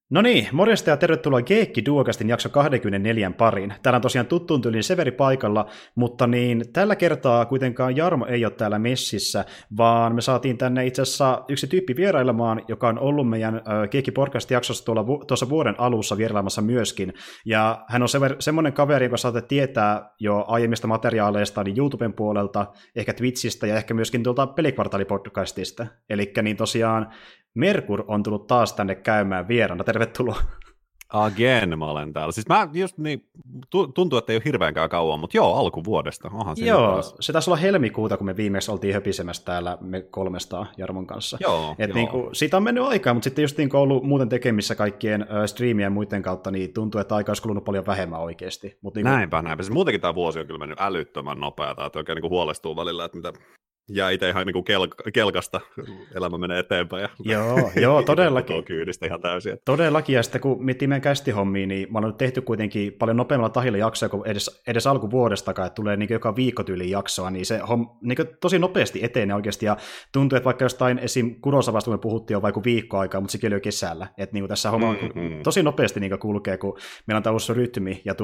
No niin, morjesta ja tervetuloa Geekki Duocastin jakso 24 pariin. Täällä on tosiaan tuttuun tyyliin Severi paikalla, mutta niin tällä kertaa kuitenkaan Jarmo ei ole täällä messissä, vaan me saatiin tänne itse asiassa yksi tyyppi vierailemaan, joka on ollut meidän Geekki Podcast-jaksossa tuossa vuoden alussa vierailemassa myöskin. Ja hän on semmoinen kaveri, joka saatte tietää jo aiemmista materiaaleista niin YouTuben puolelta, ehkä Twitchistä ja ehkä myöskin tuolta Pelikvartaali-podcastista. Elikkä niin tosiaan Merkur on tullut taas tänne käymään vieraana. Tervetuloa. Again mä olen täällä. Siis mä just niin, tuntuu, että ei ole hirveänkään kauan, mutta joo, alkuvuodesta. Joo, se taisi olla helmikuuta, kun me viimeksi oltiin höpisemässä täällä me 300 Jarmon kanssa. Joo, Et niin kuin, siitä on mennyt aikaa, mutta sitten just niin kuin ollut muuten tekemissä kaikkien striimien ja muiden kautta, niin tuntuu, että aika olisi kulunut paljon vähemmän oikeasti. Mut niin kuin... Näinpä. Siis muutenkin tämä vuosi on kyllä mennyt älyttömän nopeata, että oikein niin kuin huolestuu välillä, että mitä jää itse ihan niin kuin kelkasta, elämä menee eteenpäin. Joo, todellakin. Kyydistä ihan täysin. Todellakin, ja sitten kun miettii meidän kästihommia, niin mä olen tehty kuitenkin paljon nopeammalla tahilla jaksoja kuin edes alkuvuodestakaan, että tulee niin joka viikko tyyliin jaksoa, niin se niin tosi nopeasti etenee oikeasti, ja tuntuu, että vaikka jostain esim. Kurosavasta me puhuttiin jo vaikka viikko aikaa, mutta sekin oli jo kesällä, että niin tässä homma tosi nopeasti niin kulkee, kun meillä on tämä uusi rytmi, ja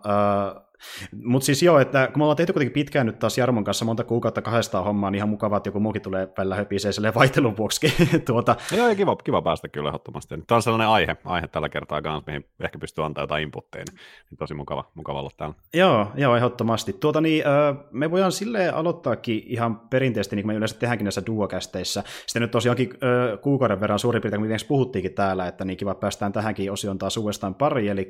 mutta siis joo, että kun me ollaan tehty kuitenkin pitkään nyt taas Jarmon kanssa monta kuukautta kahdestaan hommaa, niin ihan mukavaa, että joku muukin tulee välillä höpisee silleen vaihtelun vuoksi. Joo, kiva päästä kyllä ehdottomasti. Tämä on sellainen aihe tällä kertaa kanssa, mihin ehkä pystyy antaa jotain inputteja, niin tosi mukava olla täällä. Joo, ehdottomasti. Me voidaan silleen aloittaakin ihan perinteisesti, niin kuin me yleensä tehdäänkin näissä duokästeissä. Sitten nyt tosiaankin kuukauden verran suurin piirtein, kun me puhuttiinkin täällä, että niin kiva päästään tähänkin osioon taas uudestaan pari, eli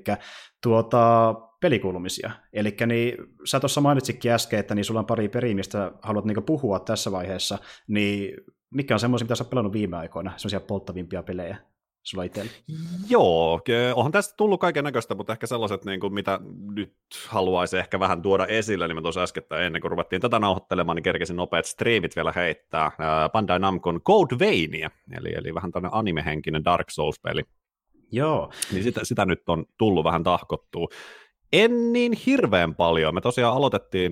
pelikuulumisia. Eli niin, sä tuossa mainitsikin äsken, että niin sulla on pari peliä, mistä haluat niin puhua tässä vaiheessa, niin mikä on semmoisia, mitä sä oot pelannut viime aikoina, semmoisia polttavimpia pelejä sulla itsellä? Joo, onhan tästä tullut kaiken näköistä, mutta ehkä sellaiset, niin kuin, mitä nyt haluaisi ehkä vähän tuoda esille, niin mä tuossa äskettäin ennen kuin ruvettiin tätä nauhoittelemaan, niin kerkesin nopeat striimit vielä heittää. Bandai Namcon Code Veinia, eli vähän tämmöinen animehenkinen Dark Souls-peli. Joo. Niin sitä nyt on tullut vähän tahkottua. En niin hirveän paljon. Me tosiaan aloitettiin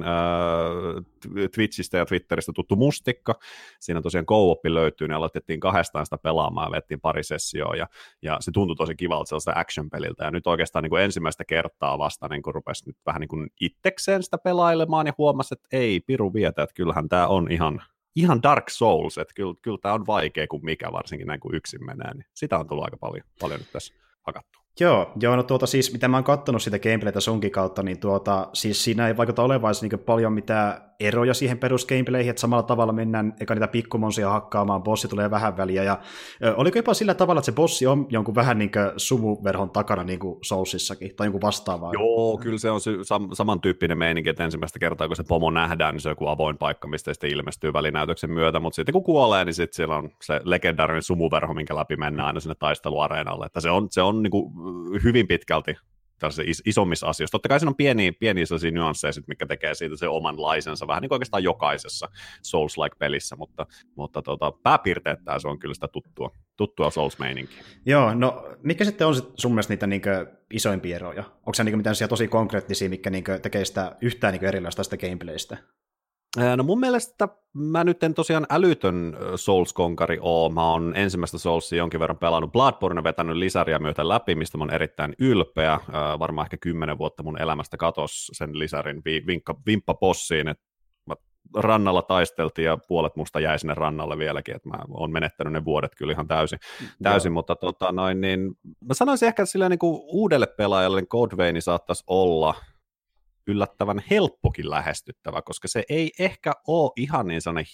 Twitchistä ja Twitteristä tuttu Mustikka. Siinä tosiaan co-op löytyy, niin aloitettiin kahdestaan sitä pelaamaan ja vettiin pari sessioa. Ja se tuntui tosi kivalta sellaista action-peliltä. Ja nyt oikeastaan niin kuin ensimmäistä kertaa vasta niin kuin rupesi nyt vähän niin kuin itsekseen sitä pelailemaan ja huomasi, että ei piru vietä, että kyllähän tämä on ihan Dark Souls, että kyllä tämä on vaikea kuin mikä, varsinkin näin kuin yksin menee. Niin sitä on tullut aika paljon nyt tässä hakattua. Joo, no siis mitä mä oon katsonut sitä gameplaytä sunkin kautta, niin siis siinä ei vaikuta olevan niin paljon mitään eroja siihen perusgameplayhin, että samalla tavalla mennään eka niitä pikkumonsia hakkaamaan, bossi tulee vähän väliä, ja oliko jopa sillä tavalla, että se bossi on jonkun vähän niin kuin sumuverhon takana niin kuin Soulsissakin, tai jonkun vastaavaa? Joo, kyllä se on samantyyppinen meininki, että ensimmäistä kertaa, kun se pomo nähdään, niin se on joku avoin paikka, mistä sitten ilmestyy välinäytöksen myötä, mutta sitten kun kuolee, niin sitten siellä on se legendaarinen sumuverho, minkä läpi mennään aina sinne taisteluareenalle, että se on niin kuin hyvin pitkälti isommissa asioissa. Totta kai siinä on pieniä sellaisia nyansseja, mitkä tekee siitä se omanlaisensa, vähän niin kuin oikeastaan jokaisessa Souls-like-pelissä, mutta pääpiirteittäin se on kyllä sitä tuttua Souls-meininkiä. Joo, no mikä sitten on sun mielestä niitä niinkö isoimpia eroja? Onko se niinkö mitään tosi konkreettisia, mitkä niinkö tekee sitä yhtään niinkö erilaista sitä gameplaystä? No mun mielestä mä nyt en tosiaan älytön Souls-konkari oo. Mä oon ensimmäistä Soulsia jonkin verran pelannut. Bloodborne vetänyt lisäriä myötä läpi, mistä mä oon erittäin ylpeä. Varmaan ehkä 10 vuotta mun elämästä katos sen lisärin vimppa bossiin, että rannalla taisteltiin ja puolet musta jäi sinne rannalle vieläkin, että mä oon menettänyt ne vuodet kyllä ihan täysin mutta niin mä sanoisin ehkä, että silleen niin kuin uudelle pelaajalle niin Code Vein saattaisi olla yllättävän helppokin lähestyttävä, koska se ei ehkä ole ihan niin sellainen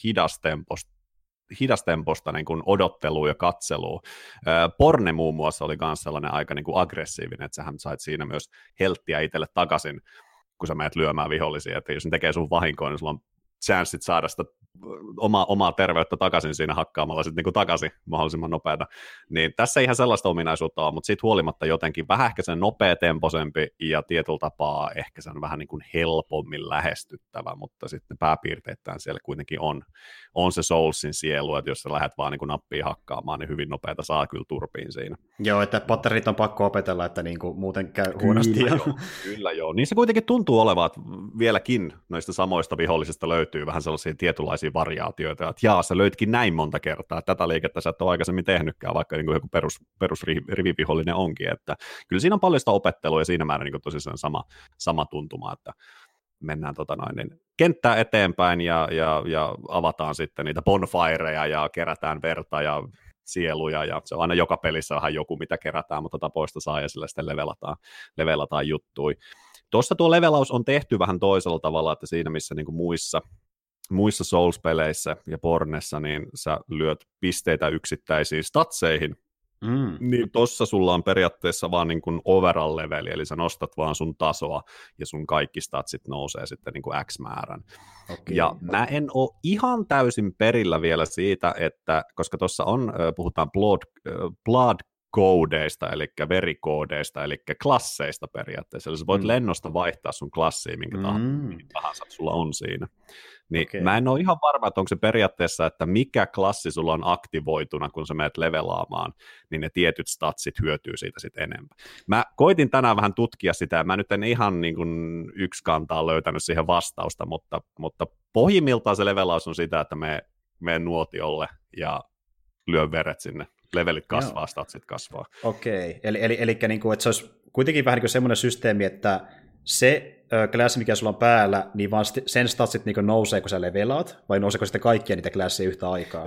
hidastemposta niin kuin odottelua ja katselua. Porne muun muassa oli myös sellainen aika niin kuin aggressiivinen, että sähän sait siinä myös helttiä itselle takaisin, kun sä menet lyömään vihollisia, että jos ne tekee sun vahinkoon, niin sulla on chanssit saada sitä omaa terveyttä takaisin siinä hakkaamalla sitten niin takaisin mahdollisimman nopeata. Niin tässä ei ihan sellaista ominaisuutta ole, mutta siitä huolimatta jotenkin vähän ehkä sen nopeatempoisempi ja tietyllä tapaa ehkä se on vähän niin kuin helpommin lähestyttävä, mutta sitten pääpiirteittäin siellä kuitenkin on se Soulsin sielu, että jos sä lähdet vaan niin kuin nappia hakkaamaan, niin hyvin nopeata saa kyllä turpiin siinä. Joo, että patterit on pakko opetella, että niin kuin muuten käy huonosti. Kyllä joo. Niin se kuitenkin tuntuu olevan, että vieläkin noista samoista vihollisista löytyy vähän sellaisia tietynlaisia erilaisia variaatioita, että jaa, sä löitkin näin monta kertaa, tätä liikettä sä et ole aikaisemmin tehnytkään, vaikka niin kuin joku perusrivivihollinen onkin, että kyllä siinä on paljon sitä opettelua ja siinä määrin niin tosissaan sama tuntuma, että mennään kenttää eteenpäin ja avataan sitten niitä bonfireja ja kerätään verta ja sieluja, ja se on aina joka pelissä vähän joku, mitä kerätään, mutta tapoista saa, ja sillä sitten levelataan juttui. Tuossa tuo levelaus on tehty vähän toisella tavalla, että siinä missä niin kuin muissa Souls-peleissä ja Bornessa, niin sä lyöt pisteitä yksittäisiin statseihin, niin tossa sulla on periaatteessa vaan niin kuin overall-leveli, eli sä nostat vaan sun tasoa, ja sun kaikki statsit nousee sitten niin kuin X määrän. Okay. Ja mä en ole ihan täysin perillä vielä siitä, että koska tuossa puhutaan blood-koodeista, eli verikoodeista, eli klasseista periaatteessa, eli sä voit lennosta vaihtaa sun klassiin, minkä tahansa sulla on siinä. Niin mä en ole ihan varma, että onko se periaatteessa, että mikä klassi sulla on aktivoituna, kun sä menet levelaamaan, niin ne tietyt statsit hyötyy siitä sitten enemmän. Mä koitin tänään vähän tutkia sitä, ja mä nyt en ihan niin kuin yksi kantaa löytänyt siihen vastausta, mutta pohjimmiltaan se levelaus on sitä, että me nuotiolle ja lyö veret sinne. Levelit kasvaa, statsit kasvaa. Okei, eli niin kuin, että se olisi kuitenkin vähän niin kuin semmoinen systeemi, että se klassi, mikä sulla on päällä, niin vaan sen statsit niin nousee, kun sä levelaat, vai nouseeko sitten kaikkia niitä klasseja yhtä aikaa?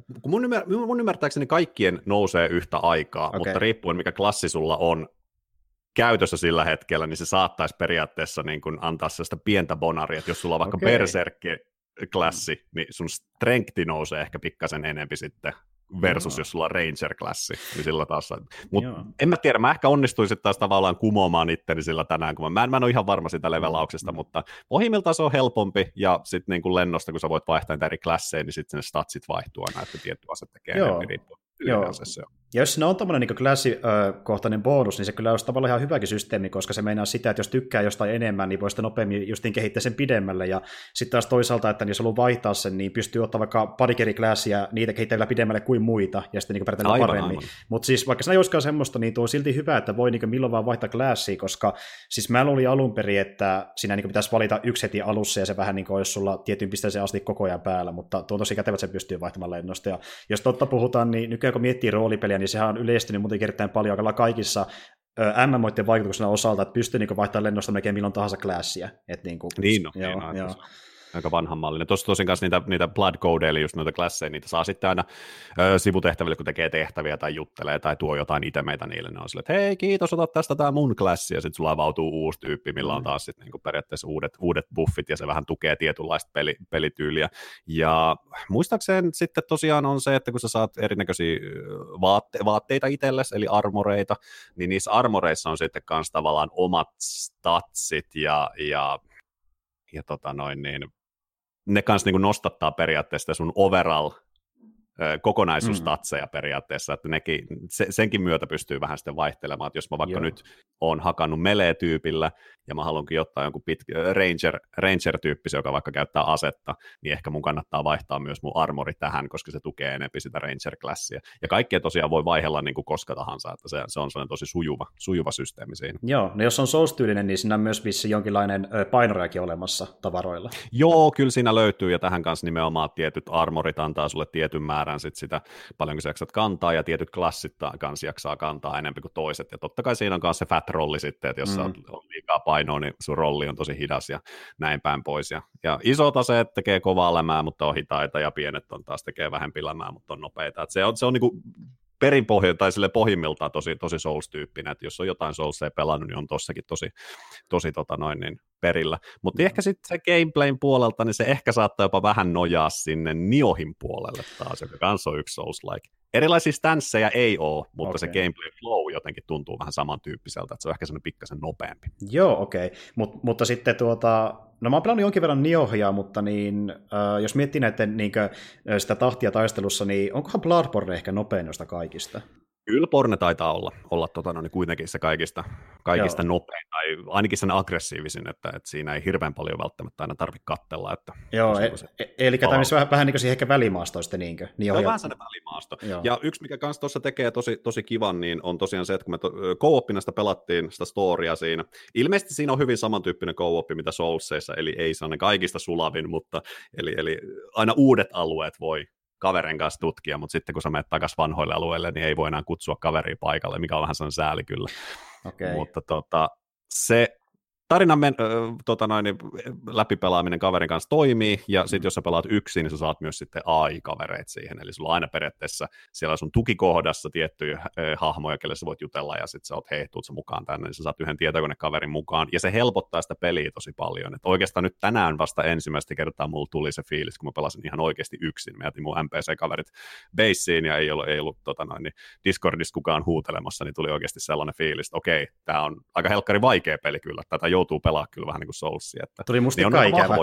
Mun ymmärtääkseni kaikkien nousee yhtä aikaa, mutta riippuen mikä klassi sulla on käytössä sillä hetkellä, niin se saattaisi periaatteessa niin kuin antaa sellaista pientä bonaria, että jos sulla on vaikka berserkki-klassi, niin sun strengthi nousee ehkä pikkasen enempi sitten, versus jos sulla on Ranger-klassi, niin sillä taas. Mutta en mä tiedä, mä ehkä onnistuisin taas tavallaan kumoamaan itteni sillä tänään, kun mä en ole ihan varma siitä levelauksesta, mutta pohjimmiltaan se on helpompi, ja sitten niin kuin lennosta, kun sä voit vaihtaa niitä eri klasseja, niin sitten ne statsit vaihtuu aina, että tietty ase tekee enemmän. Ja jos siinä on tommoinen niin klassikohtainen bonus, niin se kyllä olisi tavallaan ihan hyväkin systeemi, koska se meinaa sitä, että jos tykkää jostain enemmän, niin voi sitten nopeammin justiin kehittää sen pidemmälle, ja sitten taas toisaalta, että jos haluaa vaihtaa sen, niin pystyy ottaa vaikka pari eri klassia, niitä kehittää vielä pidemmälle kuin muita, ja sitten niin pärjätään paremmin. Mutta siis vaikka se ei olisikaan semmoista, niin tuo on silti hyvä, että voi niin milloin vaan vaihtaa klassia, koska siis mä luulin alun perin, että siinä niin pitäisi valita yksi heti alussa, ja se vähän niin kuin olisi sulla tietyn pisteeseen asti koko ajan päällä, mutta tuo on tosi kätevä, että se pystyy vaihtamaan lennosta. Ja jos totta puhutaan, niin nykyään kun miettii roolipeliä, niin sehän on yleistynyt muutenkin erittäin paljon kaikissa MMOiden vaikutuksena osalta, että pystyy niin vaihtamaan lennosta melkein milloin tahansa klassia. Aika vanhanmallinen. Tuossa tosin kanssa niitä blood codeja, eli just noita klasseja, niitä saa sitten aina sivutehtäville, kun tekee tehtäviä tai juttelee tai tuo jotain itemeitä niille, ne on sille, että hei, kiitos, ota tästä tämä mun klassi, ja sitten sulla avautuu uusi tyyppi, millä on taas sitten niinku periaatteessa uudet buffit, ja se vähän tukee tietynlaista pelityyliä. Ja muistaakseni sitten tosiaan on se, että kun sä saat erinäköisiä vaatteita itsellesi, eli armoreita, niin niissä armoreissa on sitten kanssa tavallaan omat statsit ja ne kanssa niin nostattaa periaatteessa sun overall kokonaisuustatseja periaatteessa, että senkin myötä pystyy vähän sitten vaihtelemaan, että jos mä vaikka nyt oon hakannut melee-tyypillä, ja mä haluankin ottaa jonkun Ranger-tyyppisen, joka vaikka käyttää asetta, niin ehkä mun kannattaa vaihtaa myös mun armori tähän, koska se tukee enemmän sitä Ranger-klassia. Ja kaikkea tosiaan voi vaihella niin kuin koska tahansa, että se on sellainen tosi sujuva systeemi siinä. Joo, no jos on Souls-tyylinen, niin siinä on myös vissi jonkinlainen painorajakin olemassa tavaroilla. Joo, kyllä siinä löytyy, ja tähän kanssa nimenomaan tietyt armorit antaa sulle tietyn määrän sitä, paljonko sä jaksat kantaa, ja tietyt klassit kanssa jaksaa kantaa enemmän kuin toiset, ja totta kai siinä on myös se fat rolli sitten, että jos on liikaa painoa, niin sun rolli on tosi hidas ja näin päin pois, ja isot aseet tekee kovaa lämää, mutta on hitaita, ja pienet on taas tekee vähempi lämää, mutta on nopeita, että se on niin kuin pohjimmiltaan tosi Souls-tyyppinen, että jos on jotain Soulsia pelannut, niin on tossakin tosi perillä. Mutta ehkä sitten se gameplayn puolelta, niin se ehkä saattaa jopa vähän nojaa sinne Niohin puolelle taas, joka kanssa on yksi Souls-like. Erilaisia stanceja ei ole, mutta se gameplay flow jotenkin tuntuu vähän samantyyppiseltä, että se on ehkä sellainen pikkasen nopeampi. Joo, okei. Mutta sitten no mä oon pelannut jonkin verran Niohia, mutta jos miettii näiden sitä tahtia taistelussa, niin onkohan Bloodborne ehkä nopein noista kaikista? Kyllä Porne taitaa olla kuitenkin se kaikista nopein, tai ainakin sen aggressiivisin, että siinä ei hirveän paljon välttämättä aina tarvitse katsella. Että Joo, eli tämä on vähän niin kuin siihen ehkä välimaastoista, niinkö? Niin on vähän sellainen välimaasto. Joo. Ja yksi, mikä kanssa tuossa tekee tosi kivan, niin on tosiaan se, että kun me co-opina pelattiin sitä storya siinä, ilmeisesti siinä on hyvin samantyyppinen co-op, mitä Soulsseissa, eli ei sellainen kaikista sulavin, mutta eli aina uudet alueet voi kaverin kanssa tutkia, mutta sitten kun sä menet takaisin vanhoille alueille, niin ei voi enää kutsua kaveria paikalle, mikä on vähän sellainen sääli kyllä. Okay. Mutta se tarinan läpipelaaminen kaverin kanssa toimii, ja sitten jos sä pelaat yksin, niin sä saat myös sitten AI-kavereita siihen, eli sulla on aina periaatteessa siellä sun tukikohdassa tiettyjä hahmoja, kelle sä voit jutella, ja sitten sä oot tuut sä mukaan tänne, niin sä saat yhden tietokonekaverin mukaan, ja se helpottaa sitä peliä tosi paljon. Et oikeastaan nyt tänään vasta ensimmäistä kertaa mulla tuli se fiilis, kun mä pelasin ihan oikeasti yksin. Mä jätin mun NPC-kaverit baseen, ja ei ollut Discordissa kukaan huutelemassa, niin tuli oikeasti sellainen fiilis, että okei, tää on aika helkkari vaikea peli kyllä, tätä joutuu pelaa kyllä vähän niin kuin Soulsia. Että tuli mustikka ikävä.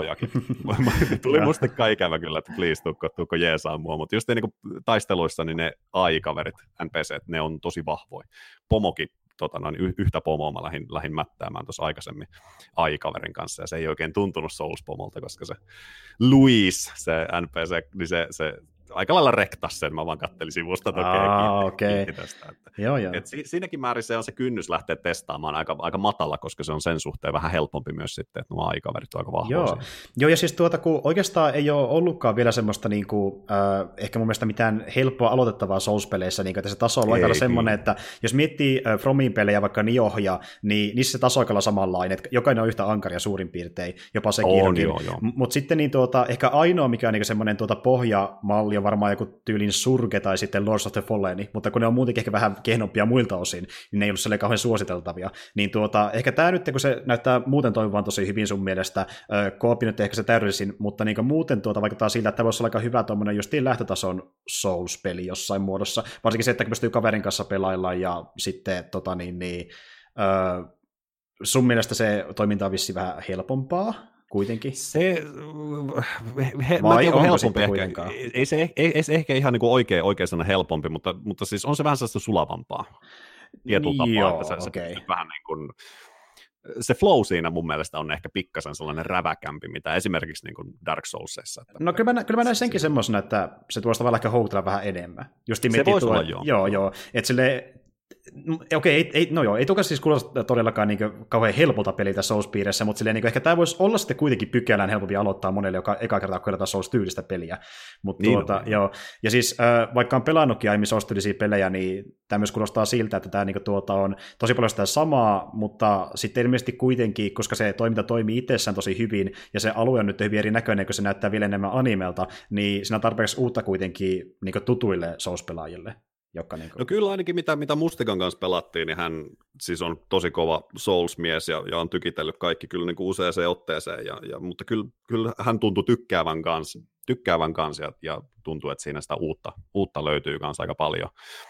Tuli mustikka ikävä kyllä, että please, tuukko jeesaa mua, mutta just niin kuin taisteluissa, niin ne AI-kaverit, NPC, ne on tosi vahvoja. Pomokin, yhtä pomoa mä lähdin mättäämään tuossa aikaisemmin AI-kaverin kanssa, ja se ei oikein tuntunut Souls-pomolta, koska se Louise, se NPC, niin se aika lailla rektas sen, mä vaan kattelin sivusta kiinni tästä. Joo. Siinäkin määrin se lähteä testaamaan aika matala, koska se on sen suhteen vähän helpompi myös sitten, että nuo aikaverit on aika vahvoja. Joo, ja siis kun oikeastaan ei ole ollutkaan vielä semmoista ehkä mun mielestä mitään helppoa aloitettavaa Souls-peleissä, että se taso on aika semmoinen, että jos miettii Fromin pelejä, vaikka Niohja, niin niissä se taso on aika samanlainen, että jokainen on yhtä ankaria suurin piirtein, jopa se kirjokin. Mutta sitten ehkä ainoa, mikä on semmoinen pohjamalli, on varmaan joku tyylin Surge tai sitten Lords of the Fallen, mutta kun ne on muutenkin ehkä vähän kehnompia muilta osin, niin ne ei ollut silleen kauhean suositeltavia. Niin ehkä tämä nyt, kun se näyttää muuten toimivan tosi hyvin sun mielestä, koopi nyt ehkä se täydellisin, mutta muuten vaikuttaa siltä, että tämä voisi olla aika hyvä tuommoinen justiin lähtötason Souls-peli jossain muodossa. Varsinkin se, että pystyy kaverin kanssa pelailla ja sitten sun mielestä se toiminta on vissiin vähän helpompaa kuitenkin. Vai onko sitten kuitenkaan? Ei se ehkä ihan oikein sana helpompi, mutta siis on se vähän sellaista sulavampaa tietyllä tapaa, että se vähän niin kuin, se flow siinä mun mielestä on ehkä pikkasen sellainen räväkämpi, mitä esimerkiksi niin kuin Dark Soulsissa. No kyllä mä näen senkin semmoisena, että se tuosta tavallaan ehkä houkutella vähän enemmän. Se voisi olla, joo. Että silleen, okei, ei tuokaan siis kuulosta todellakaan kauhean helpolta pelitä Souls-piirissä, mutta silleen, ehkä tämä voisi olla sitten kuitenkin pykälään helpompi aloittaa monelle, joka eka kertaa koetaan Souls-tyylistä peliä. Joo. Ja siis vaikka on pelannutkin aiemmin Souls-tyylisiä pelejä, niin tämä myös kuulostaa siltä, että tämä on tosi paljon sitä samaa, mutta sitten ilmeisesti kuitenkin, koska se toiminta toimii itsessään tosi hyvin, ja se alue on nyt hyvin erinäköinen, kun se näyttää vielä enemmän animelta, niin siinä on tarpeeksi uutta kuitenkin tutuille Souls-pelaajille. No kyllä ainakin mitä Mustikan kanssa pelattiin, niin hän siis on tosi kova Souls-mies ja on tykitellyt kaikki kyllä useaseen otteeseen, mutta kyllä hän tuntui tykkäävän kanssa ja tuntuu, että siinä sitä uutta löytyy kanssa aika paljon.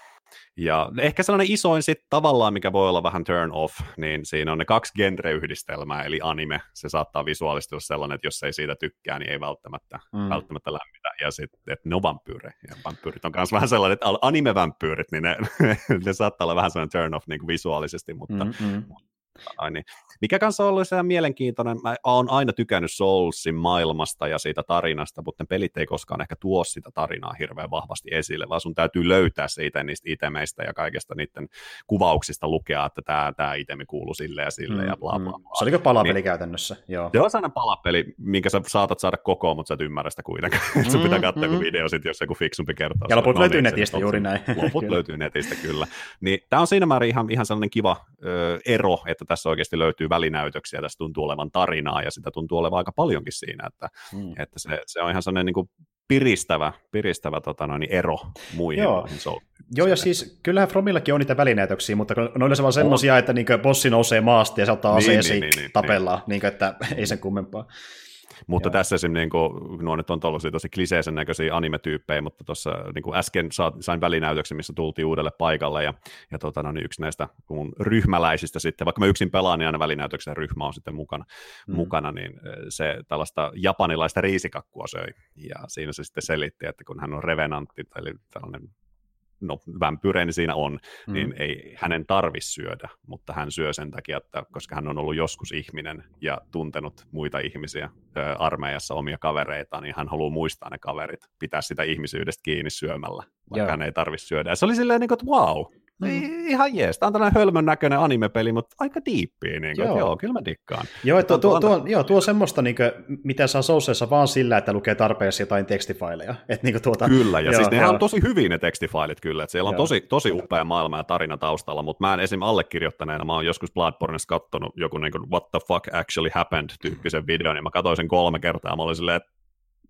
Ja ehkä sellainen isoin sitten tavallaan, mikä voi olla vähän turn off, niin siinä on ne 2 genre-yhdistelmää, eli anime. Se saattaa visuaalisesti olla sellainen, että jos ei siitä tykkää, niin ei välttämättä lämmitä. Ja sitten, että ne on vampyyre. Ja vampyyrit on myös vähän sellainen, että anime-vampyyrit, niin ne saattaa olla vähän sellainen turn off niin kuin visuaalisesti, mutta niin. Mikä kanssa on ollut se mielenkiintoinen, mä oon aina tykännyt Soulsin maailmasta ja siitä tarinasta, mutta ne pelit ei koskaan ehkä tuo sitä tarinaa hirveän vahvasti esille, vaan sun täytyy löytää siitä niistä itemeistä ja kaikesta niiden kuvauksista lukea, että tämä itemi kuuluu sille ja sille ja bla bla bla. Se oliko palapeli käytännössä? Joo. Se on sellainen palapeli, minkä sä saatat saada kokoon, mutta sä et ymmärrä sitä kuitenkaan. Sun pitää katsoa joku video sit, jos joku fiksumpi kertoo. Ja loput löytyy netistä juuri näin. Loput löytyy netistä kyllä. Niin, tämä on siinä määrin ihan sellainen kiva ero, että tässä oikeasti löytyy välinäytöksiä, tässä tuntuu olevan tarinaa, ja sitä tuntuu olevan aika paljonkin siinä, että se on ihan sellainen niin kuin piristävä ero muihin. Joo, ja siis kyllähän Fromillakin on niitä välinäytöksiä, mutta ne on yleensä vaan semmoisia, että bossi nousee maasta ja se ottaa aseesi tapellaan, että ei sen kummempaa. Mutta tässä esimerkiksi, nuo nyt on tuollaisia tosi kliseisen näköisiä anime-tyyppejä, mutta tuossa niin äsken sain välinäytöksen, missä tultiin uudelle paikalle, ja yksi näistä mun ryhmäläisistä sitten, vaikka mä yksin pelaan, niin aina välinäytöksen ryhmä on sitten mukana, niin se tällaista japanilaista riisikakkua söi, ja siinä se sitten selitti, että kun hän on revenantti, eli tällainen no vampyreeni siinä on, niin ei hänen tarvitse syödä, mutta hän syö sen takia, että koska hän on ollut joskus ihminen ja tuntenut muita ihmisiä armeijassa omia kavereita, niin hän haluaa muistaa ne kaverit, pitää sitä ihmisyydestä kiinni syömällä, vaikka hän ei tarvitse syödä. Ja se oli silleen, että wow, ihan jees. Tämä on tällainen hölmön näköinen anime-peli, mutta aika diippiä, niin kuin, joo, kyllä mä dikkaan. Tuo on semmoista, niin kuin, mitä saa Soulsissa vaan sillä, että lukee tarpeeksi jotain tekstifaileja. Niin kyllä, ja siis nehän on tosi hyvin ne tekstifailit kyllä, että siellä on tosi upea maailma ja tarina taustalla, mutta mä en esim. Allekirjoittaneena, mä oon joskus Bloodborneissa katsonut joku niin kuin what the fuck actually happened -tyyppisen videon, ja mä katsoin sen 3 kertaa, ja mä olin silleen, että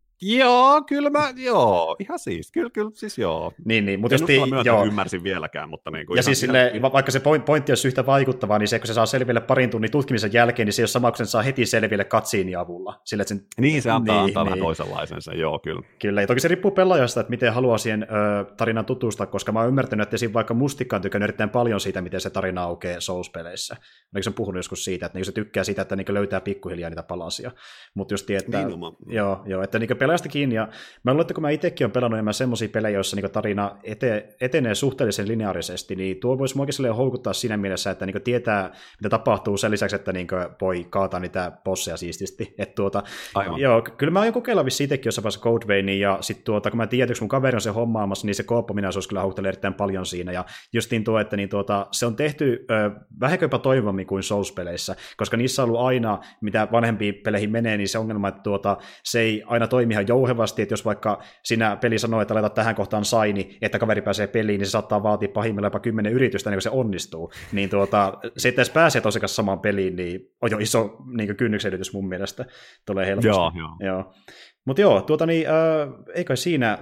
ihan siis, kyllä siis joo. Niin, mutta ymmärsin vieläkään, mutta niin kuin ja siis vaikka se pointti olisi yhtä vaikuttavaa, niin se, kun se saa selville parin tunnin tutkimisen jälkeen, niin se ei ole sama, kun sen saa heti selville cutscenein avulla. Se antaa vähän toisenlaisen sen, joo, kyllä. Kyllä, ja toki se riippuu pelaajasta, että miten haluaa siihen tarinan tutustua, koska mä oon ymmärtänyt, että esim. Vaikka Mustikka on tykännyt erittäin paljon siitä, miten se tarina aukeaa Souls-peleissä. Oliko se puhunut joskus siitä, että se tykkää siitä, että löytää pikkuhiljaa niitä palasia. Mutta just tietää, että pelaajasta kiinni, ja mä luulen, että kun mä itsekin olen pelannut enemmän semmoisia pelejä, joissa tarina etenee suhteellisen lineaarisesti, niin tuo voisi muakin houkuttaa siinä mielessä, että tietää, mitä tapahtuu sen lisäksi, että voi kaataa niitä bosseja siististi. Kyllä mä aion kokeilla vissiin itsekin jossain vaiheessa Code Veinia, ja sitten kun mä tiedän, että kun mun kaveri on se hommaamassa, niin se kooppaminaisuus kyllä houkuttelee erittäin paljon siinä, ja justiin tuo, että se on tehty vähänkö jopa toimivammin kuin Souls-peleissä, koska niissä on ollut aina, mitä vanhempiin peleihin menee, niin se ongelma, että se ei aina toimi ihan jouhevasti, että jos vaikka siinä peli sanoo, että laita tähän kohtaan saini, että kaveri pääsee peliin, niin se saattaa vaatia pahimmillaan jopa 10 yritystä, niin kuin se onnistuu. Niin se, että edes pääsee tosiaan samaan peliin, niin on jo iso kynnyksen ylitys mun mielestä. Tulee helposti. Joo. Mutta eikä siinä,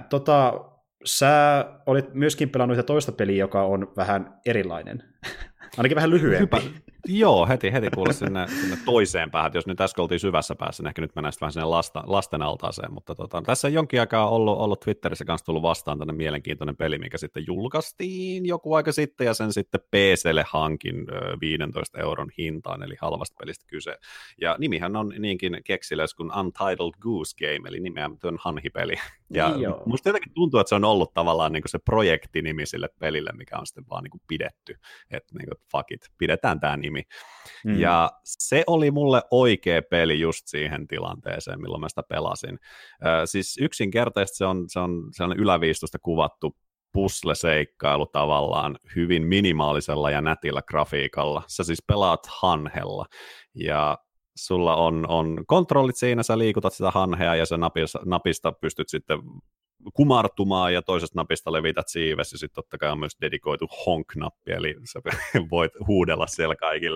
sä olit myöskin pelannut yhtä toista peliä, joka on vähän erilainen. Ainakin vähän lyhyempi. Joo, heti kuule sinne toiseen päähän. Jos nyt äsken oltiin syvässä päässä, niin ehkä nyt mennään vähän sinne lasten altaaseen, mutta tässä on jonkin aikaa ollut Twitterissä kanssa tullut vastaan tämmöinen mielenkiintoinen peli, mikä sitten julkaistiin joku aika sitten, ja sen sitten PC:lle hankin 15 euron hintaan, eli halvasta pelistä kyse. Ja nimihän on niinkin kekseliäs kuin Untitled Goose Game, eli nimeämätön hanhipeli. Ja musta jotenkin tuntuu, että se on ollut tavallaan niin kuin se projektinimi sille pelille, mikä on sitten vaan niin kuin pidetty, että niin kuin, fuck it, pidetään tämä nimi. Ja se oli mulle oikea peli just siihen tilanteeseen, milloin mä sitä pelasin. Siis yksinkertaisesti se on sellainen yläviistosta kuvattu puzzle-seikkailu tavallaan hyvin minimaalisella ja nätillä grafiikalla. Sä siis pelaat hanhella, ja sulla on kontrollit siinä, sä liikutat sitä hanhea, ja sä napista pystyt sitten kumartumaan, ja toisesta napista levität siives, ja sitten totta kai on myös dedikoitu honk-nappi, eli sä voit huudella siellä kaikille,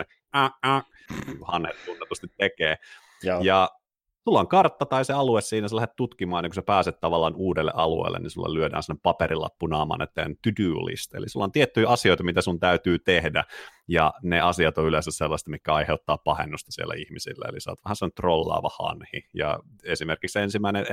hanhet tunnetusti tekee. Ja sulla on kartta tai se alue siinä, sä lähdet tutkimaan, niin kun sä pääset tavallaan uudelle alueelle, niin sulla lyödään sellainen paperilappu naaman eteen to-do-list, eli sulla on tiettyjä asioita, mitä sun täytyy tehdä, ja ne asiat on yleensä sellaista, mikä aiheuttaa pahennusta siellä ihmisille, eli sä oot vähän sellainen trollaava hanhi, ja esimerkiksi ensimmäinen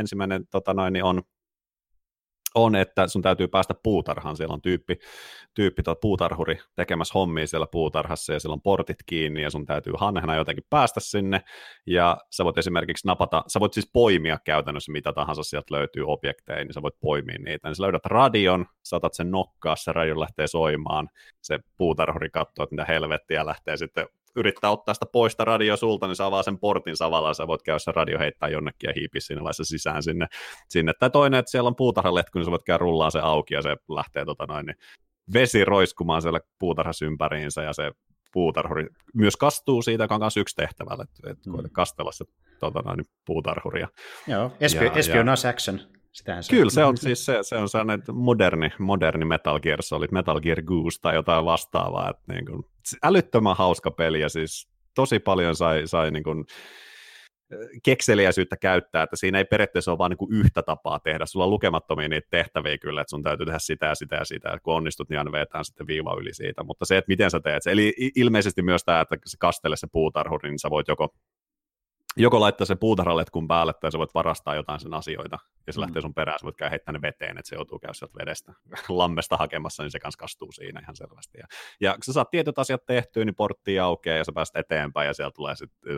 on, että sun täytyy päästä puutarhaan, siellä on tyyppi puutarhuri tekemässä hommia siellä puutarhassa, ja siellä on portit kiinni, ja sun täytyy hanhena jotenkin päästä sinne, ja sä voit esimerkiksi sä voit siis poimia käytännössä mitä tahansa sieltä löytyy objekteja, niin sä voit poimia niitä, niin sä löydät radion, saatat sen nokkaa, se radio lähtee soimaan, se puutarhuri katsoo, että mitä helvettiä lähtee sitten yrittää ottaa sitä poista radio sulta, niin saa vaan sen portin savalla, ja sä voit käydä se radio heittää jonnekin ja hiipiä siinä vaiheessa sisään sinne. Tai toinen, että siellä on puutarhaletku, niin sä voit käydä rullaan se auki, ja se lähtee niin vesi roiskumaan siellä puutarhassa ympäriinsä, ja se puutarhuri myös kastuu siitä, joka on myös yksi tehtävä, että koeta kastella se puutarhuria. Joo, espionage action. Kyllä, se on siis se on sellainen moderni Metal Gear Solid, Metal Gear Goose tai jotain vastaavaa. Että niin kuin, älyttömän hauska peli, ja siis tosi paljon sai niin kuin kekseliäisyyttä käyttää, että siinä ei periaatteessa ole vaan niin kuin yhtä tapaa tehdä. Sulla on lukemattomia niitä tehtäviä kyllä, että sun täytyy tehdä sitä ja sitä ja sitä, ja kun onnistut, niin aina vetään sitten viiva yli siitä. Mutta se, että miten sä teet se, eli ilmeisesti myös tämä, että se kastele se puutarhuri, niin sä voit joko laittaa sen puutarhaletkun päälle, tai sä voit varastaa jotain sen asioita, ja se lähtee sun perään, sä voit käydä heittää ne veteen, että se joutuu käydä sieltä vedestä lammesta hakemassa, niin se kanssa kastuu siinä ihan selvästi. Ja kun sä saat tietyt asiat tehtyä, niin portti aukeaa, ja sä pääset eteenpäin, ja siellä tulee sitten sellainen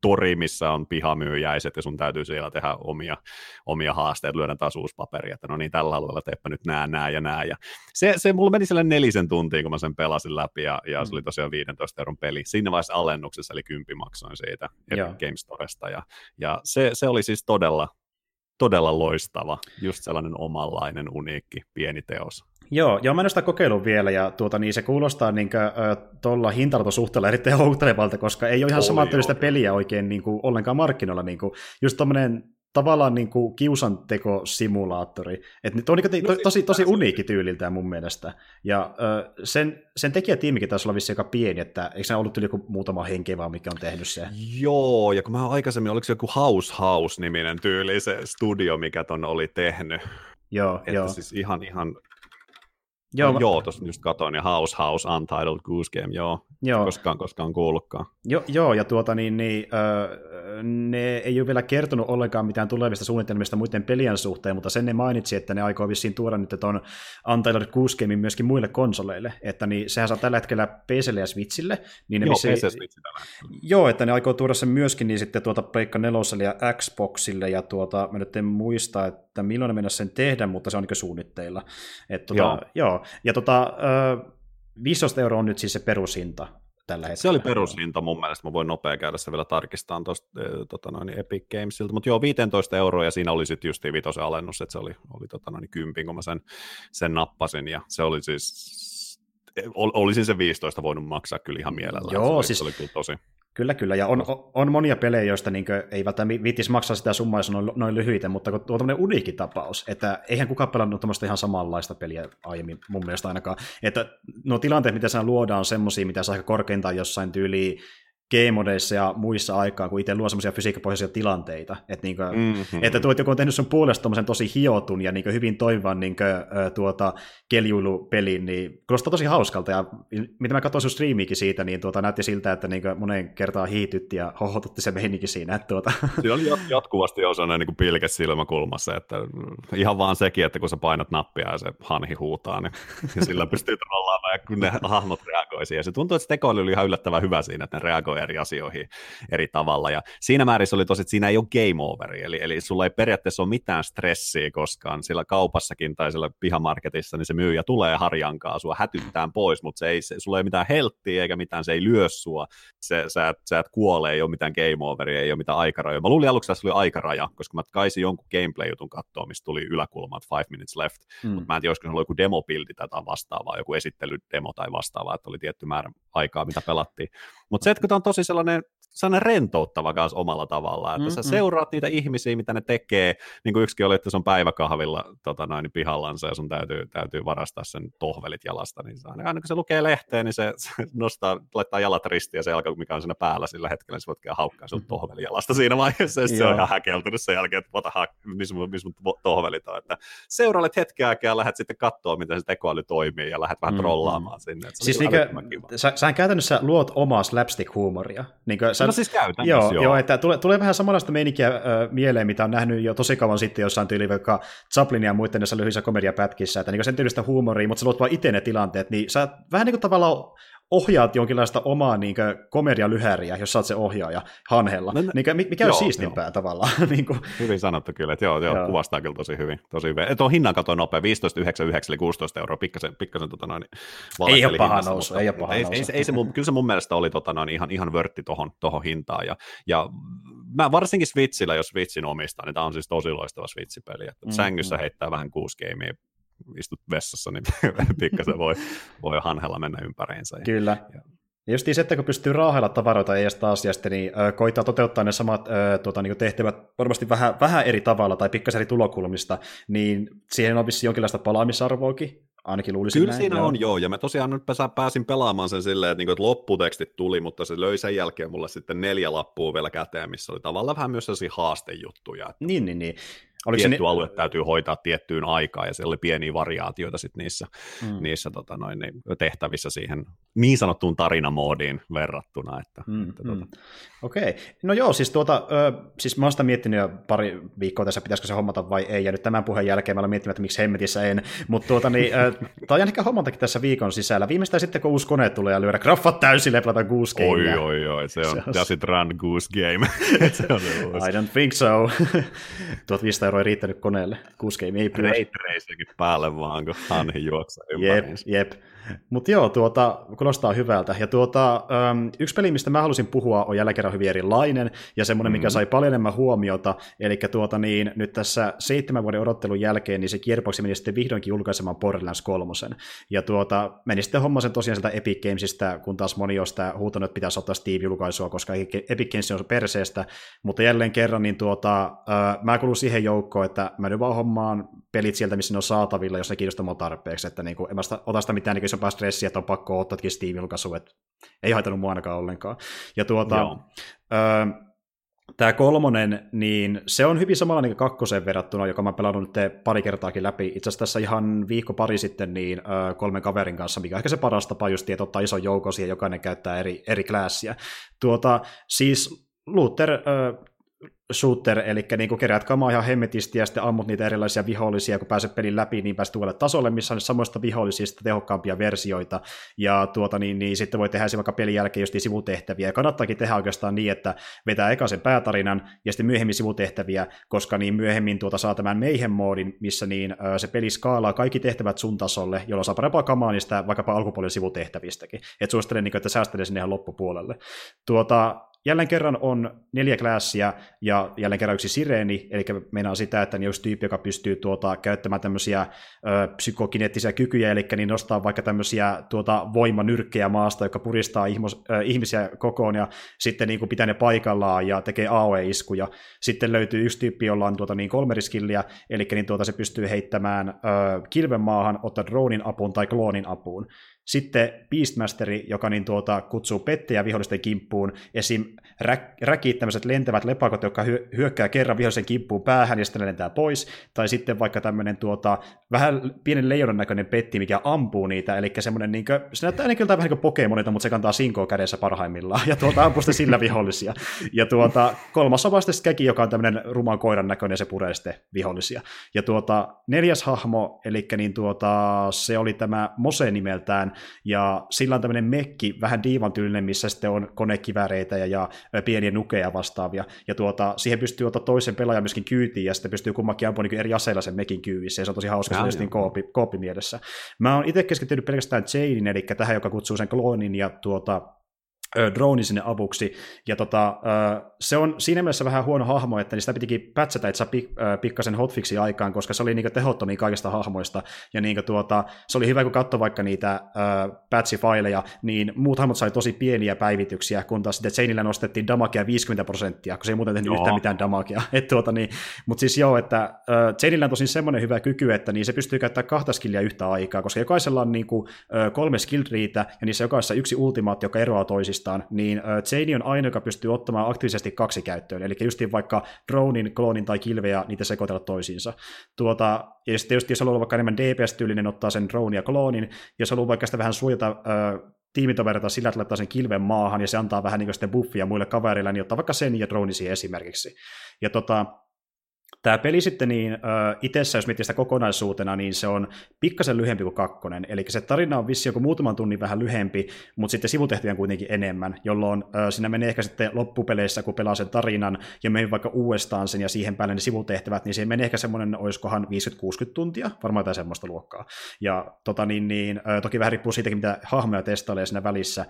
tori, missä on pihamyyjäiset, ja sun täytyy siellä tehdä omia haasteita, lyödä taas uusi paperi, että no niin, tällä alueella teepä nyt nää ja nää. Ja se mulla meni sellainen 4 tuntia, kun mä sen pelasin läpi, ja se oli tosiaan 15 euron peli. Siinä vaiheessa alennuksessa, eli 10 maksoin siitä Epic Games Storesta, ja se oli siis todella loistava, just sellainen omanlainen, uniikki, pieni teos. Joo, mä en ole sitä kokeillut vielä, ja se kuulostaa tuolla hintalaatusuhteella erittäin houkuttelevalta, koska ei ole ihan samantyylistä peliä oikein ollenkaan markkinoilla. Just tommoinen tavallaan kiusantekosimulaattori. Että on tosi uniikki tyyliltään mun mielestä. Ja sen tekijätiimikin taisi olla vissiin aika pieni, että eikö se ollut yli joku muutama henkeä vaan, mikä on tehnyt se? Joo, ja kun mä aikaisemmin, oliko se joku House-niminen tyyli se studio, mikä ton oli tehnyt. Joo. Siis ihan Joo, tuossa just katoin, ja House, Untitled Goose Game, joo. Koskaan kuullutkaan. Joo, ja ne ei ole vielä kertonut ollenkaan mitään tulevista suunnitelmista muiden pelien suhteen, mutta sen ne mainitsi, että ne aikoo vissiin tuoda nyt tuon Untitled Goose Gamein myöskin muille konsoleille, että sehän saa tällä hetkellä PC:lle ja Switchille. Niin ne PC-Switch tällä hetkellä. Joo, että ne aikoo tuoda sen myöskin niin sitten Pleikka 4:lle ja Xboxille, ja mä nyt en muista, että milloin ne mennä sen tehdä, mutta se on suunnitteilla. Joo. Ja 15 € on nyt siis se perushinta tällä hetkellä. Se oli perushinta mun mielestä, mä voin nopea käydä se vielä tarkistamaan tuosta Epic Gamesilta, mutta joo, 15 € ja siinä oli sitten justiin 5 alennus, että se oli 10, kun mä sen nappasin, ja se oli siis, olisin se 15 voinut maksaa kyllä ihan mielellään. Joo, se oli kyllä tosi. Kyllä, ja on monia pelejä, joista ei välttämättä viittisi maksaa sitä summaa, jos on noin lyhyitä, mutta kun tuo on tämmöinen uniikki tapaus, että eihän kukaan pelannut tämmöistä ihan samanlaista peliä aiemmin, mun mielestä ainakaan, että nuo tilanteet, mitä siinä luodaan, on semmoisia, mitä saa aika korkeintaan jossain tyyliin G-modeissa ja muissa aikaan, kun itse luo semmoisia fysiikkapohjaisia tilanteita, että, että joku on tehnyt sun puolesta tommosen tosi hiotun ja hyvin toimivan keljuilupelin, niin kuulostaa tosi hauskalta, ja mitä mä katsoin sun striimiikin siitä, niin näytti siltä, että monen kertaan hiitytti ja hohotutti se meininki siinä. Siinä oli jatkuvasti jo sellainen pilke silmäkulmassa, että ihan vaan sekin, että kun sä painat nappia ja se hanhi huutaa, niin ja sillä pystyy trollaamaan, ja kun ne hahmot reagoi siihen. Se tuntuu, että se tekoäly oli ihan yllättävän hyvä siinä, että ne reagoi eri asioihin eri tavalla, ja siinä määrissä oli tosi, että siinä ei ole game overi, eli sulla ei periaatteessa ole mitään stressiä koskaan, sillä kaupassakin tai sillä pihamarketissa, niin se myyjä tulee harjankaa sua hätyttään pois, mutta sulla ei ole mitään helttiä eikä mitään, se ei lyö sua, sä et kuole, ei ole mitään game overia, ei ole mitään aikarajoja. Mä luulin aluksi, että tässä oli aikaraja, koska mä kaisin jonkun gameplay-jutun katsoa, mistä tuli yläkulma, 5 minutes left, mutta mä en tiedä, olisiko se ollut joku demobildi tai vastaavaa, joku esittelydemo tai vastaavaa, että oli tietty määrä aikaa, mitä pelattiin. Mutta se, että tämä on tosi sellainen rentouttava kanssa omalla tavallaan, että sä seuraat niitä ihmisiä, mitä ne tekee, niin kuin yksikin oli, että se on päiväkahvilla pihallansa ja sun täytyy varastaa sen tohvelit jalasta, niin aina kun se lukee lehteen, niin se laittaa jalat ristiin ja se alkaa, mikä on siinä päällä sillä hetkellä, niin se voit käydä haukkaa sun tohveli jalasta siinä vaiheessa, ja se on ihan häkeltynyt sen jälkeen, että missä mun tohvelit on, että seurailet hetken aikaa ja lähdet sitten katsoa, miten se tekoäly toimii ja lähdet vähän trollaamaan sinne. Siis sähän käytännössä luot omaa slapstick-huumoria. No siis käytännössä, joo, että tulee vähän samanlaista meininkiä mieleen, mitä on nähnyt jo tosi kauan sitten jossain tyyliin vaikka Chaplinin ja muiden näissä lyhyissä komediapätkissä, että sen tyylistä huumoria, mutta sä luot vaan itse ne tilanteet, niin sä vähän tavallaan ohjaat jonkinlaista omaa komedialyhäriä, jos sä oot se ohjaaja hanhella, mikä on siistimpää tavallaan. Hyvin sanottu kyllä, että joo. Kuvastaa kyllä tosi hyvin. Että on hinnan kato nopea, 15,99 eli 16 €, pikkasen ei ole paha nousu, kyllä se mun mielestä oli ihan vörtti tohon hintaan, ja mä varsinkin Switchillä, jos Switchin omistaa, niin tämä on siis tosi loistava Switch-peli, että sängyssä heittää vähän 6 gamea, istut vessassa, niin pikkasen voi hanhella mennä ympäriinsä. Kyllä. Ja just se, että kun pystyy raahella tavaroita edestä asiasta, niin koittaa toteuttaa ne samat tehtävät varmasti vähän eri tavalla tai pikkasen eri tulokulmista, niin siihen on vissiin jonkinlaista palaamisarvoakin, ainakin luulisin kyllä näin. Kyllä siinä on, joo, ja mä tosiaan nyt pääsin pelaamaan sen silleen, että lopputekstit tuli, mutta se löi sen jälkeen mulle sitten 4 lappua vielä käteen, missä oli tavallaan vähän myös sellaisia haastejuttuja. Niin. tietty alue täytyy hoitaa tiettyyn aikaan, ja siellä oli pieniä variaatioita sit niissä tehtävissä siihen niin sanottuun tarinamoodiin verrattuna. Okei. No joo, siis siis mä oon sitä miettinyt jo pari viikkoa tässä, pitäisikö se hommata vai ei, ja nyt tämän puheen jälkeen mä olen miettinyt, että miksi hemmetissä en, mutta tai ehkä hommatakin tässä viikon sisällä. Viimeistään sitten, kun uusi kone tulee ja lyödä graffat täysille ja pelata Goose Gamea. Oi, se on does it run Goose Game. I don't think so. 1500 € ei riittänyt koneelle. Goose Game ei pyöri. Ray Tracerkin päälle vaan, kun hanhi juoksaa ympäriinsä. Jep. Mutta joo, kuulostaa hyvältä. Ja yksi peli, mistä mä halusin puhua, on jälleen kerran hyvin erilainen, ja semmoinen, mikä sai paljon enemmän huomiota, eli nyt tässä 7 vuoden odottelun jälkeen, niin se Gearbox meni sitten vihdoinkin julkaisemaan Borderlands 3. Ja meni sitten hommasen tosiaan sieltä Epic Gamesista, kun taas moni on sitä huutanut, että pitäisi ottaa Steam-julkaisua, koska Epic Games on perseestä, mutta jälleen kerran, niin mä kuulun siihen joukkoon, että mä nyt vaan hommaan pelit sieltä, missä ne on saatavilla, jos ne kiinnostaa mua tarpeeksi, että en mä ota sitä mitään niin isompaa stressiä, että on pakko ottaakin Steam-julkaisu, että ei haitannut mua ainakaan ollenkaan. Ja tämä 3, niin se on hyvin samanlainen kuin 2 verrattuna, joka mä oon pelannut nyt pari kertaakin läpi. Itse asiassa tässä ihan pari sitten niin 3 kaverin kanssa, mikä on ehkä se paras tapa just, että ottaa ison joukon siihen, jokainen käyttää eri klassia. Siis looter shooter, eli niin keräät kamaa ihan hemmetisti ja sitten ammut niitä erilaisia vihollisia, kun pääset pelin läpi, niin pääset uudelle tasolle, missä on samoista vihollisista tehokkaampia versioita, ja sitten voi tehdä vaikka pelin jälkeen just sivutehtäviä, ja kannattaakin tehdä oikeastaan niin, että vetää eka sen päätarinan, ja sitten myöhemmin sivutehtäviä, koska niin myöhemmin saa tämän Mayhem-moodin, missä se peli skaalaa kaikki tehtävät sun tasolle, jolloin saa parempaa kamaa niistä vaikkapa alkupuolen sivutehtävistäkin. Et suosittelen, että säästelee sinne ihan loppupuolelle. Jälleen kerran on 4 klassia ja jälleen kerran yksi sireeni, eli meinaa sitä, että niin olisi tyyppi, joka pystyy käyttämään tämmöisiä psykokineettisiä kykyjä, eli niin nostaa vaikka tämmöisiä voimanyrkkejä maasta, joka puristaa ihmisiä kokoon ja sitten niin kuin pitää ne paikallaan ja tekee AOE-iskuja. Sitten löytyy yksi tyyppi, jolla on 3 riskilliä, eli niin se pystyy heittämään kilven maahan, ottaa dronin apuun tai kloonin apuun. Sitten Beastmasteri, joka kutsuu pettejä vihollisten kimppuun, esim. Räkii tämmöiset lentävät lepakot, jotka hyökkää kerran vihollisen kimppuun päähän ja sitten lentää pois, tai sitten vaikka tämmöinen vähän pienen leijonan näköinen petti, mikä ampuu niitä, eli semmoinen, se näyttää ainakin vähän niin kuin Pokemonilta, mutta se kantaa sinkoa kädessä parhaimmillaan, ja ampuu sitten sillä vihollisia. Ja 3. on vasta Skäki, joka on tämmöinen ruman koiran näköinen, ja se puree sitten vihollisia. Ja 4. hahmo, eli se oli tämä Mose nimeltään, ja sillä on tämmöinen mekki, vähän diivan tyylinen, missä sitten on konekivääreitä ja pieniä nukeja vastaavia, ja siihen pystyy ottaa toisen pelaajan myöskin kyytiin, ja sitten pystyy kummakin ampumaan niin eri aseilla sen mekin kyyvissä, ja se on tosi hauska sellaisesti kooppimielessä. Mä oon itse keskittynyt pelkästään Janein, eli tähän, joka kutsuu sen kloonin ja drone sinne avuksi, ja se on siinä mielessä vähän huono hahmo, että sitä pitikin pätsätä, että saa pikkasen hotfixia aikaan, koska se oli tehottomia kaikista hahmoista, ja se oli hyvä, kun katsoi vaikka niitä patch-faileja, niin muut hahmot sai tosi pieniä päivityksiä, kun taas sitten Janella nostettiin damagea 50%, kun se ei muuten tehnyt yhtään mitään damagea. Mutta siis joo, että Janella on tosin semmoinen hyvä kyky, että niin se pystyy käyttämään 2 skillia yhtä aikaa, koska jokaisella on 3 skill-riitä, ja niissä jokaisessa yksi ultimaatti, joka eroaa toisista, niin Jane on aina, joka pystyy ottamaan aktiivisesti 2 käyttöön, eli justiin vaikka dronin, kloonin tai kilveä, niitä sekoitella toisiinsa. Ja sitten jos haluaa vaikka enemmän DPS-tyylinen, ottaa sen drone ja kloonin, jos haluaa vaikka sitä vähän suojata tiimitovereita sillä, että laittaa sen kilven maahan, ja se antaa vähän niin kuin sitten buffia muille kavereille, niin ottaa vaikka sen ja drone siihen esimerkiksi. Ja tämä peli sitten niin itsessä, jos miettii sitä kokonaisuutena, niin se on pikkasen lyhempi kuin 2, eli se tarina on vissi joku muutaman tunnin vähän lyhempi, mutta sitten sivutehtäviä on kuitenkin enemmän, jolloin siinä menee ehkä sitten loppupeleissä, kun pelaa sen tarinan ja menee vaikka uudestaan sen ja siihen päälle ne sivutehtävät, niin se menee ehkä semmoinen, olisikohan 50-60 tuntia, varmaan jotain semmoista luokkaa. Ja toki vähän riippuu siitäkin, mitä hahmoja testailee siinä välissä,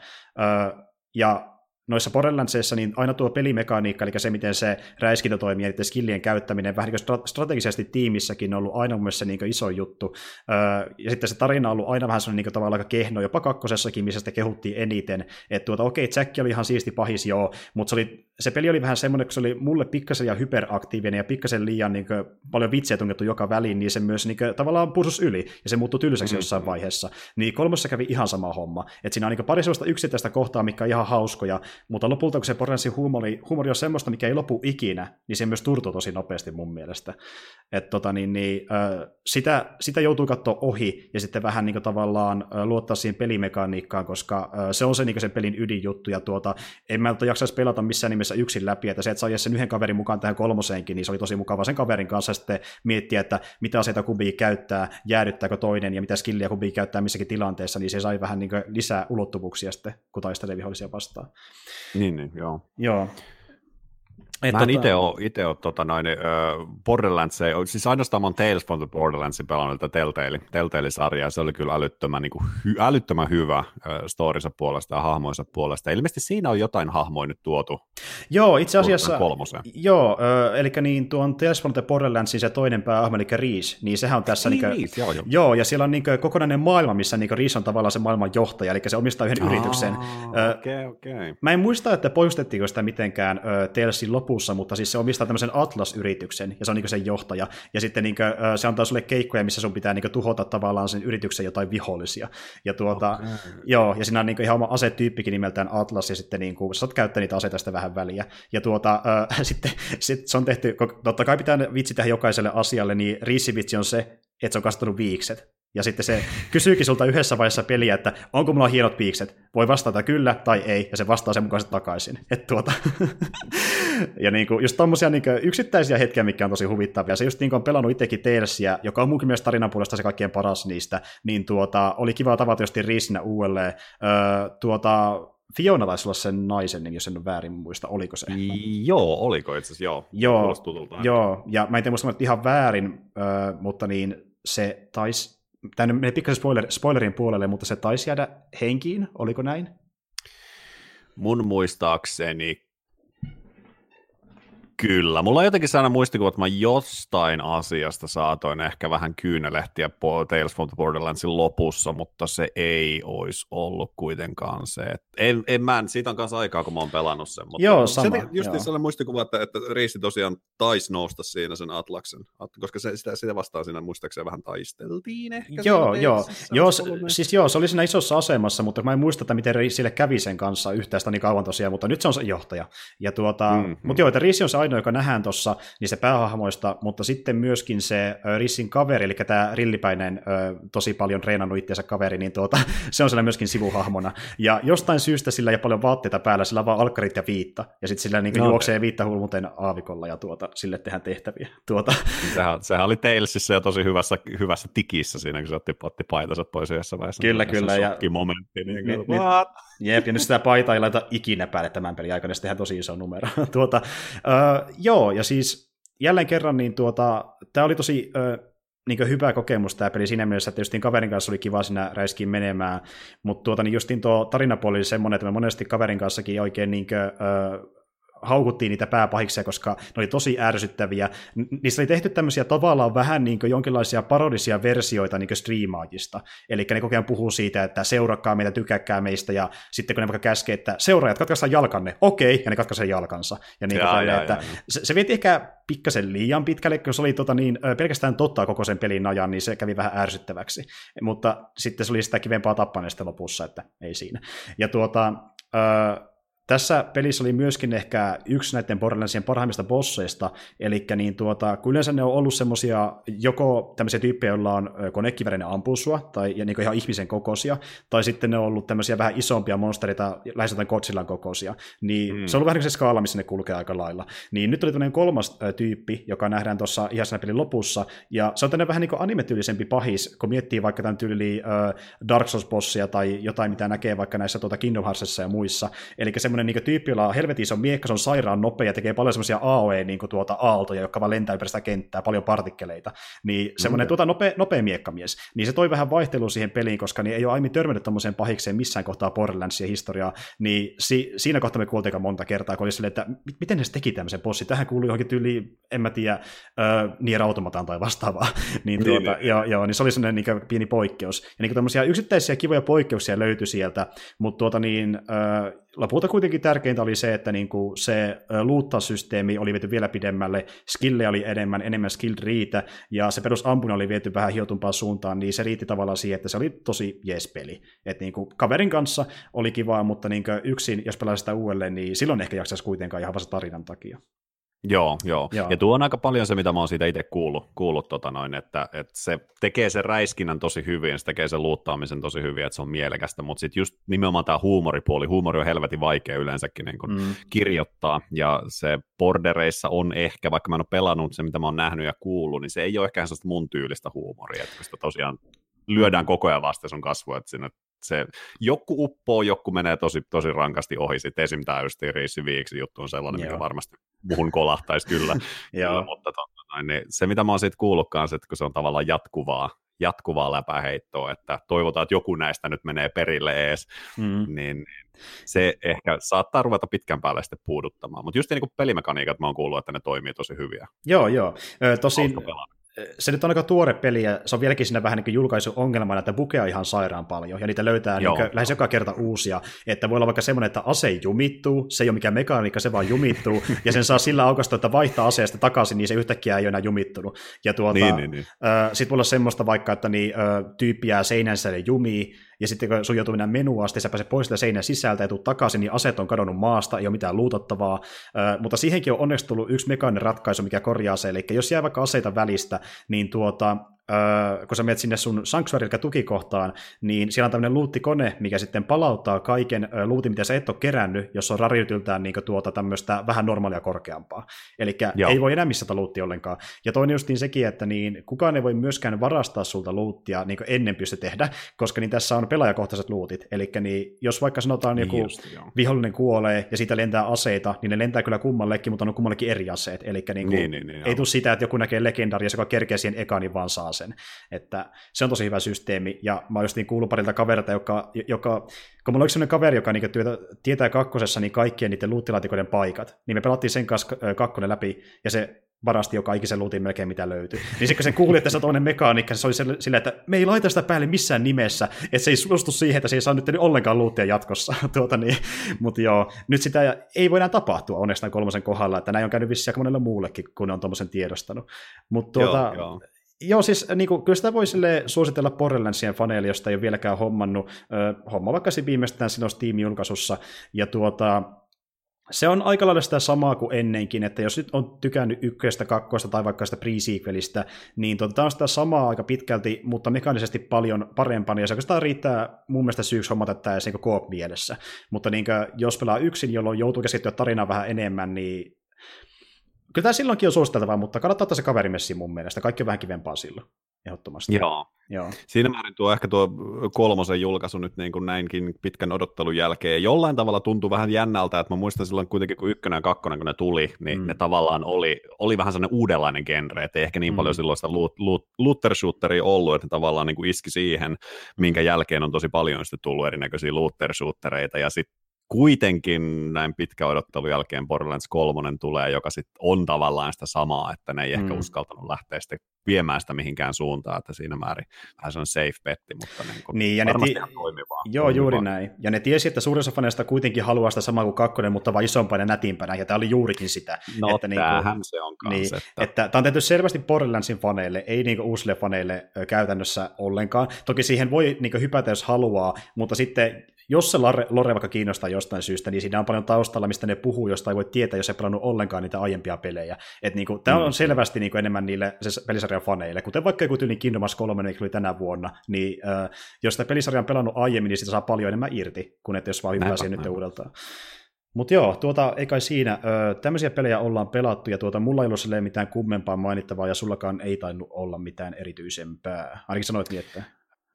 ja noissa Borderlandsissa niin aina tuo pelimekaniikka, eli se, miten se räiskintä toimii, ja skillien käyttäminen, vähän niin strategisesti tiimissäkin on ollut aina mun mielestä se iso juttu. Ja sitten se tarina on ollut aina vähän sellainen tavallaan aika kehno, jopa 2:ssakin, missä sitä kehuttiin eniten. Että okei, Jack oli ihan siisti pahis, joo, mutta se oli se peli oli vähän semmoinen, kun se oli mulle pikkasen ja hyperaktiivinen ja pikkasen liian niin kuin, paljon vitsejä tungettu joka väliin, niin se myös niin kuin, tavallaan pursus yli, ja se muuttui tylsäksi jossain vaiheessa. Niin 3 kävi ihan sama homma. Että siinä on niin pari sellaista yksittäistä kohtaa, mikä on ihan hauskoja, mutta lopulta, kun se Borderlandsin huumori on semmoista, mikä ei lopu ikinä, niin se myös turtuu tosi nopeasti mun mielestä. Että sitä joutuu katsoa ohi, ja sitten vähän niin kuin, tavallaan luottaa siihen pelimekaniikkaan, koska se on se, niin kuin, sen pelin ydinjuttu, ja en mä jaksaisi pelata missään nimessä yksin läpi, että se, että saa sen yhden kaverin mukaan tähän 3, niin se oli tosi mukava sen kaverin kanssa sitten miettiä, että mitä aseita kumpikin käyttää, jäädyttääkö toinen ja mitä skilliä kumpikin käyttää missäkin tilanteessa, niin se sai vähän niin kuin lisää ulottuvuuksia sitten, kun taistelee vihollisia vastaan. Niin, joo. Joo. Mä en itse ole Borderlands, siis ainoastaan mä oon Tales from the Borderlandsin pelannut Telltale-sarjaa, se oli kyllä älyttömän hyvä storinsa puolesta ja hahmoinsa puolesta. Ilmeisesti siinä on jotain hahmoja nyt tuotu. Joo, itse asiassa, 3. joo, eli niin tuon Tales from the Borderlandsin se toinen päähahmo, eli Reese, niin sehän on tässä, joo, ja siellä on kokonainen maailma, missä Reese on tavallaan se maailman johtaja, eli se omistaa yhden yrityksen. Okay. Mä en muista, että poistettiinko sitä mitenkään Talesin lopussa, mutta siis se omistaa tämmöisen Atlas-yrityksen, ja se on sen johtaja, ja sitten se antaa sulle keikkoja, missä sun pitää tuhota tavallaan sen yrityksen jotain vihollisia. Ja joo, ja siinä on ihan oma asetyyppikin nimeltään Atlas, ja sitten sä saat käyttää niitä aseita sitä vähän väliä. Ja sitten se on tehty, totta kai pitää vitsi tehdä jokaiselle asialle, niin riissivitsi on se, että se on kasvattanut viikset. Ja sitten se kysyykin sulta yhdessä vaiheessa peliä, että onko mulla hienot piikset. Voi vastata kyllä tai ei, ja se vastaa sen mukaan takaisin. Ja just tommosia yksittäisiä hetkiä, mikä on tosi huvittavia. Se just on pelannut itsekin Talesia, joka on munkin mielestä tarinan puolesta se kaikkein paras niistä, niin oli kiva tavata just Reesinä uudelleen. Fiona taisi olla sen naisen nimi, jos en ole väärin muista, oliko se? Joo, oliko itse asiassa, joo, ja mä en tiedä muista ihan väärin, mutta niin se taisi, tämä menee pikkasen spoilerin puolelle, mutta se taisi jäädä henkiin, oliko näin? Mun muistaakseni kyllä. Mulla on jotenkin sellainen muistikuva, että mä jostain asiasta saatoin ehkä vähän kyynelehtiä Tales from the Borderlandsin lopussa, mutta se ei olisi ollut kuitenkaan se. Siitä on kanssa aikaa, kun mä oon pelannut sen. Mutta joo, sama. Justiin sellainen muistikuva, että Riisi tosiaan taisi nousta siinä sen Atlaksen, koska sitä vastaan siinä muistaakseni vähän taisteltiin ehkä. Joo, se oli siinä isossa asemassa, mutta mä en muista, että miten Riisille kävi sen kanssa yhtään niin kauan tosiaan, mutta nyt se on se johtaja. Ja mutta joo, että Riisi on se ainoa, joka nähdään tuossa, niin se päähahmoista, mutta sitten myöskin se Rissin kaveri, eli tämä rillipäinen, tosi paljon treenannut itseänsä kaveri, niin se on siellä myöskin sivuhahmona. Ja jostain syystä sillä ei ole paljon vaatteita päällä, sillä on vaan alkkarit ja viitta, ja sitten sillä juoksee viitta hulmuteen aavikolla, ja sille tehdään tehtäviä. Sehän oli Talesissa ja tosi hyvässä tikissä siinä, kun se otti paitansa pois yhdessä vaiheessa. Kyllä. Ja nyt sitä paitaa ei laita ikinä päälle tämän pelin aikana, se tehdään tosi iso numero. Joo, ja siis jälleen kerran, niin tämä oli tosi hyvä kokemus tämä peli siinä mielessä, että justiin kaverin kanssa oli kiva siinä räiskiin menemään, mutta niin justiin tuo tarinapuoli oli semmoinen, että me monesti kaverin kanssakin oikein haukuttiin niitä pääpahiksia, koska ne oli tosi ärsyttäviä. Niistä oli tehty tämmöisiä tavallaan vähän jonkinlaisia parodisia versioita striimaajista. Eli ne kokeen puhuu siitä, että seurakkaa meitä, tykäkkää meistä, ja sitten kun ne vaikka käskee, että seuraajat, katkaistaan jalkanne, okei, ja ne katkaisee jalkansa. Ja se vietiin ehkä pikkasen liian pitkälle, kun se oli pelkästään totta koko sen pelin ajan, niin se kävi vähän ärsyttäväksi. Mutta sitten se oli sitä kivempaa tappaneesta lopussa, että ei siinä. Ja tässä pelissä oli myöskin ehkä yksi näiden Borderlandsien parhaimmista bosseista, eli kun yleensä ne on ollut semmoisia joko tämmöisiä tyyppejä, joilla on konekivärinen ampuu sua, tai ihan ihmisen kokoisia, tai sitten ne on ollut tämmöisiä vähän isompia monstereita, lähes jotain Godzillan kokoisia, niin se on ollut vähän se skaala, missä ne kulkee aika lailla. Niin nyt oli tämmöinen 3. tyyppi, joka nähdään tuossa ihan siinä pelin lopussa, ja se on tämmöinen vähän animetyylisempi pahis, kun miettii vaikka tämän tyyli Dark Souls-bossia tai jotain, mitä näkee vaikka näissä Kingdom Heartsissa ja muissa, eli semmoinen tyyppi, jolla on helvetin iso miekka, se on sairaan nopea ja tekee paljon semmoisia AOE aaltoja, jotka vaan lentää ympäri sitä kenttää, paljon partikkeleita. Niin semmoinen nopea miekkamies. Niin se toi vähän vaihtelua siihen peliin, koska niin ei ole aiemmin törmännyt tommoseen pahikseen missään kohtaa Borderlandsien historiaa, niin siinä kohtaa me kuultiin monta kertaa, kun oli silleen, että miten ne teki tämmöisen bossin? Tähän kuului johonkin tyyliin, en mä tiedä, Nier Automataan tai vastaavaa. niin se oli semmoinen pieni poikkeus. Ja tommosia yksittäisiä kivoja poikkeuksia löytyi sieltä, mutta lopulta kuitenkin tärkeintä oli se, että niinku se luuttaussysteemi oli viety vielä pidemmälle, skillejä oli enemmän skill riitä, ja se perusampuna oli viety vähän hiotumpaan suuntaan, niin se riitti tavallaan siihen, että se oli tosi jees peli. Että niinku kaverin kanssa oli kivaa, mutta niinku yksin, jos pelaisi sitä uudelleen, niin silloin ehkä jaksaisi kuitenkaan ihan vasta tarinan takia. Joo. Ja tuo on aika paljon se, mitä mä oon siitä itse kuullut että se tekee sen räiskinnän tosi hyvin, se tekee sen luuttaamisen tosi hyvin, että se on mielekästä, mutta sitten just nimenomaan tämä huumori on helvetin vaikea yleensäkin niin kun kirjoittaa, ja se bordereissa on ehkä, vaikka mä en ole pelannut se, mitä mä oon nähnyt ja kuullut, niin se ei ole ehkä sellaista mun tyylistä huumoria, että kun sitä tosiaan lyödään koko ajan vasta sun kasvua, että siinä se joku uppoo, joku menee tosi rankasti ohi. Sitten esim. Tämä just Riisi-Viiksi juttu on sellainen, mikä varmasti muhun kolahtaisi kyllä. Mutta niin se, mitä mä oon siitä kuullutkaan, että kun se on tavallaan jatkuvaa läpäheittoa, että toivotaan, että joku näistä nyt menee perille ees, niin se ehkä saattaa ruveta pitkän päälle sitten puuduttamaan. Mutta just niin kuin pelimekaniikat mä oon kuullut, että ne toimii tosi hyviä. Joo. Tosin se nyt on aika tuore peli, ja se on vieläkin siinä vähän niin julkaisuongelmana, että bukeja ihan sairaan paljon, ja niitä löytää niin lähes joka kerta uusia, että voi olla vaikka semmoinen, että ase jumittuu, se ei ole mikään mekaniikka, se vaan jumittuu, ja sen saa sillä aukastua, että vaihtaa aseesta takaisin, niin se yhtäkkiä ei ole enää jumittunut. Ja sitten voi olla semmoista vaikka, että tyyppi jää seinän sisälle jumii, ja sitten kun sun joutuu mennä menuun asti, sä pääset pois sitä seinän sisältä ja tuut takaisin, niin aseet on kadonnut maasta, ei ole mitään luutottavaa, mutta siihenkin on onneksi tullut yksi mekaaninen ratkaisu, mikä korjaa se, eli jos jää vaikka aseita välistä, niin kun sä menet sinne sun Sanctuary, eli tukikohtaan, niin siellä on tämmöinen luuttikone, mikä sitten palauttaa kaiken luutin, mitä sä et ole kerännyt, jos on rarityiltään niin tämmöistä vähän normaalia korkeampaa. Eli ei voi enää missata luuttia ollenkaan. Ja toinen justiin sekin, että niin kukaan ei voi myöskään varastaa sulta luuttia niin kuin ennen pysty tehdä, koska niin tässä on pelaajakohtaiset luutit. Eli niin, jos vaikka sanotaan joku vihollinen kuolee ja siitä lentää aseita, niin ne lentää kyllä kummallekin, mutta on kummallekin eri aseet. Eli ei tule sitä, että joku näkee legendaria, joka kerkee siihen ekaan, niin vaan saa sen. Että se on tosi hyvä systeemi, ja mä oon just niin kuullut parilta kaverilta, joka kun mulla on yksi sellainen kaveri, joka niin tietää kakkosessa niin kaikkien niiden luuttilaatikoiden paikat, niin me pelattiin sen kanssa kakkonen läpi, ja se varasti joka ikisen luutin melkein mitä löytyi. Niin sitten kun se kuuli, että se on toinen mekaanikka, se oli sillä, että me ei laita sitä päälle missään nimessä, että se ei suostu siihen, että se ei saa nyt ollenkaan luuttia jatkossa. Mutta joo, nyt sitä ei voi enää tapahtua onneksi tämän kolmosen kohdalla, että näin on käynyt vissiin aika monella muullekin, kun ne on tuommoisen tiedostanut. Mutta Joo, siis kyllä sitä voi suositella Borderlandsien faneille, josta ei ole vieläkään hommannut. Homma vaikka viimeistään silloin Steam-julkaisussa. Ja se on aika lailla sitä samaa kuin ennenkin, että jos nyt on tykännyt ykköstä, kakkosta tai vaikka sitä pre-sequelistä, niin tämä on sitä samaa aika pitkälti, mutta mekaanisesti paljon parempana, ja se oikeastaan riittää mun mielestä syyksi hommata tämä niin co-op-mielessä. Mutta jos pelaa yksin, jolloin joutuu käsittyä tarinaa vähän enemmän, niin kyllä tämä silloinkin on suositeltavaa, mutta kannattaa ottaa se kaverimessiin mun mielestä. Kaikki on vähän kivempaa silloin, ehdottomasti. Joo. Siinä määrin ehkä tuo kolmosen julkaisu nyt niin kuin näinkin pitkän odottelun jälkeen jollain tavalla tuntui vähän jännältä, että mä muistan silloin kuitenkin, kun ykkönen ja kakkonen, kun ne tuli, niin ne tavallaan oli vähän sellainen uudenlainen genre, että ei ehkä niin paljon silloin sitä looter-shooteria ollut, että ne tavallaan niin kuin iski siihen, minkä jälkeen on tosi paljon sitten tullut erinäköisiä looter-shootereita, ja sitten kuitenkin näin pitkä odottelun jälkeen Borderlands 3 tulee, joka sitten on tavallaan sitä samaa, että ne ei ehkä uskaltanut lähteä sitten viemään sitä mihinkään suuntaan, että siinä määrin vähän se on safe betti, mutta ja varmasti ihan toimivaa. Joo, juuri näin. Ja ne tiesi, että suurin osa faneista kuitenkin haluaa sitä samaa kuin kakkonen, mutta vaan isompana ja nätimpänä, ja tämä oli juurikin sitä. No, että tämähän se on kanssa. Että tämä on tehty selvästi Borderlandsin faneille, ei uusille faneille käytännössä ollenkaan. Toki siihen voi hypätä, jos haluaa, mutta sitten jos se lore vaikka kiinnostaa jostain syystä, niin siinä on paljon taustalla, mistä ne puhuu, josta ei voi tietää, jos ei pelannut ollenkaan niitä aiempia pelejä. Tämä on selvästi enemmän niille pelisarjan faneille, kuten vaikka joku tyylin Kingdom Hearts 3, mikä oli tänä vuonna, niin jos sitä pelisarjaa on pelannut aiemmin, niin sitä saa paljon enemmän irti, kuin että jos vaan hyppää siihen nyt uudeltaan. Mutta joo, ei kai siinä. Tämmöisiä pelejä ollaan pelattu, ja mulla ei ollut mitään kummempaa mainittavaa, ja sullakaan ei tainnut olla mitään erityisempää. Ainakin sanoit niin, että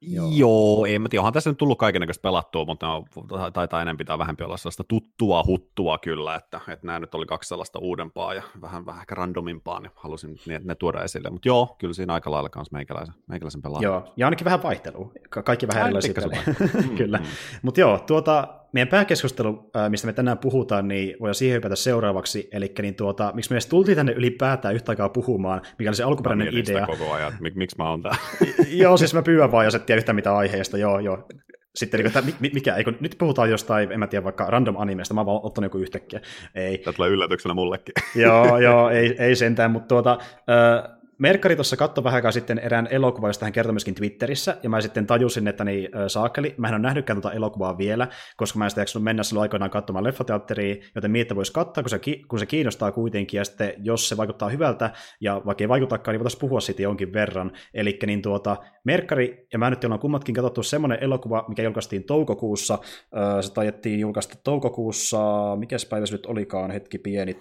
Joo, ei mä tiedä, onhan tässä nyt tullut kaikennäköistä pelattua, mutta taitaa enemmän pitää vähempi olla sellaista tuttua huttua kyllä, että nämä nyt oli 2 sellaista uudempaa ja vähän ehkä randomimpaa, niin halusin ne tuoda esille, mutta joo, kyllä siinä aika lailla kanssa meikäläisen pelaa. Joo, ja ainakin vähän vaihtelua, kaikki vähän erilaisia pelejä, kyllä. Mutta joo, meidän pääkeskustelu, mistä me tänään puhutaan, niin voidaan siihen hypätä seuraavaksi, eli miksi me edes tultiin tänne ylipäätään yhtä aikaa puhumaan, mikä oli se alkuperäinen idea. Koko ajan, miksi mä oon täällä? Joo, siis mä pyydän vaan, jos et tiedä yhtä mitään aiheesta, joo. sitten niin kuin, mikä, eikö, nyt puhutaan jostain, en mä tiedä, vaikka random animesta, mä oon vaan ottanut joku yhtäkkiä. Ei. Tämä tulee yllätyksenä mullekin. Joo, ei sentään, mutta Merkkari tuossa katsoi vähän aikaa sitten erään elokuvan, josta hän kertoi myöskin Twitterissä, ja mä sitten tajusin, että niin saakeli, mä en ole nähnytkään tuota elokuvaa vielä, koska mä en sitä jaksanut mennä silloin aikoinaan katsomaan leffateatteriin, joten miettä voisi katsoa, kun se kiinnostaa kuitenkin, ja sitten jos se vaikuttaa hyvältä, ja vaikka ei vaikutakaan, niin voitaisiin puhua siitä jonkin verran. Eli niin Merkkari, ja mä nyt ollaan kummatkin katsottu semmoinen elokuva, mikä julkaistiin toukokuussa, se taidettiin julkaista toukokuussa, mikäs päivä se nyt olikaan, hetki pieni,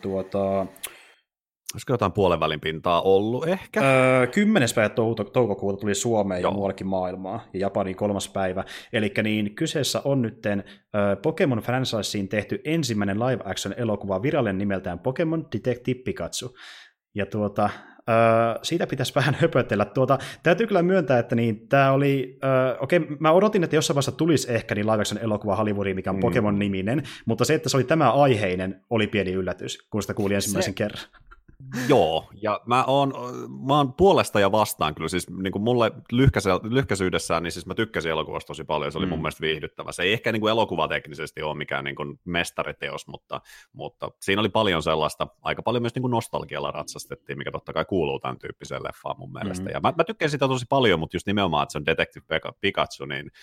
Olisiko jotain puolen välin pintaa ollut ehkä? 10. päivä toukokuuta tuli Suomeen ja muuallekin maailmaa, ja Japanin 3. päivä. Eli niin kyseessä on nytten Pokemon franchiseen tehty ensimmäinen live-action-elokuva virallinen nimeltään Pokemon Detective Pikachu. Ja siitä pitäisi vähän höpötellä. Täytyy kyllä myöntää, että niin, tämä oli, mä odotin, että jossain vaiheessa tulisi ehkä niin live-action elokuva Hollywoodiin, mikä on Pokemon-niminen, mutta se, että se oli tämä aiheinen, oli pieni yllätys, kun sitä kuuli ensimmäisen kerran. Joo, ja mä oon puolesta ja vastaan kyllä, siis niin kuin mulle lyhkäisyydessään, niin siis mä tykkäsin elokuvasta tosi paljon, se oli mun mielestä viihdyttävä. Se ei ehkä niin kuin elokuvateknisesti ole mikään niin kuin mestariteos, mutta siinä oli paljon sellaista, aika paljon myös niin kuin nostalgialla ratsastettiin, mikä totta kai kuuluu tämän tyyppiseen leffaan mun mielestä. Ja mä tykkäsin sitä tosi paljon, mutta just nimenomaan, että se on Detective Pikachu,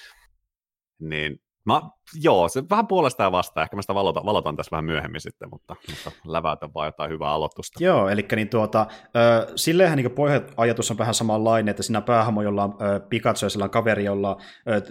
niin se vähän puolesta ja vastaan. Ehkä mä sitä valotan tässä vähän myöhemmin sitten, mutta läväytän vaan jotain hyvää aloitusta. Joo, eli niin silleenhän niin pohja-ajatus on vähän samanlainen, että siinä päähahmo, jolla on Pikachu ja sillä on kaveri, jolla on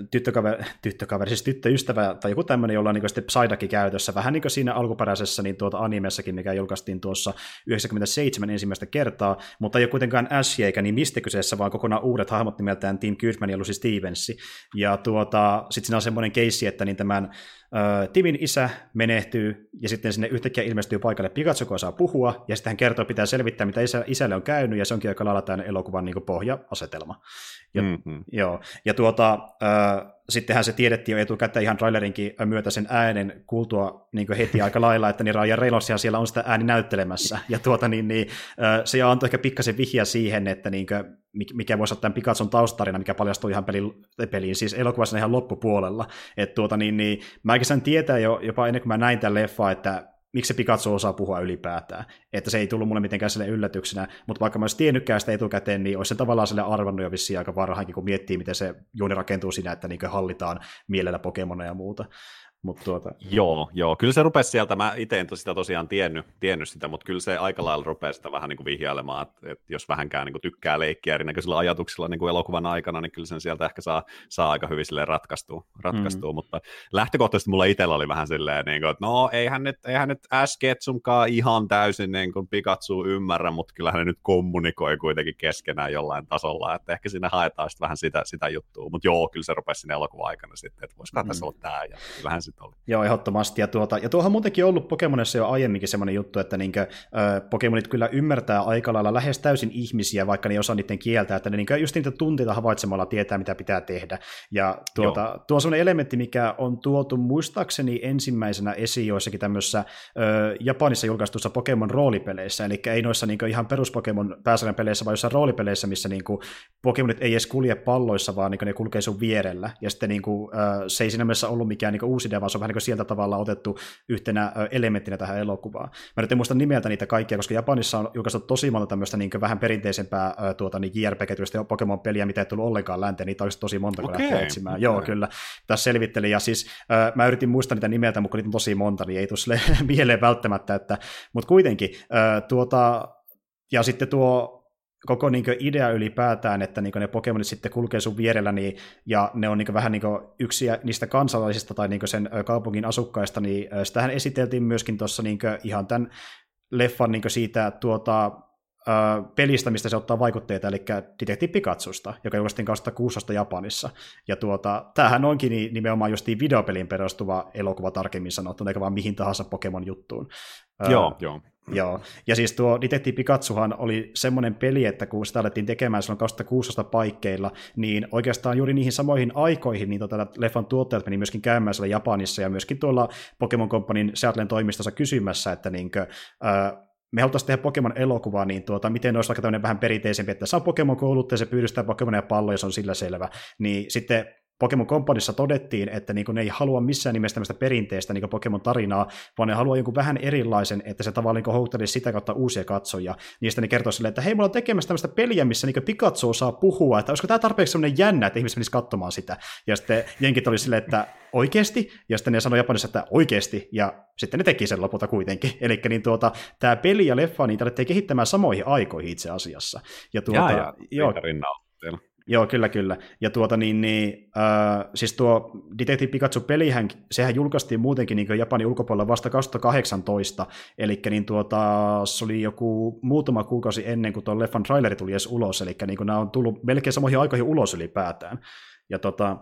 siis tyttöystävä tai joku tämmöinen, jolla on niin sitten Psyduck käytössä, vähän niin kuin siinä alkuperäisessä niin animessakin, mikä julkaistiin tuossa 97 ensimmäistä kertaa, mutta ei ole kuitenkaan Ash eikä niin mistä kyseessä, vaan kokonaan uudet hahmot nimeltään Tim Goodman ja Lucy Stevens. Ja sitten siinä on semmoinen case, että niin tämän Timin isä menehtyy, ja sitten sinne yhtäkkiä ilmestyy paikalle Pikachu, joka saa puhua, ja sitten hän kertoo, pitää selvittää, mitä isälle on käynyt, ja se onkin aika lailla tämän elokuvan niin pohja-asetelma. Joo. Ja sittenhän se tiedettiin jo etukäteen ihan trailerinkin myötä sen äänen kuultua niin heti aika lailla, että niin Ryan Reynolds siellä on sitä ääni näyttelemässä, ja se antoi ehkä pikkasen vihja siihen, että mikä voisi olla tämän Pikachun taustarina, mikä paljastui ihan peliin, siis elokuvassa ihan loppupuolella. Että mä oikeastaan tietää jopa ennen kuin mä näin tämän leffan, että miksi se Pikachu osaa puhua ylipäätään. Että se ei tullut mulle mitenkään sille yllätyksenä, mutta vaikka mä olisin tiennytkään sitä etukäteen, niin olisi se tavallaan sille arvannut jo vissiin aika varhainkin, kun miettii, miten se juoni rakentuu siinä, että hallitaan mielellä Pokemoneja ja muuta. Joo, kyllä se rupesi sieltä, mä itse en sitä tosiaan tiennyt sitä, mutta kyllä se aika lailla rupesi sitä vähän niin kuin vihjailemaan, että jos vähänkään niin kuin tykkää leikkiä erinäköisillä ajatuksilla niin kuin elokuvan aikana, niin kyllä sen sieltä ehkä saa aika hyvin silleen ratkaistua, mutta lähtökohtaisesti mulla itsellä oli vähän silleen, niin kuin, että no eihän nyt Ash Ketchumkaan ihan täysin niin kuin Pikachu ymmärrä, mutta kyllähän ne nyt kommunikoi kuitenkin keskenään jollain tasolla, että ehkä siinä haetaan sitten vähän sitä juttua, mutta joo, kyllä se rupesi siinä elokuvan aikana sitten, että voisikohan tässä olla tämä, ja kyllähän sitten oli. Joo, ehdottomasti. Ja tuohan muutenkin ollut Pokemonissa jo aiemminkin semmoinen juttu, että Pokemonit kyllä ymmärtää aika lailla lähes täysin ihmisiä, vaikka ne ei osaa niiden kieltä, että ne just niitä tunteita havaitsemalla tietää, mitä pitää tehdä. Ja tuo on semmoinen elementti, mikä on tuotu muistaakseni ensimmäisenä esiin joissakin tämmöisissä Japanissa julkaistuissa Pokemon-roolipeleissä, eli ei noissa ihan perus-Pokemon pääsarjan peleissä, vaan jossain roolipeleissä, missä Pokemonit ei edes kulje palloissa, vaan ne kulkee sun vierellä. Ja sitten se ei siinä mielessä ollut mikään uusi idea, vaan se on vähän sieltä tavalla otettu yhtenä elementtinä tähän elokuvaan. Mä nyt en muista nimeltä niitä kaikkia, koska Japanissa on julkaistu tosi monta tämmöistä vähän perinteisempää JRPG-tyistä Pokemon-peliä, mitä ei tullut ollenkaan länteen, niitä olisi tosi monta, kun lähtee etsimään. Joo, kyllä. Tässä selvittelin, ja siis mä yritin muistaa niitä nimeltä, mutta niitä on tosi monta, niin ei tule mieleen välttämättä, mutta kuitenkin, ja sitten koko idea ylipäätään, että ne Pokemonit sitten kulkee sun vierellä, ja ne on vähän yksi niistä kansalaisista tai sen kaupungin asukkaista, niin sitähän esiteltiin myöskin tuossa ihan tämän leffan siitä pelistä, mistä se ottaa vaikutteita, eli Detective Pikachusta, joka julkaistiin 2016 Japanissa. Ja tämähän onkin nimenomaan justiin videopeliin perustuva elokuva tarkemmin sanottuna, eikä vaan mihin tahansa Pokemon-juttuun. Joo, ja siis tuo Detective Pikachuhan oli semmoinen peli, että kun sitä alettiin tekemään silloin 2016 paikkeilla, niin oikeastaan juuri niihin samoihin aikoihin niin leffan tuottajat meni myöskin käymään siellä Japanissa ja myöskin tuolla Pokemon Companyn Seattlen toimistossa kysymässä, että me haluttaisiin tehdä Pokemon-elokuvaa, niin miten ne olisi vaikka tämmöinen vähän perinteisempi, että se on Pokemon-kouluttaja, se pyydystää Pokemonia palloja, ja se on sillä selvä. Niin sitten Pokemon Companyssa todettiin, että niin ne ei halua missään nimessä tämmöistä perinteistä niin Pokemon-tarinaa, vaan ne haluaa jonkun vähän erilaisen, että se tavallaan niin houkuttelisi sitä kautta uusia katsojia. Niistä ne kertoo silleen, että hei, mulla on tekemässä tämmöistä peliä, missä niin Pikachu saa puhua, että olisiko tämä tarpeeksi semmoinen jännä, että ihmiset menisivät katsomaan sitä. Ja sitten jenkit oli silleen, että oikeasti, ja sitten ne sanoi Japanissa, että oikeasti, ja sitten ne teki sen lopulta kuitenkin. Eli niin tämä peli ja leffa, niitä alettiin kehittämään samoihin aikoihin itse asiassa. Ja Joo, kyllä. Ja siis tuo Detective Pikachu-pelihän, sehän julkaistiin muutenkin niin Japanin ulkopuolella vasta 2018, eli se oli joku muutama kuukausi ennen kuin tuon leffan traileri tuli edes ulos, eli niin nämä on tullut melkein samoihin aikoihin ulos ylipäätään. Ja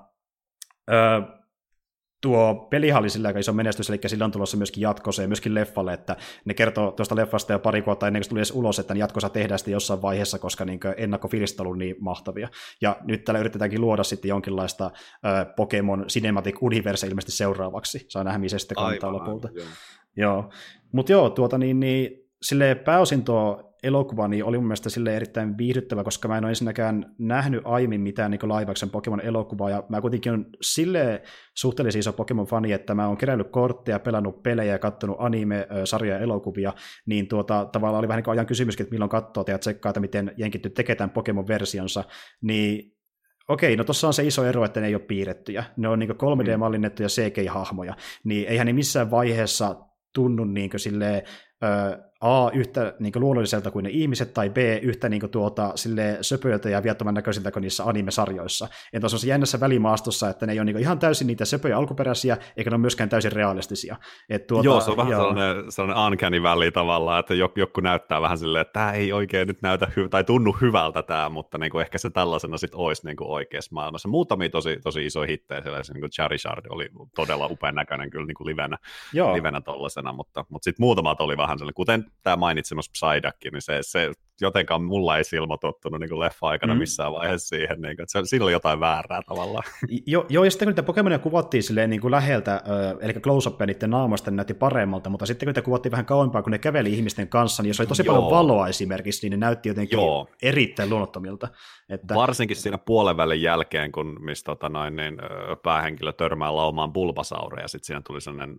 tuo pelihan oli sillä aika iso menestys, eli sillä on tulossa myöskin jatkossa ja myöskin leffalle, että ne kertoo tuosta leffasta jo pari vuotta ennen kuin se tuli edes ulos, että jatkossa tehdään sitten jossain vaiheessa, koska niin ennakkofiilistit on ollut niin mahtavia. Ja nyt täällä yritetäänkin luoda sitten jonkinlaista Pokemon Cinematic Universe ilmeisesti seuraavaksi. Saa nähdä, missä se sitten kantaa lopulta. Joo. Mutta joo, silleen pääosin tuo elokuva niin oli mun mielestä silleen erittäin viihdyttävä, koska mä en ole ensinnäkään nähnyt aiemmin mitään niin live action Pokemon-elokuvaa, ja mä kuitenkin on silleen suhteellisen iso Pokemon-fani, että mä oon kerännyt kortteja, pelannut pelejä ja katsonut anime-sarjoja ja elokuvia, niin tavallaan oli vähän niin kuin ajan kysymyskin, että milloin katsoo ja tsekkaa, että miten jenkit nyt tekee tämän Pokemon-versionsa, niin okei, no tossa on se iso ero, että ne ei ole piirrettyjä. Ne on niin 3D-mallinnettuja CGI-hahmoja, niin eihän ne missään vaiheessa tunnu niin silleen A, yhtä niin luonnolliselta kuin ne ihmiset, tai B, yhtä niin söpöiltä ja viattoman näköisiltä kuin niissä anime-sarjoissa. Että on jännässä välimaastossa, että ne ei ole niin ihan täysin niitä söpöjä alkuperäisiä, eikä ne ole myöskään täysin realistisia. Joo, se on vähän sellainen uncanny valley tavallaan, että joku näyttää vähän silleen, että tämä ei oikein nyt näytä tai tunnu hyvältä tämä, mutta niin kuin ehkä se tällaisena sitten olisi niin kuin oikeassa maailmassa. Muutamia tosi isoja hittejä, sellaisia niin kuin Charizard oli todella upean näköinen kyllä niin kuin livenä tollasena, mutta sitten muutamat oli vähän sellainen, kuten tämä mainitsemassa Psyduck, niin se jotenkaan mulla ei silmä tottunut niin leffa-aikana missään vaiheessa siihen, niin kuin, että siinä oli jotain väärää tavallaan. Joo, ja sitten kun niitä Pokemonia kuvattiin silleen niin kuin läheltä, eli close-upia niiden naamasta, ne näytti paremmalta, mutta sitten kun niitä kuvattiin vähän kauempaa, kun ne käveli ihmisten kanssa, niin jos oli tosi paljon valoa esimerkiksi, niin ne näytti jotenkin erittäin luonnottomilta. Että varsinkin siinä puolenvälin jälkeen, missä päähenkilö törmää laumaan Bulbasauria, ja sitten siinä tuli sellainen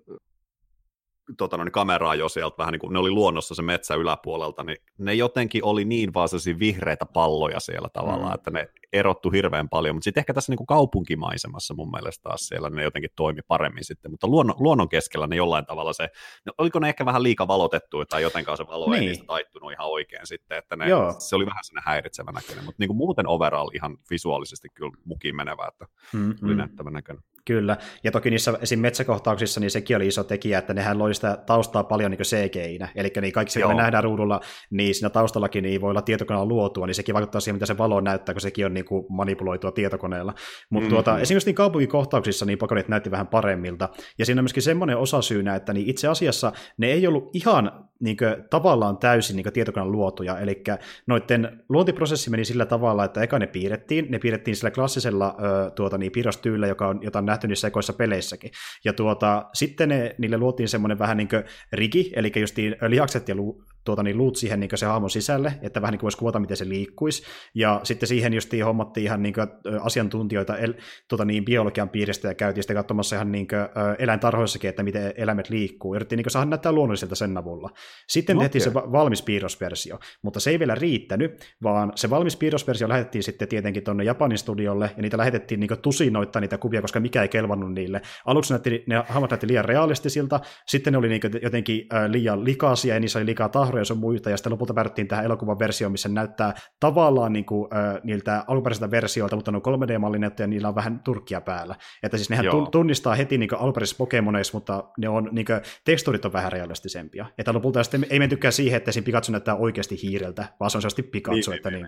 kameraa jo sieltä vähän niin kuin ne oli luonnossa se metsä yläpuolelta, niin ne jotenkin oli niin vaan sellaisia vihreitä palloja siellä tavallaan, että ne erottu hirveän paljon, mutta sitten ehkä tässä niin kuin kaupunkimaisemassa mun mielestä taas siellä ne jotenkin toimi paremmin sitten, mutta luonnon keskellä ne jollain tavalla oliko ne ehkä vähän liika valotettu, tai jotenkaan se valo ei niistä taittunut ihan oikein sitten, että se oli vähän sellainen häiritsevä näköinen, mutta niin kuin muuten overall ihan visuaalisesti kyllä mukiin menevä, että oli näyttävä näköinen. Kyllä, ja toki niissä esim. Metsäkohtauksissa niin sekin oli iso tekijä, että nehän loi sitä taustaa paljon niin CGI-nä, eli niin kaikki se, kun me nähdään ruudulla, niin siinä taustallakin niin voi olla tietokoneella luotua, niin sekin vaikuttaa siihen, mitä se valo näyttää, kun sekin on niin kuin manipuloitua tietokoneella. Mutta esimerkiksi niin kaupunkikohtauksissa niin Pokémonit näytti vähän paremmilta, ja siinä on myöskin semmoinen osasyynä, että niin itse asiassa ne ei ollut ihan niin kuin, tavallaan täysin niin tietokoneen luotuja, eli noiden luontiprosessi meni sillä tavalla, että eka ne piirrettiin sillä klassisella piirrostyylillä, jota on nähty niissä ekoissa peleissäkin, ja sitten niille luotiin semmoinen vähän niin kuin rigi, eli justiin lihakset ja luut siihen niin se hahmon sisälle, että vähän niin kuin voisi kuvata, miten se liikkuisi, ja sitten siihen justiin hommattiin ihan niin asiantuntijoita biologian piiristä, ja käytiin sitten katsomassa ihan niin eläintarhoissakin, että miten eläimet liikkuu, yritettiin niin saada näyttää luonnolliselta sen avulla. Sitten tehtiin se valmis piirrosversio, mutta se ei vielä riittänyt, vaan se valmis piirrosversio lähetettiin sitten tietenkin tuonne Japanin studiolle, ja niitä lähetettiin niin tusinoittaa niitä kuvia, koska mikä ei kelvannut niille. Aluksi ne hahmot näytti liian realistisilta, sitten ne oli niin jotenkin liian likaisia, ja niissä oli liikaa tahroja ja sun muita, ja sitten lopulta päädyttiin tähän elokuvan versioon, missä näyttää tavallaan niin kuin, niiltä alkuperäisiltä versioilta, mutta ne on 3D-mallinnettu, ja niillä on vähän turkkia päällä. Että siis nehän tunnistaa heti niin alkuperäisissä Pokemoneissa, mutta ne on, niin kuin, tekstuurit on vähän realistisempia. Että lopulta sitten ei mentykään siihen, että siinä Pikachu näyttää oikeasti hiireltä, vaan se on selvästi Pikachu.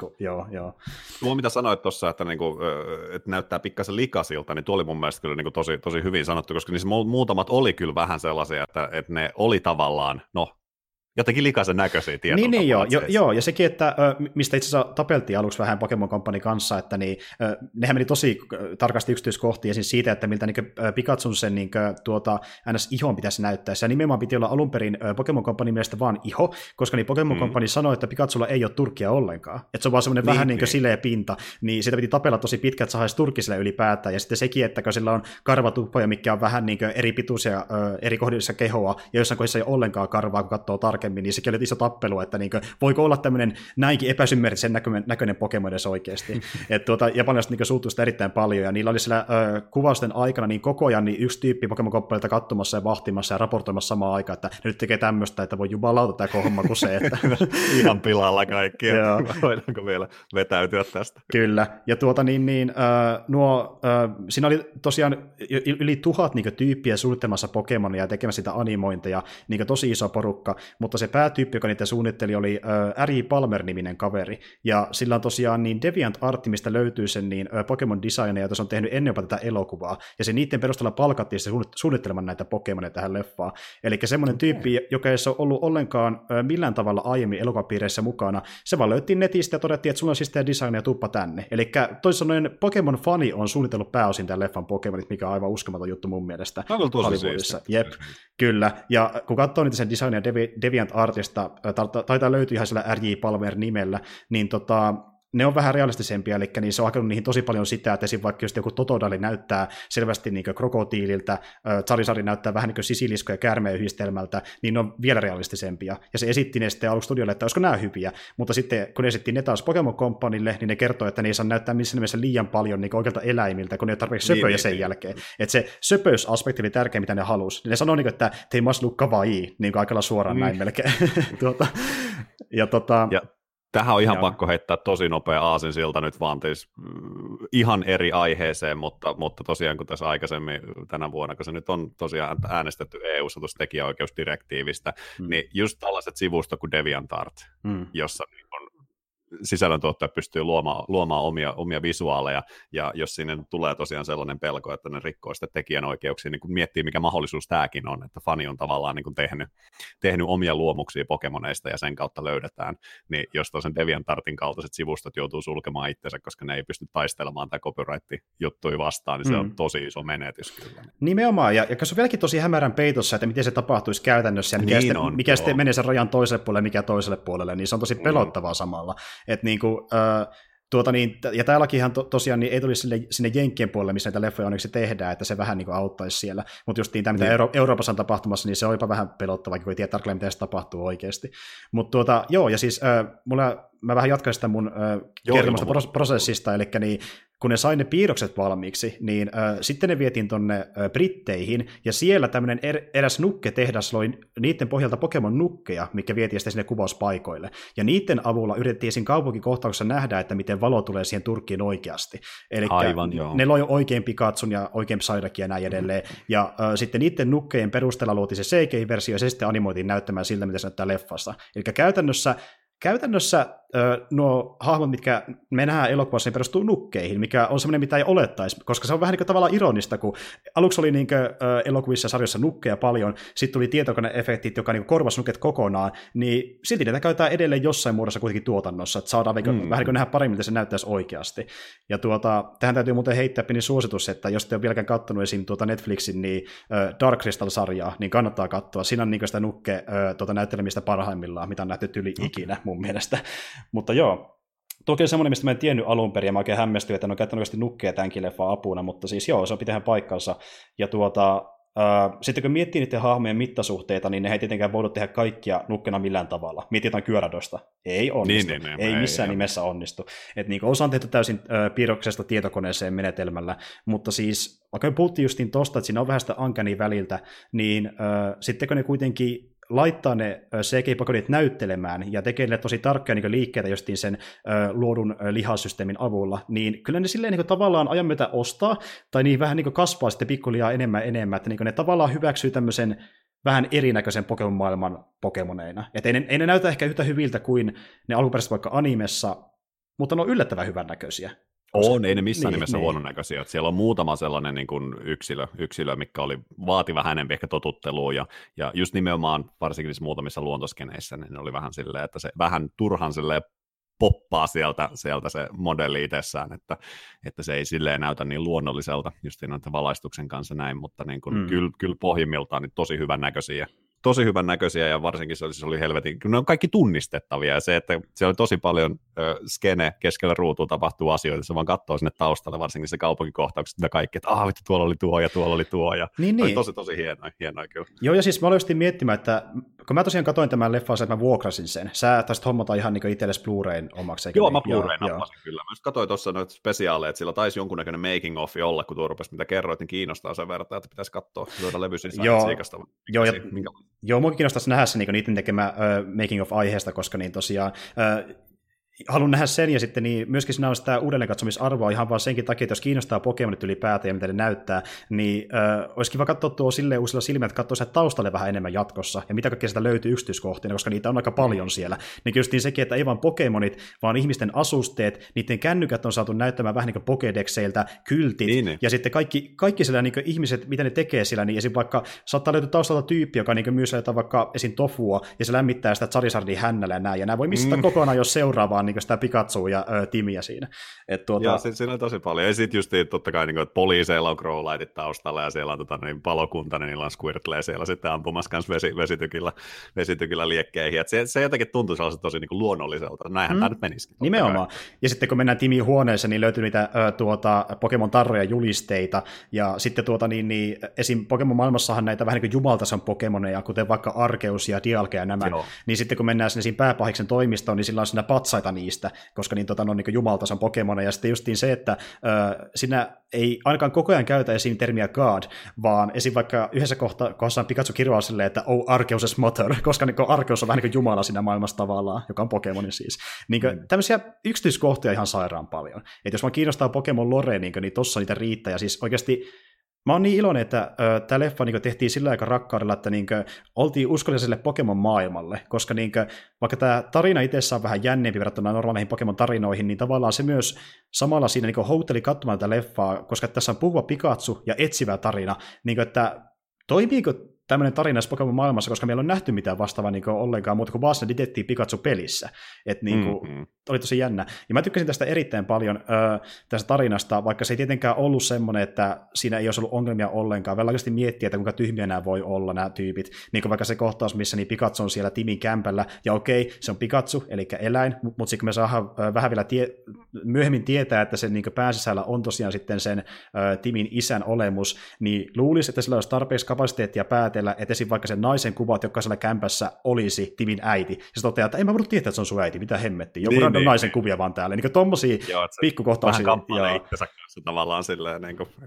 Tuo mitä sanoit tuossa, että, niinku, että näyttää pikkasen likasilta, niin tuo oli mun mielestä kyllä niinku tosi hyvin sanottu, koska niissä muutamat oli kyllä vähän sellaisia, että ne oli tavallaan, jotenkin likaisen näköisiä tietyllä Niin tavalla. joo, ja sekin, että mistä itse asiassa tapeltiin aluksi vähän Pokemon Company kanssa, että niin, nehän meni tosi tarkasti yksityiskohtiin esiin siitä, että miltä niin Pikachun sen niin NS-ihon pitäisi näyttää. Se nimenomaan piti olla alun perin Pokemon Company mielestä vaan iho, koska niin Pokemon Company sanoi, että Pikachulla ei ole turkkia ollenkaan. Että se on vaan semmoinen vähän niin sileä pinta, niin sitä piti tapella tosi pitkä, että saisi turkki sille ylipäätään. Ja sitten sekin, että kun sillä on karvatuppoja, mikä on vähän niin eri pituisia eri kohdissa kehoa, ja jossain kohdissa ei ole ollenkaan karvaa, kun katsoo tarkemmin, niin sekin oli iso tappelu, että niin voiko olla tämmöinen näinkin epäsymmetrisen näköinen Pokemon edes oikeasti. Että japanilaiset niin suuttui sitä erittäin paljon, ja niillä oli siellä kuvausten aikana niin koko ajan niin yksi tyyppi Pokemon Companyilta katsomassa ja vahtimassa ja raportoimassa samaan aikaan, että ne nyt tekee tämmöistä, että voi jumalauta tämä homma kuin se, että ihan pilalla kaikki, voidaanko vielä vetäytyä tästä. Kyllä, ja siinä oli tosiaan yli 1000 niin tyyppiä suunnittelemassa Pokemonia ja tekemässä sitä animointeja, niin tosi iso porukka, mutta se päätyyppi, joka niitä suunnitteli, oli R.J. Palmer-niminen kaveri, ja sillä on tosiaan niin DeviantArt, mistä löytyy sen niin Pokemon designeja, jota se on tehnyt ennen jopa tätä elokuvaa, ja se niiden perusteella palkattiin se suunnittelemaan näitä Pokemonia tähän leffaan. Eli semmoinen tyyppi, joka ei ole ollut ollenkaan millään tavalla aiemmin elokuvapiireissä mukana, se vaan löyttiin netistä ja todettiin, että sulla on siis tämä design ja tuppa tänne. Eli toisin sanoen Pokemon-fani on suunnitellut pääosin tämän leffan Pokemonit, mikä on aivan uskomaton juttu mun mielestä. Hollywoodissa. Jep, kyllä. Ja kun katsoo niitä sen designia DeviantArtista, taitaa löytyä ihan sillä R.J. Palmer-nimellä, niin ne on vähän realistisempia, eli niin se on hakenut niihin tosi paljon sitä, että esim. Vaikka just joku Totodile näyttää selvästi niin krokotiililtä, Charizard näyttää vähän niin sisilisko- ja käärmeyhdistelmältä, niin ne on vielä realistisempia. Ja se esitti ne sitten aluksi studiolle, että olisiko nämä hyviä, mutta sitten kun ne esitti ne taas Pokemon Companylle, niin ne kertoo, että ne ei saa näyttää missään nimessä liian paljon niin oikealta eläimiltä, kun ne ei ole tarpeeksi söpöjä sen jälkeen. Että se söpöysaspekti oli tärkeä, mitä ne halusi. Ne sanoo, että they must look kawaii, niin aika suoraan näin melkein. Ja tähän on ihan pakko heittää tosi nopea aasinsilta nyt vaan ihan eri aiheeseen, mutta tosiaan kun tässä aikaisemmin tänä vuonna, kun se nyt on tosiaan äänestetty EU-ssa tuosta tekijäoikeusdirektiivistä, niin just tällaiset sivusto kuin DeviantArt, jossa on sisällöntuottaja pystyy luomaan omia visuaaleja, ja jos sinne tulee tosiaan sellainen pelko, että ne rikkoo sitä tekijänoikeuksia, niin kun miettii, mikä mahdollisuus tämäkin on, että fani on tavallaan niin kuin tehnyt omia luomuksia Pokemoneista, ja sen kautta löydetään, niin jos toisen DeviantArtin kaltaiset sivustot joutuu sulkemaan itsensä, koska ne ei pysty taistelemaan tämä copyright-juttuja vastaan, niin se on tosi iso menetys kyllä. Nimenomaan, ja se on vieläkin tosi hämärän peitossa, että miten se tapahtuisi käytännössä, ja mikä sitten menee sen rajan toiselle puolelle, mikä toiselle puolelle, niin se on tosi pelottavaa samalla. Että niinku, ja tämä lakihan tosiaan niin ei tulisi sinne Jenkkien puolelle, missä näitä leffoja onneksi tehdään, että se vähän niin kuin auttaisi siellä. Mutta just tämä, mitä Euroopassa on tapahtumassa, niin se on jopa vähän pelottavaa, kun ei tiedä tarkalleen, mitä se tapahtuu oikeasti. Mutta ja siis mä vähän jatkan sitä mun kertomasta prosessista, eli niin, kun ne sai ne piirrokset valmiiksi, niin sitten ne vietiin tonne Britteihin, ja siellä tämmöinen eräs nukketehdas loi niiden pohjalta Pokemon-nukkeja, mikä vietiin sitten sinne kuvauspaikoille. Ja niiden avulla yritettiin siinä kaupunkikohtauksessa nähdä, että miten valo tulee siihen turkkiin oikeasti. Eli ne loi oikein Pikachun ja oikein Psyduckin ja näin edelleen. Ja sitten niiden nukkejen perusteella luotiin se CGI-versio, ja se sitten animoitiin näyttämään siltä, mitä se näyttää leffassa. Eli käytännössä nuo hahmot, mitkä me nähdään elokuvassa, niin perustuu nukkeihin, mikä on semmoinen, mitä ei olettaisi, koska se on vähän niin kuin tavallaan ironista, kun aluksi oli niin kuin elokuvissa ja sarjoissa nukkeja paljon, sitten tuli tietokoneefektit, joka niin korvasi nuket kokonaan, niin silti niitä käytetään edelleen jossain muodossa kuitenkin tuotannossa, että saadaan vähän niin kuin nähdä paremmin, miltä se näyttäisi oikeasti. Ja tähän täytyy muuten heittää pieni suositus, että jos te ole vieläkään katsonut esim. Netflixin niin Dark Crystal-sarjaa, niin kannattaa katsoa. Siinä on niin kuin sitä näyttelemistä parhaimmillaan, mitä on nähty yli ikinä mun mielestä. Mutta joo, toki on semmoinen, mistä mä en tiennyt alun perin, ja mä oikein hämmästyin, että ne on käyttänyt oikeasti nukkeja tämänkin leffan apuna, mutta siis joo, se on pitähän paikkansa. Ja sitten kun miettii niiden hahmojen mittasuhteita, niin ne ei tietenkään voinut tehdä kaikkia nukkena millään tavalla. Miettii jotain Kyöradosta. Ei onnistu. Ei missään nimessä onnistu. Että niin osa on tehty täysin piirroksesta tietokoneeseen menetelmällä, mutta siis, vaikka me puhuttiin justiin tosta, että siinä on vähän sitä uncanny väliltä, niin sitten kun ne kuitenkin laittaa ne CGI-pakodit näyttelemään ja tekee niille tosi tarkkoja niin liikkeitä justiin sen luodun lihasysteemin avulla, niin kyllä ne silleen niin tavallaan ajan myötä ostaa, tai niin vähän niin kasvaa sitten pikkuliaa enemmän, että niin ne tavallaan hyväksyy tämmöisen vähän erinäköisen Pokemon-maailman Pokemoneina. Että ei ne näytä ehkä yhtä hyviltä kuin ne alkuperäiset vaikka animessa, mutta ne on yllättävän hyvän näköisiä. On, ei ne missään niin, nimessä niin. huonon näköisiä. Siellä on muutama sellainen niin kuin yksilö, mikä vaati vähän enemmän ehkä totuttelua, ja just nimenomaan varsinkin niissä muutamissa luontoskeneissä, niin ne oli vähän silleen, että se vähän turhan silleen poppaa sieltä se modelli itsessään, että se ei silleen näytä niin luonnolliselta just noiden valaistuksen kanssa näin, mutta niin kuin, kyllä pohjimmiltaan niin tosi hyvän näköisiä, ja varsinkin se oli helvetin, ne on kaikki tunnistettavia, ja se, että siellä oli tosi paljon skene keskellä ruutua tapahtuu asioita, se vaan katsoo sinne taustalle, varsinkin se kaupunkikohtaukset ja kaikki, että vittu, tuolla oli tuo, ja niin. oli tosi hienoa kyllä. Joo, ja siis mä olin just miettimään, että kun mä tosiaan katsoin tämän leffan, että mä vuokrasin sen, sä taisit hommata ihan niin itsellesi Blu-rayn omaksi. Joo, mä Blu-rayn nappasin kyllä. Mä just katsoin tuossa noita spesiaaleja, että sillä taisi jonkunnäköinen making of olla, kun tuo rupesi, mitä kerroit, niin kiinnostaa sen verran, että pitäisi katsoa tuota levysin siikasta. Joo, muakin kiinnostaisi nähdä se niiden tekemä making of aiheesta, koska niin tosiaan haluan nähdä sen, ja sitten niin myöskin siinä on sitä uudelleenkatsomisarvoa ihan vaan senkin takia, että jos kiinnostaa Pokemonit ylipäätään ja mitä ne näyttää, niin olisi kiva katsoa tuo silleen uusilla silmillä, että katsoa sitä taustalle vähän enemmän jatkossa, ja mitä kaikkea sitä löytyy yksityiskohtina, koska niitä on aika paljon siellä. Niin justiin sekin, että ei vaan Pokemonit, vaan ihmisten asusteet, niiden kännykät on saatu näyttämään vähän niin kuin Pokédexeiltä, kyltit, niin. Ja sitten kaikki siellä niin ihmiset, mitä ne tekee siellä, niin esim. Vaikka saattaa löytyä taustalta tyyppi, joka niin myy vaikka esim. Tofua, ja se lämmittää sitä Charizardia hännällä ja näin, ja nämä voi missata kokonaan, jos seuraavaan niin sitä Pikachua ja Timiä siinä. Joo, siinä on tosi paljon. Ja sitten just totta kai, niin kuin, että poliiseilla on Growlightit taustalla, ja siellä on niin palokunta, niin niillä on Squirtle siellä sitten ampumassa kanssa vesitykillä liekkeihin. Et se jotenkin tuntuu sellaiset tosi niin kuin luonnolliselta. Näinhän tämä nyt menisi. Nimenomaan. Ja sitten kun mennään Timin huoneeseen, niin löytyy niitä Pokemon-tarroja julisteita, ja sitten esim. Pokemon-maailmassahan näitä vähän niin kuin jumaltason Pokemoneja, kuten vaikka Arceus ja Dialga ja nämä, niin sitten kun mennään sinne siinä pääpahiksen toimistoon, niin sillä on siinä patsaita niistä, koska ne on niin jumaltason Pokemoneja, ja sitten justiin se, että siinä ei ainakaan koko ajan käytä esiin termiä God, vaan esim. Vaikka yhdessä kohdassa Pikachu kirjoaa silleen, että oh, Arceus is mother, koska niin Arceus on vähän niin kuin jumala siinä maailmassa tavallaan, joka on Pokemonin siis. Niin tämmöisiä yksityiskohtia ihan sairaan paljon. Että jos vaan kiinnostaa Pokemon lore, niin tossa niitä riittää, ja siis oikeasti mä oon niin iloinen, että tämä leffa tehtiin sillä aika rakkaudella, että oltiin uskolliselle Pokemon-maailmalle, koska vaikka tämä tarina itsessään on vähän jännempi verrattuna normaaleihin Pokemon-tarinoihin, niin tavallaan se myös samalla siinä houtteli katsomaan tätä leffaa, koska tässä on puhuva Pikachu ja etsivä tarina, että toimiiko tämmöinen tarina Pokemon-maailmassa, koska meillä on nähty mitään vastaavaa ollenkaan muuta kuin vaan siinä Detective Pikachu-pelissä. Että oli tosi jännä. Ja mä tykkäsin tästä erittäin paljon tästä tarinasta, vaikka se ei tietenkään ollut semmoinen, että siinä ei olisi ollut ongelmia ollenkaan. Vielä oikeasti miettiä, että kuinka tyhmiä nämä voi olla, nämä tyypit. Niin kuin vaikka se kohtaus, missä niin Pikachu on siellä Timin kämpällä, ja okei, se on Pikachu, eli eläin, mutta sitten kun me saadaan vähän vielä myöhemmin tietää, että sen pään sisällä on tosiaan sitten sen Timin isän olemus, niin luulisi, että sillä olisi tarpeeksi kapasiteettia päätellä, että esim. Vaikka sen naisen kuvat, joka siellä kämpässä olisi Timin äiti. Ja se toteaa, että en mä voinut tietää, että se on sun äiti, mitä hemmettiin. Joku random naisen kuvia vaan täällä. Niin tommosia pikkukohtauksia. Vähän kappaleja itsensä kanssa tavallaan silleen,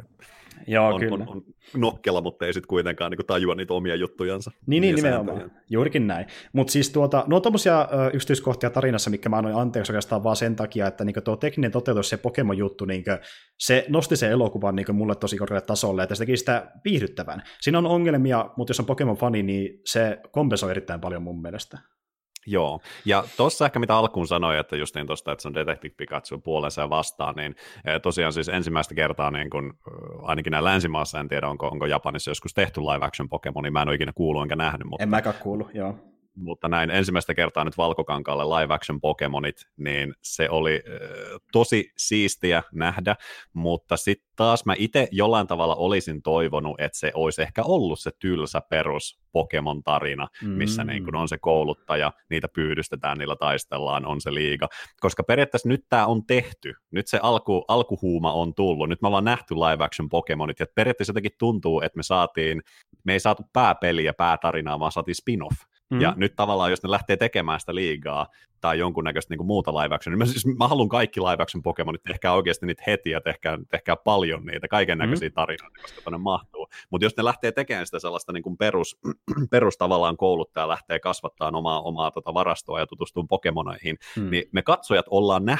on nokkela, mutta ei sitten kuitenkaan tajua niitä omia juttujansa. Niin nimenomaan. Juurikin näin. Mutta siis nuo tommosia yksityiskohtia tarinassa, mikä mä annoin anteeksi oikeastaan vaan sen takia, että tuo tekninen toteutus, se Pokemon-juttu, se nosti sen elokuvan mulle tosi korkealle tasolle, että se teki sitä viihdyttävän. Siinä on ongelmia, mutta jos on Pokemon-fani, niin se kompensoi erittäin paljon mun mielestä. Joo, ja tuossa ehkä mitä alkuun sanoi, että just niin tuosta, että se on Detective Pikachu puolensa ja vastaan, niin tosiaan siis ensimmäistä kertaa, niin kun, ainakin näin länsimaassa, en tiedä onko Japanissa joskus tehty live action Pokemoni, mä en ole ikinä kuullut enkä nähnyt. Mutta, en mäkään kuullut, joo. Mutta näin ensimmäistä kertaa nyt Valkokankaalle live action Pokemonit, niin se oli tosi siistiä nähdä, mutta sitten taas mä itse jollain tavalla olisin toivonut, että se olisi ehkä ollut se tylsä perus Pokemon-tarina, missä niin kun on se kouluttaja, niitä pyydystetään, niillä taistellaan, on se liiga, koska periaatteessa nyt tämä on tehty, nyt se alkuhuuma on tullut, nyt me ollaan nähty live action Pokemonit, ja periaatteessa jotenkin tuntuu, että me ei saatu pääpeliä ja päätarinaa, vaan saatiin spin-off. Ja nyt tavallaan, jos ne lähtee tekemään sitä liigaa tai jonkunnäköistä niin muuta live action, niin mä haluan kaikki live action Pokemonit, tehkää oikeasti niitä heti ja tehkää paljon niitä, kaiken näköisiä tarinoita, koska tonne mahtuu. Mutta jos ne lähtee tekemään sitä sellaista niin kuin perus tavallaan kouluttaja lähtee kasvattamaan omaa varastoa ja tutustumaan Pokemoneihin, niin me katsojat ollaan nähty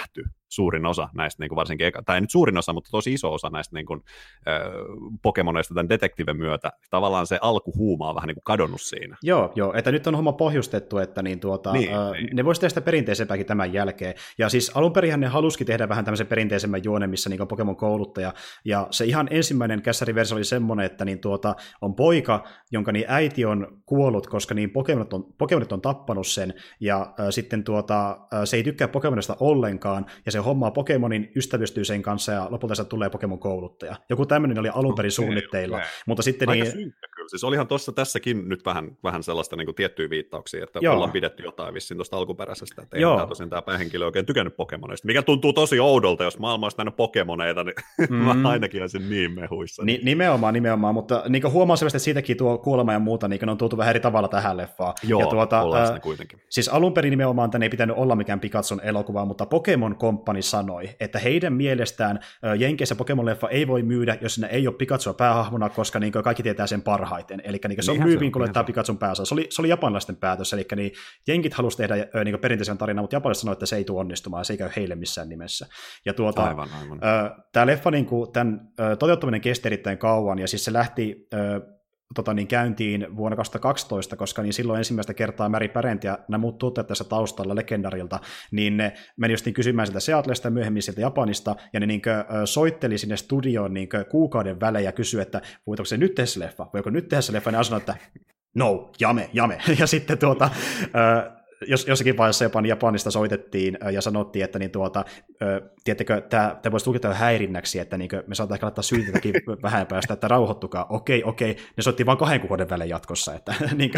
suurin osa näistä, niin kuin varsinkin, tai ei nyt suurin osa, mutta tosi iso osa näistä niin kuin, Pokemoneista tämän detektiiven myötä, tavallaan se alkuhuuma on vähän niin kuin kadonnut siinä. Joo, että nyt on homma pohjustettu, että niin ne voisi tehdä sitä perinteisempääkin tämän jälkeen. Ja siis alunperinhän ne halusikin tehdä vähän tämmöisen perinteisemmän juonen, missä niin on Pokemon-kouluttaja, ja se ihan ensimmäinen kässäriversio oli semmoinen, että niin on poika, jonka niin äiti on kuollut, koska niin Pokemonit on tappanut sen, ja sitten se ei tykkää Pokemonista ollenkaan, ja se hommaa Pokemonin, ystävystyy sen kanssa, ja lopulta se tulee Pokemon-kouluttaja. Joku tämmöinen oli alunperin suunnitteilla, mutta sitten aika synkkä kyllä. Siis olihan tässäkin nyt vähän sellaista niin kuin tiettyjä viittauksia, että ollaan pidetty jotain vissiin tuosta alkuperäisestä, että ei tosiaan tämä päähenkilö oikein tykännyt Pokemoneista, mikä tuntuu tosi oudolta, jos maailma olisi täynnä Pokemoneita, niin mä ainakin olisin niin mehuissa. Nimenomaan, mutta niin huomaa selvästi, että siitäkin tuo kuolema ja muuta, niin on tultu vähän eri tavalla tähän leffaan. Joo, ollaan kuitenkin. Siis alunperin nimenomaan tänne ei pitänyt olla mikään Pikachun elokuva, mutta Pokemon Company sanoi, että heidän mielestään Jenkeissä Pokemon-leffa ei voi myydä, jos siinä ei ole Pikachua päähahmona, koska niin kaikki tietää sen parhaiten. Eli niin se on myyviin, kun laittaa Pikachun päässä. Se oli japanilaisten päätös, eli niin jenkit halusi tehdä niin perinteisen tarinan, mutta japanilaiset sanoi, että se ei tule onnistumaan, se ei käy heille missään nimessä. Ja aivan. Tämä leffa, niin tämän toteuttaminen kesti erittäin kauan, ja siis se lähti käyntiin vuonna 2012, koska niin silloin ensimmäistä kertaa Mary Parent ja nämä muut tuotteet tässä taustalla Legendarilta, niin ne meni just kysymään sieltä Seatlesta ja myöhemmin sieltä Japanista, ja ne soitteli sinne studioon kuukauden välein ja kysyi, että voiko se nyt tehdä se leffa, voiko nyt tehdä se leffa, ja ne sanoi, että no, jame. Ja sitten jossakin vaiheessa Japanista soitettiin ja sanottiin, että tiedättekö, tämä voisi tulkita häirinnäksi, että me saataisiin ehkä laittaa syytetäkin vähän päästä, että rauhoittukaa, okei, ne soittiin vain 2 kuukauden välein jatkossa. Että,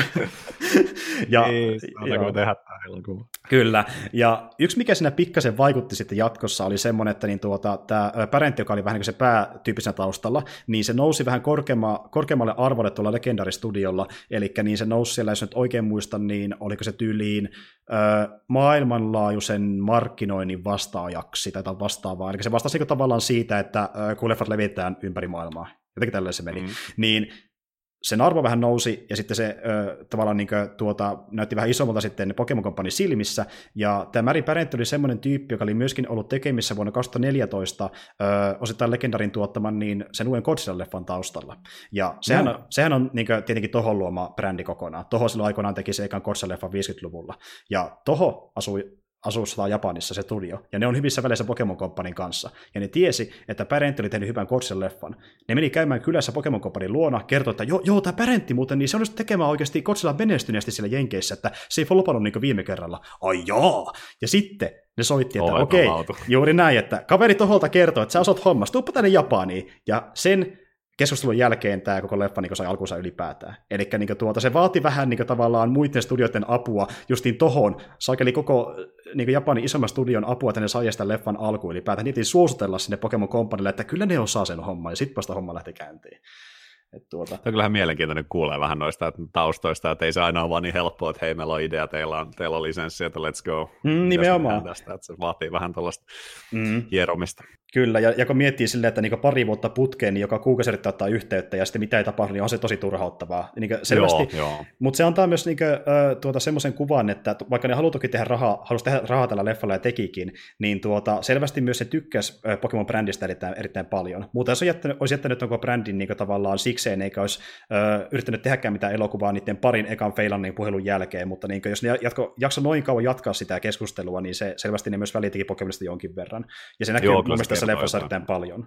Saadaanko tehdä tämä elokuva? Kyllä, ja yksi mikä siinä pikkasen vaikutti sitten jatkossa oli semmoinen, että tämä Parentti, joka oli vähän niin kuin se päätyyppisenä taustalla, niin se nousi vähän korkeammalle arvolle tuolla Legendary Studiolla, eli niin se nousi siellä, jos nyt oikein muistan, niin oliko se tyyliin maailmanlaajuisen markkinoinnin vastaajaksi tai vastaavaa, eli se vastasi tavallaan siitä, että kun leffat levitetään ympäri maailmaa, jotenkin tällainen se meni, niin sen arvo vähän nousi, ja sitten se tavallaan näytti vähän isommalta sitten Pokemon Company silmissä, ja tämä Mary Parent oli semmoinen tyyppi, joka oli myöskin ollut tekemissä vuonna 2014 osittain Legendarin tuottaman sen uuden Godzilla-leffan taustalla. Ja sehän on tietenkin Tohon luoma brändi kokonaan. Toho silloin aikoinaan teki se ekan Godzilla-leffan 50-luvulla, ja Toho asuu Japanissa se studio, ja ne on hyvissä väleissä Pokemon Companyn kanssa, ja ne tiesi, että Parentti oli tehnyt hyvän Godzilla-leffan. Ne meni käymään kylässä Pokemon Companyn luona, kertoi, että joo, tämä Parentti muuten, niin se on tekemään oikeasti Godzilla menestyneesti siellä Jenkeissä, että se ei flopannut niin kuin viime kerralla. Ai jaa! Ja sitten ne soitti, että okei, juuri näin, että kaveri Toholta kertoo, että sä osaat hommas, tuuppa tänne Japaniin, ja sen keskustelun jälkeen tämä koko leffa sai alkuunsa ylipäätään. Eli se vaati vähän tavallaan muiden studioiden apua justiin tohon, saakeli koko Japanin isomman studion apua, että ne sai sitä leffan alkuun ylipäätään. Niitä ei suositella sinne Pokemon Companylle, että kyllä ne osaa sen homman, ja sitten vasta homma lähti käyntiin. Tämä on kyllähän mielenkiintoinen kuulee vähän noista taustoista, että ei se aina ole vaan niin helppoa, että hei, meillä on idea, teillä on lisenssi, että let's go. Nimenomaan. Tästä, että se vaatii vähän tuollaista hieromista. Kyllä, ja kun miettii silleen, että pari vuotta putkeen, niin joka kuukausi yrittää ottaa yhteyttä, ja sitten mitä ei tapahdu, niin on se tosi turhauttavaa. Selvästi, mutta se antaa myös semmoisen kuvan, että vaikka ne haluaa toki halusi tehdä rahaa tällä leffalla ja tekikin, niin selvästi myös se tykkäsi Pokemon-brändistä erittäin paljon. Muuten se olisi jättänyt koko brändin tavallaan sikseen, eikä olisi yrittänyt tehdäkään mitään elokuvaa niiden parin ekan feilannin puhelun jälkeen, mutta jos ne jakso noin kauan jatkaa sitä keskustelua, niin se selvästi ne myös välitikin Pokemonista jonkin verran. Ja se näkyy tässä leffassa erittäin paljon.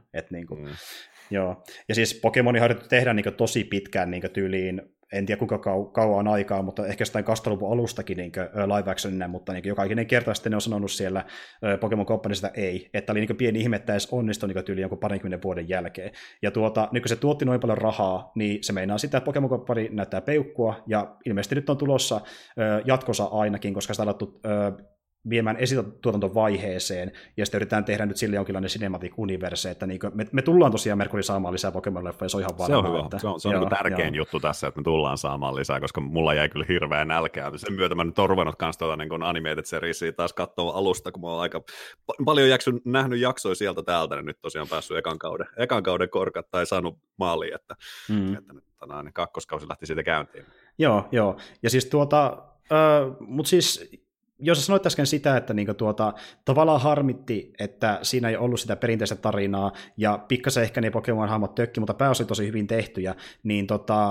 Joo. Ja siis Pokemoni on yritetty tehdä tosi pitkään tyyliin, en tiedä kuinka kauan aikaa, mutta ehkä jostain 2000-luvun alustakin live actionina, mutta joka ikinen kerta sitten ne on sanonut siellä Pokemon Companysta ei, että oli pieni ihme, että edes onnistui tyyliin jonkun 20 vuoden jälkeen. Ja nyt kun se tuotti noin paljon rahaa, niin se meinaa sitä, että Pokemon Company näyttää peukkua, ja ilmeisesti nyt on tulossa jatkossa ainakin, koska sitä on alettu viemään esituotantovaiheeseen, ja sitten yritetään tehdä nyt sille jonkinlainen cinematic universe, että me tullaan tosiaan Mercury saamaan lisää Pokemon-leffoja, se on ihan varma. Se on hyvä, että, se on tärkein juttu tässä, että me tullaan saamaan lisää, koska mulla jäi kyllä hirveä nälkää. Sen myötä mä nyt oon ruvennut kanssa animated seriesiä taas katsoa alusta, kun mä oon aika paljon nähnyt jaksoja sieltä täältä, niin nyt tosiaan päässyt ekan kauden korkat tai saanut maaliin, että nyt kakkoskausi lähti siitä käyntiin. Joo, ja siis mutta siis jos sä sanoit äsken sitä, että tavallaan harmitti, että siinä ei ollut sitä perinteistä tarinaa, ja pikkasen ehkä ne Pokemon-hahmot tökki, mutta pääosin tosi hyvin tehtyjä, niin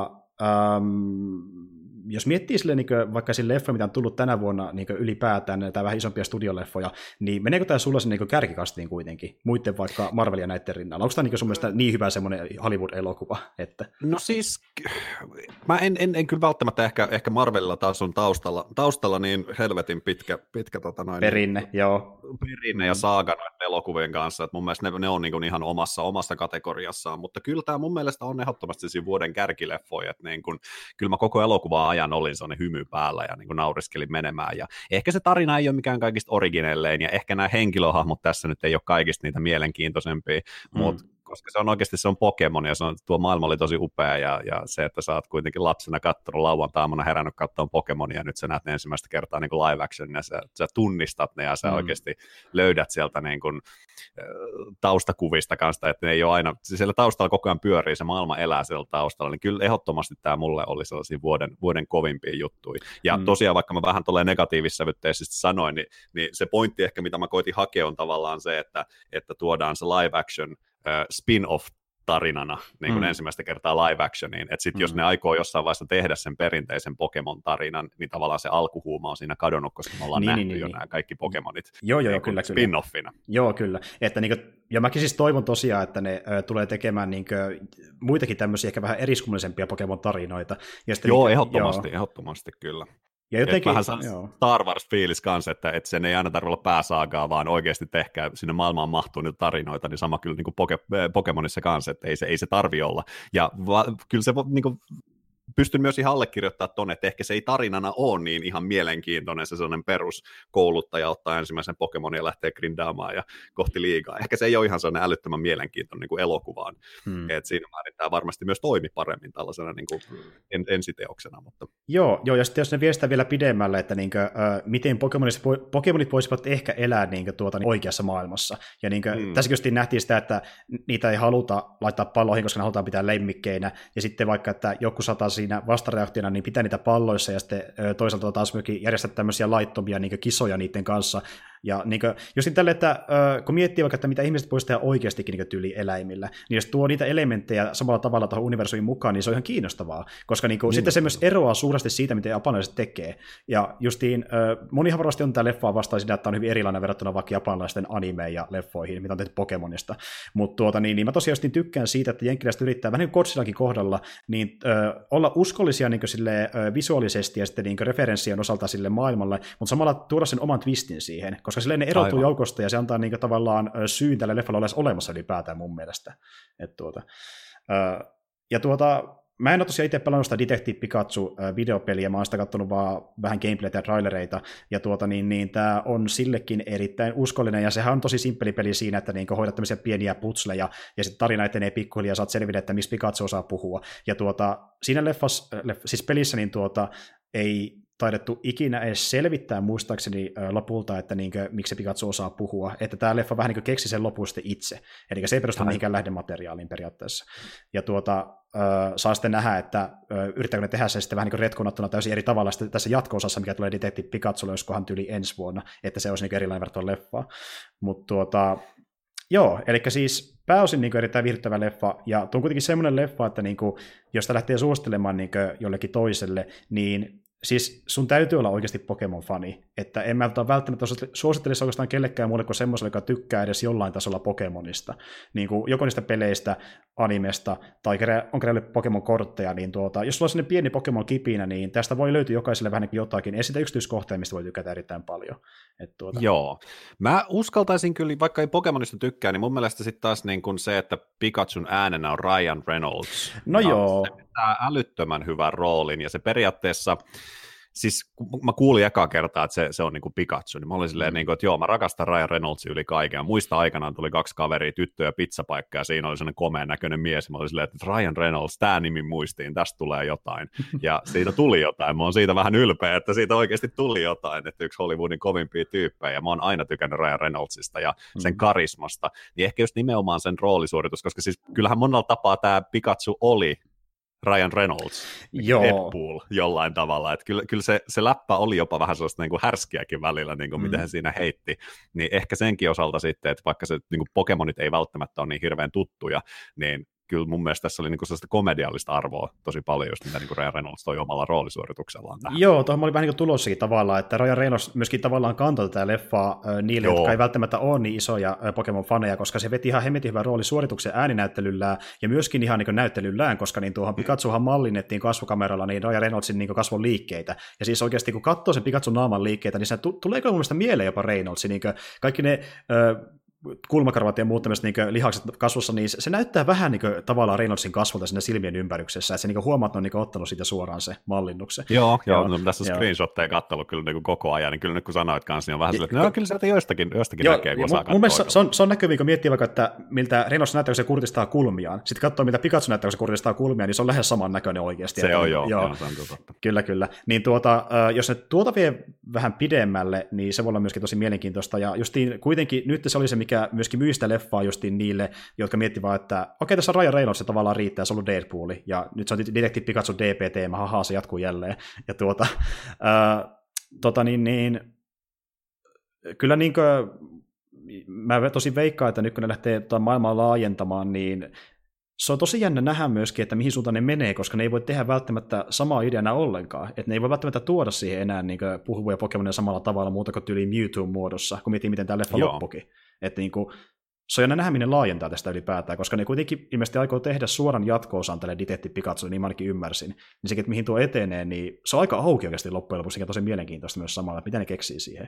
jos miettii sille, vaikka sille leffa, mitä on tullut tänä vuonna ylipäätään, tai vähän isompia studioleffoja, niin meneekö tämä sulla sinne kärkikastiin kuitenkin, muiden vaikka Marvelia näiden rinnalla? Onko tämä sun mielestä niin hyvä semmoinen Hollywood-elokuva? Että... No siis, mä en kyllä välttämättä ehkä Marvelilla taas on taustalla niin helvetin pitkä perinne, joo. Perinne ja saaga noiden elokuvien kanssa, että mun mielestä ne on niin kuin ihan omassa kategoriassaan, mutta kyllä tämä mun mielestä on ehdottomasti siinä vuoden kärkileffoja, että niin kuin, kyllä mä koko elokuvaa ajan olin sellainen hymy päällä ja niin kuin nauriskelin menemään. Ja ehkä se tarina ei ole mikään kaikista originellein, ja ehkä nämä henkilöhahmot tässä nyt ei ole kaikista niitä mielenkiintoisempia, mutta koska se on oikeasti se on Pokemon, ja tuo maailma oli tosi upea, ja se, että sä oot kuitenkin lapsena katsonut lauantaina herännyt katsomaan Pokemonia, ja nyt sä näet ne ensimmäistä kertaa niin kuin live action, ja sä tunnistat ne, ja sä oikeasti löydät sieltä niin kuin, taustakuvista kanssa, että ne ei ole aina, siis siellä taustalla koko ajan pyörii, se maailma elää siellä taustalla, niin kyllä ehdottomasti tämä mulle oli sellaisia vuoden kovimpia juttuja. Ja tosiaan, vaikka mä vähän tolleen negatiivissävytteisesti sanoin, niin se pointti ehkä, mitä mä koitin hakea, on tavallaan se, että tuodaan se live action spin-off tarinana niin kuin ensimmäistä kertaa live actioniin, että sitten jos ne aikoo jossain vaiheessa tehdä sen perinteisen Pokemon-tarinan, niin tavallaan se alkuhuuma on siinä kadonnut, koska me ollaan nähty jo nämä kaikki Pokemonit joo, kyllä, spin-offina. Joo, kyllä. Että ja mäkin siis toivon tosiaan, että ne tulee tekemään muitakin tämmöisiä ehkä vähän eriskummallisempia Pokemon-tarinoita. Ja sitten joo, ehdottomasti kyllä. Ja jotenkin, vähän Star Wars-fiilis kanssa, että sen ei aina tarvitse olla pääsaagaa, vaan oikeasti tehkää sinne maailmaan mahtuu niitä tarinoita, niin sama kyllä niin kuin Pokemonissa kanssa, että ei se tarvi olla. Ja kyllä se niin kuin, pystyn myös ihan allekirjoittamaan tuonne, että ehkä se ei tarinana ole niin ihan mielenkiintoinen se sellainen peruskouluttaja ottaa ensimmäisen Pokemonin ja lähtee grindaamaan ja kohti liigaa. Ehkä se ei ole ihan sellainen älyttömän mielenkiintoinen niin kuin elokuvaan. Et siinä määrin tämä varmasti myös toimi paremmin tällaisena niin kuin ensiteoksena. Mutta... Joo, ja sitten jos ne vie sitä vielä pidemmälle, että miten Pokemonit voisivat ehkä elää oikeassa maailmassa. Ja tässäkin just nähtiin sitä, että niitä ei haluta laittaa palloihin, koska ne halutaan pitää lemmikkeinä. Ja sitten vaikka, että joku sataa siinä vastareaktiona, niin pitää niitä palloissa ja sitten toisaalta taas myöskin järjestää tämmöisiä laittomia kisoja niiden kanssa. Ja just tälle, että kun miettii vaikka, että mitä ihmiset voisivat tehdä oikeastikin tyyli eläimillä, niin jos tuo niitä elementtejä samalla tavalla tuohon universumiin mukaan, niin se on ihan kiinnostavaa, koska sitten se myös eroaa suuresti siitä, mitä japanilaiset tekee. Ja justiin monihan varmasti on tämä leffaa vastaan sitä, että on hyvin erilainen verrattuna vaikka japanilaisten animeen ja leffoihin, mitä on tehty Pokemonista. Mutta niin mä tosiaan tykkään siitä, että jenkkiläiset yrittää vähän niin kuin Godzillakin kohdalla, niin olla uskollisia sille visuaalisesti ja sitten referenssien osalta sille maailmalle, mutta samalla tuoda sen oman twistin siihen, koska silleen ne erottuu joukosta ja se antaa tavallaan syyn tälle leffalle olla olemassa ylipäätään mun mielestä. Mä en ole tosiaan itse pelannut sitä Detective Pikachu-videopeliä, mä oon sitä katsonut vaan vähän gameplaytä ja trailereita, ja tää on sillekin erittäin uskollinen, ja sehän on tosi simppeli peli siinä, että hoidat tämmöisiä pieniä putsleja, ja sitten tarina etenee pikkuhiljaa, ja saat selville, että missä Pikachu osaa puhua. Ja siinä siis pelissä ei taidettu ikinä edes selvittää muistaakseni lopulta, että miksi se Pikachu osaa puhua, että tämä leffa vähän keksi sen lopun sitten itse, eli se ei perustu mihinkään lähdemateriaaliin periaatteessa. Ja saa sitten nähdä, että yrittääkö ne tehdä se sitten vähän retkonattuna täysin eri tavalla sitten tässä jatko-osassa, mikä tulee Detective Pikachulle, joskohan tyyli ensi vuonna, että se olisi erilainen verrattuna leffaa. Mutta joo, eli siis pääosin erittäin viihdyttävä leffa, ja tuo on kuitenkin semmoinen leffa, että jos sitä lähtee suosittelemaan jollekin toiselle, niin siis sun täytyy olla oikeasti Pokemon-fani, että en mä välttämättä suosittelisi oikeastaan kellekään muulle kuin semmoiselle, joka tykkää edes jollain tasolla Pokemonista. Joko niistä peleistä, animesta, tai on keräillyt Pokemon-kortteja, niin jos sulla on sinne pieni Pokemon-kipinä, niin tästä voi löytyä jokaiselle vähän jotakin, ei sitä yksityiskohtia, mistä voi tykätä erittäin paljon. Joo. Mä uskaltaisin kyllä, vaikka ei Pokemonista tykkää, niin mun mielestä sitten taas se, että Pikachun äänenä on Ryan Reynolds. No joo. Se pitää älyttömän hyvän roolin, ja se periaatteessa, siis kun mä kuulin ekaa kertaa, että se on Pikachu, niin mä olin silleen, että joo, mä rakastan Ryan Reynoldsin yli kaiken. Muista aikanaan tuli 2 kaveria, tyttö ja pizzapaikka, ja siinä oli sellainen komeen näköinen mies, ja mä olin silleen, että Ryan Reynolds, tää nimi muistiin, tästä tulee jotain. Ja siitä tuli jotain, mä oon siitä vähän ylpeä, että siitä oikeasti tuli jotain, että yksi Hollywoodin kovimpia tyyppejä, ja mä oon aina tykännyt Ryan Reynoldsista ja sen karismasta, niin ehkä just nimenomaan sen roolisuoritus, koska siis kyllähän monella tapaa tämä Pikachu oli Ryan Reynolds, Deadpool jollain tavalla, että kyllä se läppä oli jopa vähän sellaista niin kuin härskiäkin välillä, niin kuin miten hän siinä heitti, niin ehkä senkin osalta sitten, että vaikka se niin kuin Pokemonit ei välttämättä ole niin hirveän tuttuja, niin kyllä mun mielestä tässä oli niinku sellaista komediallista arvoa tosi paljon, just mitä niinku Ryan Reynolds toi omalla roolisuorituksellaan tähän. Joo, tuohon oli vähän niin kuin tulossakin tavallaan, että Ryan Reynolds myöskin tavallaan kantoi tätä leffaa niille, jotka ei välttämättä ole niin isoja Pokemon-faneja, koska se veti ihan hemmetin hyvän roolisuorituksen ääninäyttelyllään ja myöskin ihan niin näyttelyllään, koska niin tuohon Pikachuhan mallinnettiin kasvokameralla niin Ryan Reynoldsin niin kasvon liikkeitä. Ja siis oikeasti kun katsoo sen Pikachun naaman liikkeitä, niin se tuleeko mun mielestä mieleen jopa Reynolds, niin kaikki ne kulmakarvat ja muut tämmöiset niin lihakset kasvossa, niin se näyttää vähän niin kuin, tavallaan Reynoldsin kasvolta siinä silmien ympäryksessä, että se niin huomaat, että on niin ottanut siitä suoraan se mallinnuksen. Joo, no, tässä screenshotteja katsellut kyllä niin koko ajan, niin kyllä nyt kun sanoit kanssa, niin on vähän silleen, että kyllä sieltä joistakin näkee, kun osaa mun mielestä se on näkyviä, kun miettii vaikka, että miltä Reynolds näyttää, kun se kurtistaa kulmiaan. Sitten katsoo, mitä Pikachu näyttää, kun se kurtistaa kulmiaan, niin se on lähes saman näköinen oikeasti. Se on joo, se on totta. Kyllä. Niin jos ne vie vähän pidemmälle, niin se voi olla myöskin tosi mielenkiintoista, ja justiin kuitenkin nyt se oli se, mikä myöskin myy sitä leffaa justiin niille, jotka miettivät, että okei, tässä on Ryan Reynolds, se tavallaan riittää, se on ollut Deadpool, ja nyt se on Detective Pikachu DP-teema, haha, se jatkuu jälleen. Ja kyllä niin kuin, mä tosi veikkaan, että nyt kun ne lähtee maailmaa laajentamaan, niin se on tosi jännä nähdä myöskin, että mihin suuntaan ne menee, koska ne ei voi tehdä välttämättä samaa ideana ollenkaan. Että ne ei voi välttämättä tuoda siihen enää niin puhuvia Pokemonia samalla tavalla muuta kuin tyyliin Mewtwo muodossa, kun miettii, miten tämä leffa loppukin. Että niin kuin, se on jännä nähdä, minne laajentaa tästä ylipäätään, koska ne kuitenkin ilmeisesti aikoo tehdä suoran jatko-osan tälle Detective Pikachu, niin mä ainakin ymmärsin. Niin sekin, että mihin tuo etenee, niin se on aika auki oikeasti loppujen lopuksi, ja tosi mielenkiintoista myös samalla, että mitä ne keksii siihen.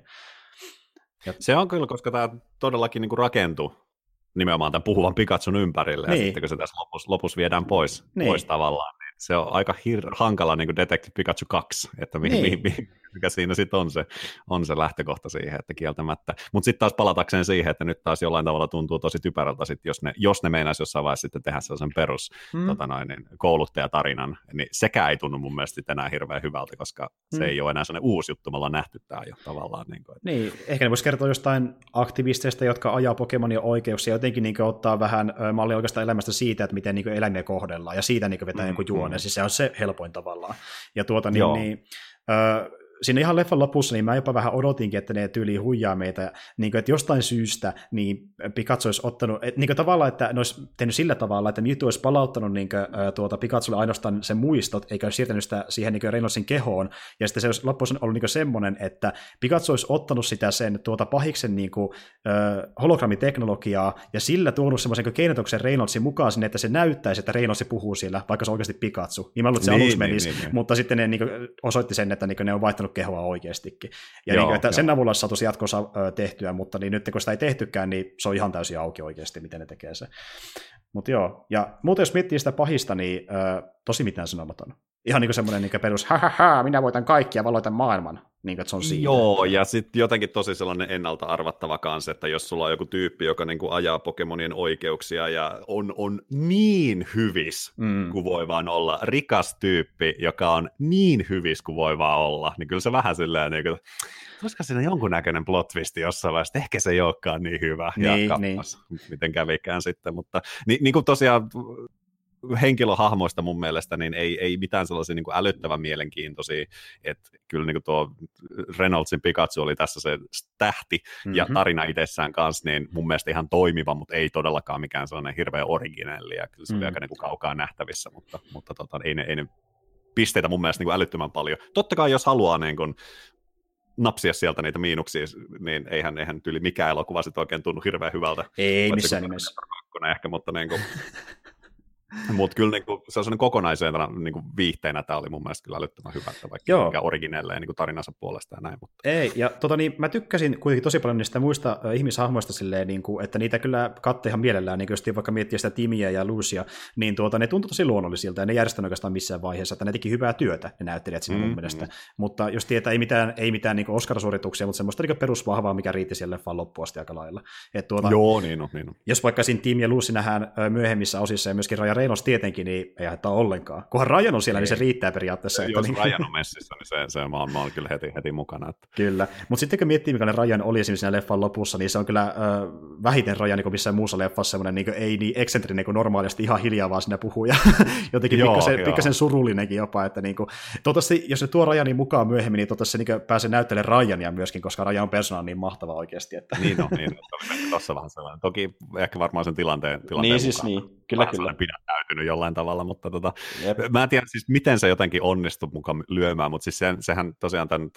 Se on kyllä, koska tämä todellakin niin kuin rakentuu nimenomaan tämän puhuvan Pikachun ympärille, ja sitten kun se tässä lopussa viedään pois tavallaan, niin se on aika hankala niin kuin Detective Pikachu 2, että mikä siinä sitten on se lähtökohta siihen, että kieltämättä. Mutta sitten taas palatakseen siihen, että nyt taas jollain tavalla tuntuu tosi typerältä, sit jos ne meinaisi jossain vaiheessa sitten tehdä sellaisen perus kouluttajatarinan, niin sekään ei tunnu mun mielestä enää hirveän hyvältä, koska se ei ole enää sellainen uusi juttu, me ollaan nähty tämä jo tavallaan. Niin, ehkä ne voisi kertoa jostain aktivisteista, jotka ajaa Pokemonia oikeuksia, jotenkin niin ottaa vähän mallia oikeastaan elämästä siitä, että miten niin eläimiä kohdellaan, ja siitä niin vetää jonkun juoneen, siis se on se helpoin tavallaan. Ja siinä ihan leffan lopussa, niin mä jopa vähän odotinkin, että ne tyyliin huijaa meitä, niin kuin, että jostain syystä niin Pikachu olisi ottanut, niin kuin tavallaan, että ne olisi tehnyt sillä tavalla, että Mewtwo olisi palauttanut niin kuin, Pikachulle ainoastaan sen muistot, eikä olisi siirtänyt sitä siihen niin Reynoldsin kehoon, ja sitten se olisi loppuun ollut niin semmoinen, että Pikachu olisi ottanut sitä sen pahiksen niin kuin, hologrammiteknologiaa, ja sillä tuonut semmoisen keinotuksen Reynoldsin mukaan sinne, että se näyttäisi, että Reynolds puhuu siellä, vaikka se on oikeasti Pikachu. Niin mä luulen, että se aluksi menisi, mutta sitten ne niin kuin, osoitti sen, että niin kuin, ne on vaihtanut kehoa oikeastikin. Ja joo, niin, että sen avulla olisi saatu jatkossa tehtyä, mutta niin nyt kun sitä ei tehtykään, niin se on ihan täysin auki oikeasti, miten ne tekee se. Mutta joo, ja muuten jos miettii sitä pahista, niin tosi mitään sanomaton. Ihan niin kuin semmoinen niin perus, minä voitan kaikki ja valoitan maailman. Niin, että se on siinä. Joo, ja sitten jotenkin tosi sellainen ennalta arvattava kanssa, että jos sulla on joku tyyppi, joka niin kuin ajaa Pokemonien oikeuksia ja on niin hyvis kuin voi vaan olla, rikas tyyppi, joka on niin hyvis kuin voi vaan olla, niin kyllä se vähän silleen, niin kuin, olisiko siinä jonkunnäköinen plot twisti jossain vaiheessa, ehkä se ei olekaan niin hyvä, ja kappas, miten kävikään sitten, mutta niin kuin tosiaan henkilöhahmoista mun mielestä niin ei mitään sellaisia niin kuin älyttävän mielenkiintoisia, että kyllä niin kuin tuo Reynoldsin Pikachu oli tässä se tähti ja tarina itsessään kanssa, niin mun mielestä ihan toimiva, mutta ei todellakaan mikään sellainen hirveän originelli ja kyllä se oli aika niin kuin kaukaa nähtävissä, mutta ei ne pisteitä mun mielestä niin kuin älyttömän paljon. Totta kai jos haluaa niin kuin napsia sieltä niitä miinuksia, niin eihän tyyli mikään elokuva sitten oikein tunnu hirveän hyvältä. Ei missään nimessä. Ehkä, mutta niin kuin mutta kyllä niinku, sellainen kokonaisena niinku viihteenä tämä oli mun mielestä kyllä älyttömän hyvä, että vaikka mikä originelleen niinku tarinansa puolesta ja näin. Mutta. Ei, ja mä tykkäsin kuitenkin tosi paljon niistä muista ihmishahmoista silleen, niinku, että niitä kyllä katsoi ihan mielellään, niin jos vaikka miettii sitä Timiä ja Lucia, niin ne tuntui tosi luonnollisilta ja ne järjestänyt oikeastaan missään vaiheessa, että ne teki hyvää työtä, ne näyttelijät siinä mun mielestä. Mutta jos tietää, ei mitään niinku Oscar-suorituksia, mutta semmoista niinku perusvahvaa, mikä riitti siellä leffaan loppuun asti aika lailla. Joo, niin on. Jos vaikka siinä Tim ja Lucy nähdään myöhemmissä osissa ja myöskin Ryan Reynolds tietenkin, niin ei haittaa ollenkaan. Kunhan Ryan on siellä, niin se riittää periaatteessa. Jos niin... Ryan on messissä, niin se mä oon kyllä heti mukana. Että... Kyllä, mutta sitten kun miettii, mikä Ryan oli esimerkiksi siinä leffan lopussa, niin se on kyllä vähiten Ryan niin missään muussa leffassa semmoinen niin ei niin eksentrinen kuin normaalisti, ihan hiljaa vaan siinä puhuu, ja jotenkin pikkasen surullinenkin jopa, että niin kuin, toivottavasti, jos ne tuo Ryanin mukaan myöhemmin, niin toivottavasti se niin pääsee näyttelemään Ryania myöskin, koska Ryan on persoona niin mahtava oikeasti. Että... Niin on, tuossa vähän sellainen. Toki ehkä varmaan sen tilanteen niin, siis mukaan. Niin, kyllä. Pidättäytynyt jollain tavalla, mutta mä en tiedä siis miten se jotenkin onnistui mukaan lyömään, mutta siis sehän tosiaan tämän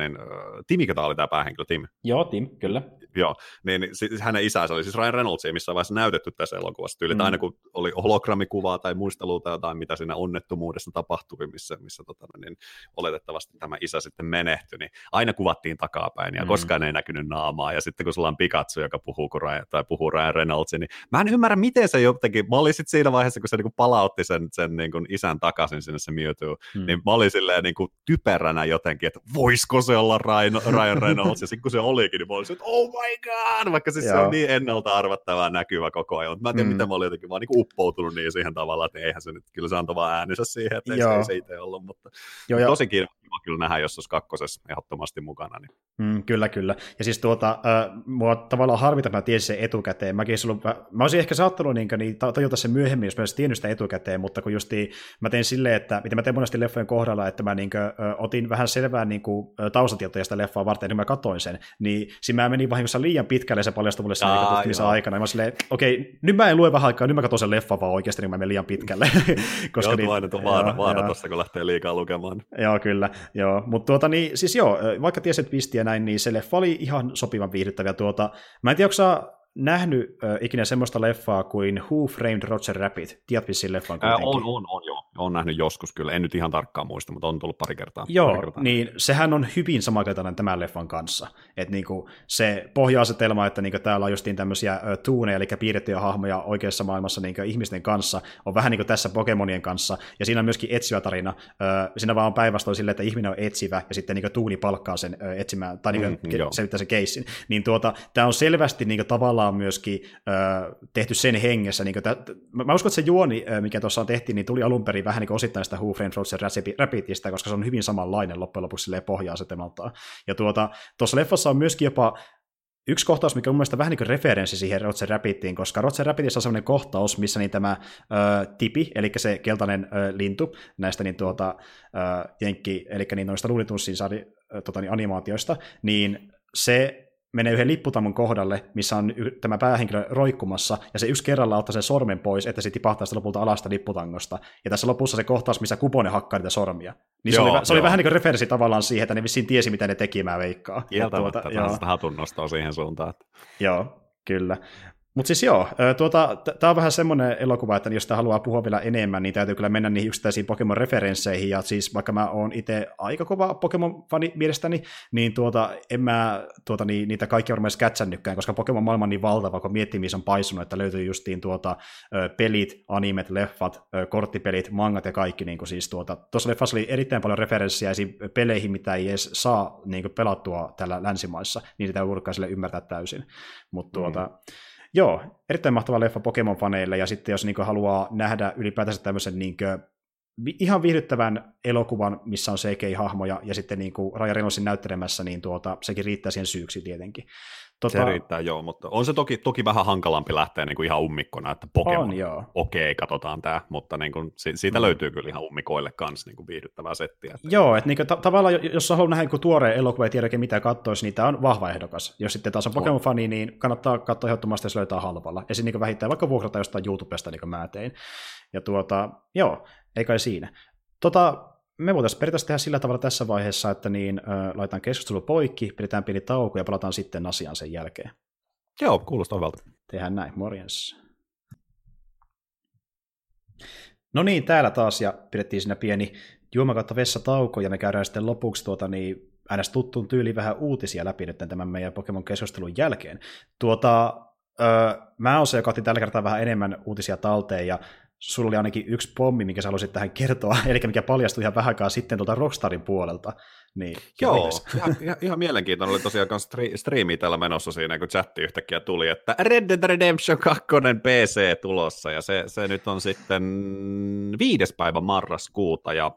Timikö tämä oli tämä päähenkilö, Tim? Joo, Tim, kyllä. Joo, niin siis hänen isänsä oli siis Ryan Reynoldsia missä vaiheessa näytetty tässä elokuvassa. Tyyli, aina kun oli hologrammikuvaa tai muistelua tai jotain, mitä siinä onnettomuudessa tapahtui, missä niin oletettavasti tämä isä sitten menehtyi, niin aina kuvattiin takapäin ja koskaan ei näkynyt naamaa. Ja sitten kun sulla on Pikachu, joka puhuu Ryan Reynoldsia, niin mä en ymmärrä, miten se jotenkin, mä olin sitten siinä vaiheessa, kun se niin palautti sen niin kuin isän takaisin sinne se Mewtwo, niin mä olin silleen niin kuin typeränä jotenkin, että voisiko se olla Ryan Reynolds, ja sitten kun se olikin, niin mä olisin, että oh my god, vaikka siis se on niin ennalta arvattavaa näkyvä koko ajan, mutta mä en tiedä, mitä mä olin jotenkin vaan niin uppoutunut niin siihen tavallaan, että eihän se nyt, kyllä se antoi vaan äänensä siihen, että ei se itse ollut, mutta tosi kiva kyllä nähdä, jos olisi kakkosessa ehdottomasti mukana. Niin. Kyllä. Ja siis mua tavallaan harvita, mä tiesin sen etukäteen. Mä olisin ehkä saattanut tajuta sen myöhemmin, jos mä olisin tiennyt sitä etukäteen, mutta kun justiin mä tein silleen, että mitä mä teen monesti leffojen kohdalla, että mä otin vähän selvää taustatietoja sitä leffaa varten, niin mä katoin sen, niin siinä mä menin vahingossa liian pitkälle se paljastui mulle sen tutkimisen aikana, ja mä silleen, okei, nyt mä en lue vähän aikaa, nyt mä katson sen leffan vaan oikeasti, niin mä menen liian pitkälle. Koska aina vaara tuossa, kun lähtee liikaa lukemaan. Joo, kyllä. Joo, mutta siis vaikka tiesin twistiä näin, niin se leffa oli ihan sopivan viihdyttävä. Mä en tiedä, onko sä nähnyt ikinä semmoista leffaa kuin Who Framed Roger Rabbit? Tiedät vissiin leffan kuitenkin. On joo. Olen nähnyt joskus kyllä. En nyt ihan tarkkaan muista, mutta on tullut pari kertaa. Joo, niin sehän on hyvin samankaltainen tämän leffan kanssa. Että niinku se pohja-asetelma, että niinku täällä on justiin tämmöisiä tuuneja, eli piirrettyjä hahmoja oikeassa maailmassa niinku ihmisten kanssa, on vähän niin kuin tässä Pokemonien kanssa, ja siinä on myöskin etsivä tarina. Siinä vaan on päinvastoin silleen, että ihminen on etsivä, ja sitten niinku tuuni palkkaa sen etsimään, tai niinku selvittää sen keissin. Niin tämä on selvästi niinku tavallaan myöskin tehty sen hengessä. Niinku mä uskon, että se juoni, mikä tuossa on tehty, niin tuli alun perin vähän niin kuin osittain sitä Who Framed Roger Rabbitista, koska se on hyvin samanlainen loppujen lopuksi pohja-asetelmaltaan. Ja tuossa leffassa on myöskin jopa yksi kohtaus, mikä on mun mielestä vähän niin kuin referenssi siihen Roger Rabbitiin, koska Roger Rabbitissa on sellainen kohtaus, missä niin tämä Tipi, eli se keltainen lintu näistä eli noista Looney Tunesin animaatioista, niin se menee yhden lipputamon kohdalle, missä on tämä päähenkilö roikkumassa, ja se yksi kerralla ottaa sen sormen pois, että se tipahtaa sitä lopulta alasta lipputangosta. Ja tässä lopussa se kohtaus, missä Kupone hakkaa niitä sormia. Niin se oli vähän niin kuin referenssi tavallaan siihen, että ne vissiin tiesi, mitä ne teki, mä veikkaan. Kieltämättä, sitä hatunnostoa siihen suuntaan. Joo, kyllä. Mutta siis tämä on vähän semmoinen elokuva, että jos sitä haluaa puhua vielä enemmän, niin täytyy kyllä mennä niihin yksittäisiin Pokemon-referensseihin, ja siis vaikka mä oon itse aika kova Pokemon-fani mielestäni, niin en mä niitä kaikkia varmaan edes kätsännytkään, koska Pokemon-maailma on niin valtava, kun miettii, missä on paisunut, että löytyy justiin pelit, animet, leffat, korttipelit, mangat ja kaikki, niin kuin siis tuossa leffassa oli erittäin paljon referenssiä peleihin, mitä ei edes saa niin kuin pelattua täällä länsimaissa, niin sitä ei voikaan sille ymmärtää täysin, mutta joo, erittäin mahtava leffa Pokemon-faneille, ja sitten jos haluaa nähdä ylipäätänsä tämmöisen ihan viihdyttävän elokuvan, missä on CGI-hahmoja, ja sitten Ryan Reynoldsin näyttelemässä, niin sekin riittää siihen syyksi tietenkin. Se riittää, joo, mutta on se toki vähän hankalampi lähteä ihan ummikkona, että Pokemon, okei, katsotaan tämä, mutta siitä löytyy kyllä ihan ummikoille kanssa viihdyttävää settiä. Joo, että tavallaan, jos haluaa nähdä tuoreen elokuva ja tiedä oikein mitä katsoisi, niin tämä on vahva ehdokas. Jos sitten taas on Pokemon-fani, niin kannattaa katsoa ehdottomasti, jos löytää halvalla. Ja sitten vähittää vaikka vuokrata jostain YouTubesta, niin kuin mä tein. Ja joo, ei kai siinä. Me voitaisiin periaatteessa tehdä sillä tavalla tässä vaiheessa, että laitetaan keskustelu poikki, pidetään pieni tauko ja palataan sitten asiaan sen jälkeen. Joo, kuulostaa hyvältä. Tehdään näin, morjens. No niin, täällä taas, ja pidettiin siinä pieni juoma kautta vessatauko, ja me käydään sitten lopuksi äänestä tuttuun tyyliin vähän uutisia läpi nyt tämän meidän Pokemon-keskustelun jälkeen. Mä oon se, joka otti tällä kertaa vähän enemmän uutisia talteen, ja sulla oli ainakin yksi pommi, minkä sä haluaisit tähän kertoa, eli mikä paljastui ihan vähän aikaa sitten tuolta Rockstarin puolelta. Niin, joo, ihan mielenkiintoinen oli tosiaan striimi täällä menossa siinä, kun chatti yhtäkkiä tuli, että Red Dead Redemption 2 PC tulossa, ja se nyt on sitten 5. päivä marraskuuta, ja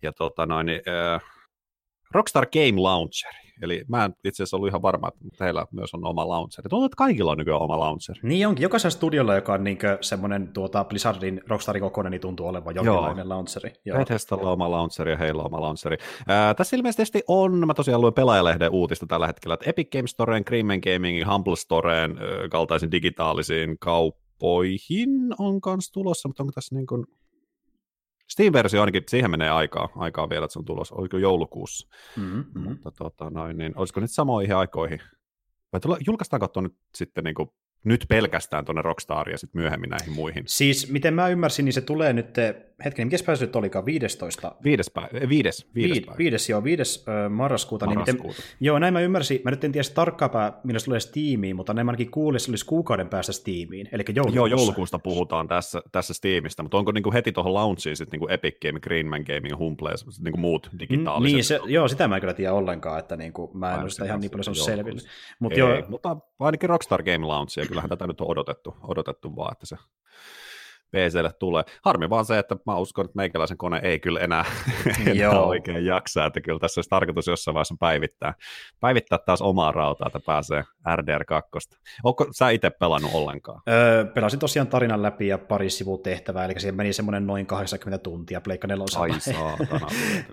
Rockstar Game Launcher. Eli mä en itse asiassa ollut ihan varma, että teillä myös on oma launcheri. Tuntuu, että kaikilla on nykyään oma launcheri. Niin onkin. Jokaisella studiolla, joka on semmoinen Blizzardin Rockstarin kokoinen, niin tuntuu olevan jonkinlainen launcheri. Bethesdalla on oma launcheri ja heillä on oma launcheri. Tässä ilmeisesti on, mä tosiaan luin Pelaajalehden uutista tällä hetkellä, että Epic Games Storeen, Cream Gamingin, Humble Storeen kaltaisiin digitaalisiin kauppoihin on kanssa tulossa, mutta onko tässä niin kuin Steam-versio ainakin, siihen menee aikaa vielä, että se on tulossa, oliko joulukuussa, mutta niin, olisiko nyt samoihin aikoihin, vai julkaistaanko tuonne sitten niin kuin, nyt pelkästään tuonne Rockstariin ja sitten myöhemmin näihin muihin? Siis, miten mä ymmärsin, niin se tulee nyt, hetken, mikä päivä se nyt olikaan, 15? 5. marraskuuta. Niin miten, joo, näin mä ymmärsin, mä nyt en tiedä tarkkaanpä, millä se tulee Steamiin, mutta näin mä ainakin kuulin, että se olisi kuukauden päästä Steamiin, eli joulukuussa. Joo, joulukuusta puhutaan tässä Steamista, mutta onko niinku heti tuohon launchiin sitten niinku Epic Game, Greenman Gaming, Humble, niinku muut digitaaliset? Niin, joo, sitä mä en kyllä tiedä ollenkaan, että niinku, mä en ole sitä ihan niin paljon saanut selville. Mutta ainakin Rockstar Game Launchia, kyllähän tätä nyt on odotettu vaan, että se PC:lle tulee. Harmi vaan se, että mä uskon, että meikäläisen kone ei kyllä enää oikein jaksaa, että kyllä tässä olisi tarkoitus jossain vaiheessa päivittää taas omaa rautaa, että pääsee RDR2. Ootko sä itse pelannut ollenkaan? Pelasin tosiaan tarinan läpi ja pari sivutehtävää, eli siihen meni semmoinen noin 80 tuntia Pleikka 4. Ai saatana.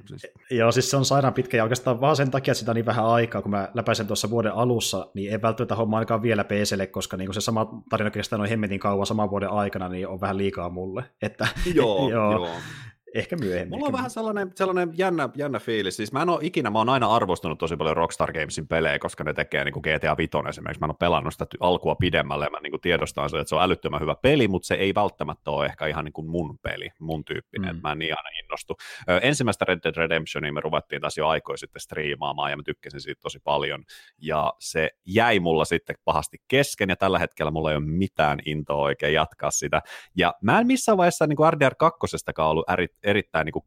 Joo, siis se on sairaan pitkä ja oikeastaan vaan sen takia, että sitä on niin vähän aikaa, kun mä läpäisen tuossa vuoden alussa, niin ei välttämättä homma ainakaan vielä PC:lle, koska niin se sama tarina kestää noin hemmetin kauan saman vuoden aikana, niin on vähän liikaa mulle. Että, joo. Ehkä myöhemmin. Mulla on vähän sellainen jännä fiilis. Siis mä oon aina arvostanut tosi paljon Rockstar Gamesin pelejä, koska ne tekee niin kuin GTA 5 esimerkiksi. Mä en ole pelannut sitä alkua pidemmälle, ja mä niin kuin tiedostan sen, että se on älyttömän hyvä peli, mutta se ei välttämättä ole ehkä ihan niin kuin mun peli, mun tyyppinen, että mä en niin aina innostu. Ensimmäistä Red Dead Redemptionia me ruvettiin taas jo aikoin sitten striimaamaan, ja mä tykkäsin siitä tosi paljon, ja se jäi mulla sitten pahasti kesken, ja tällä hetkellä mulla ei ole mitään intoa oikein jatkaa sitä, ja mä en missään vaiheessa niin kuin RDR2:stakaan ollut erittäin niin kuin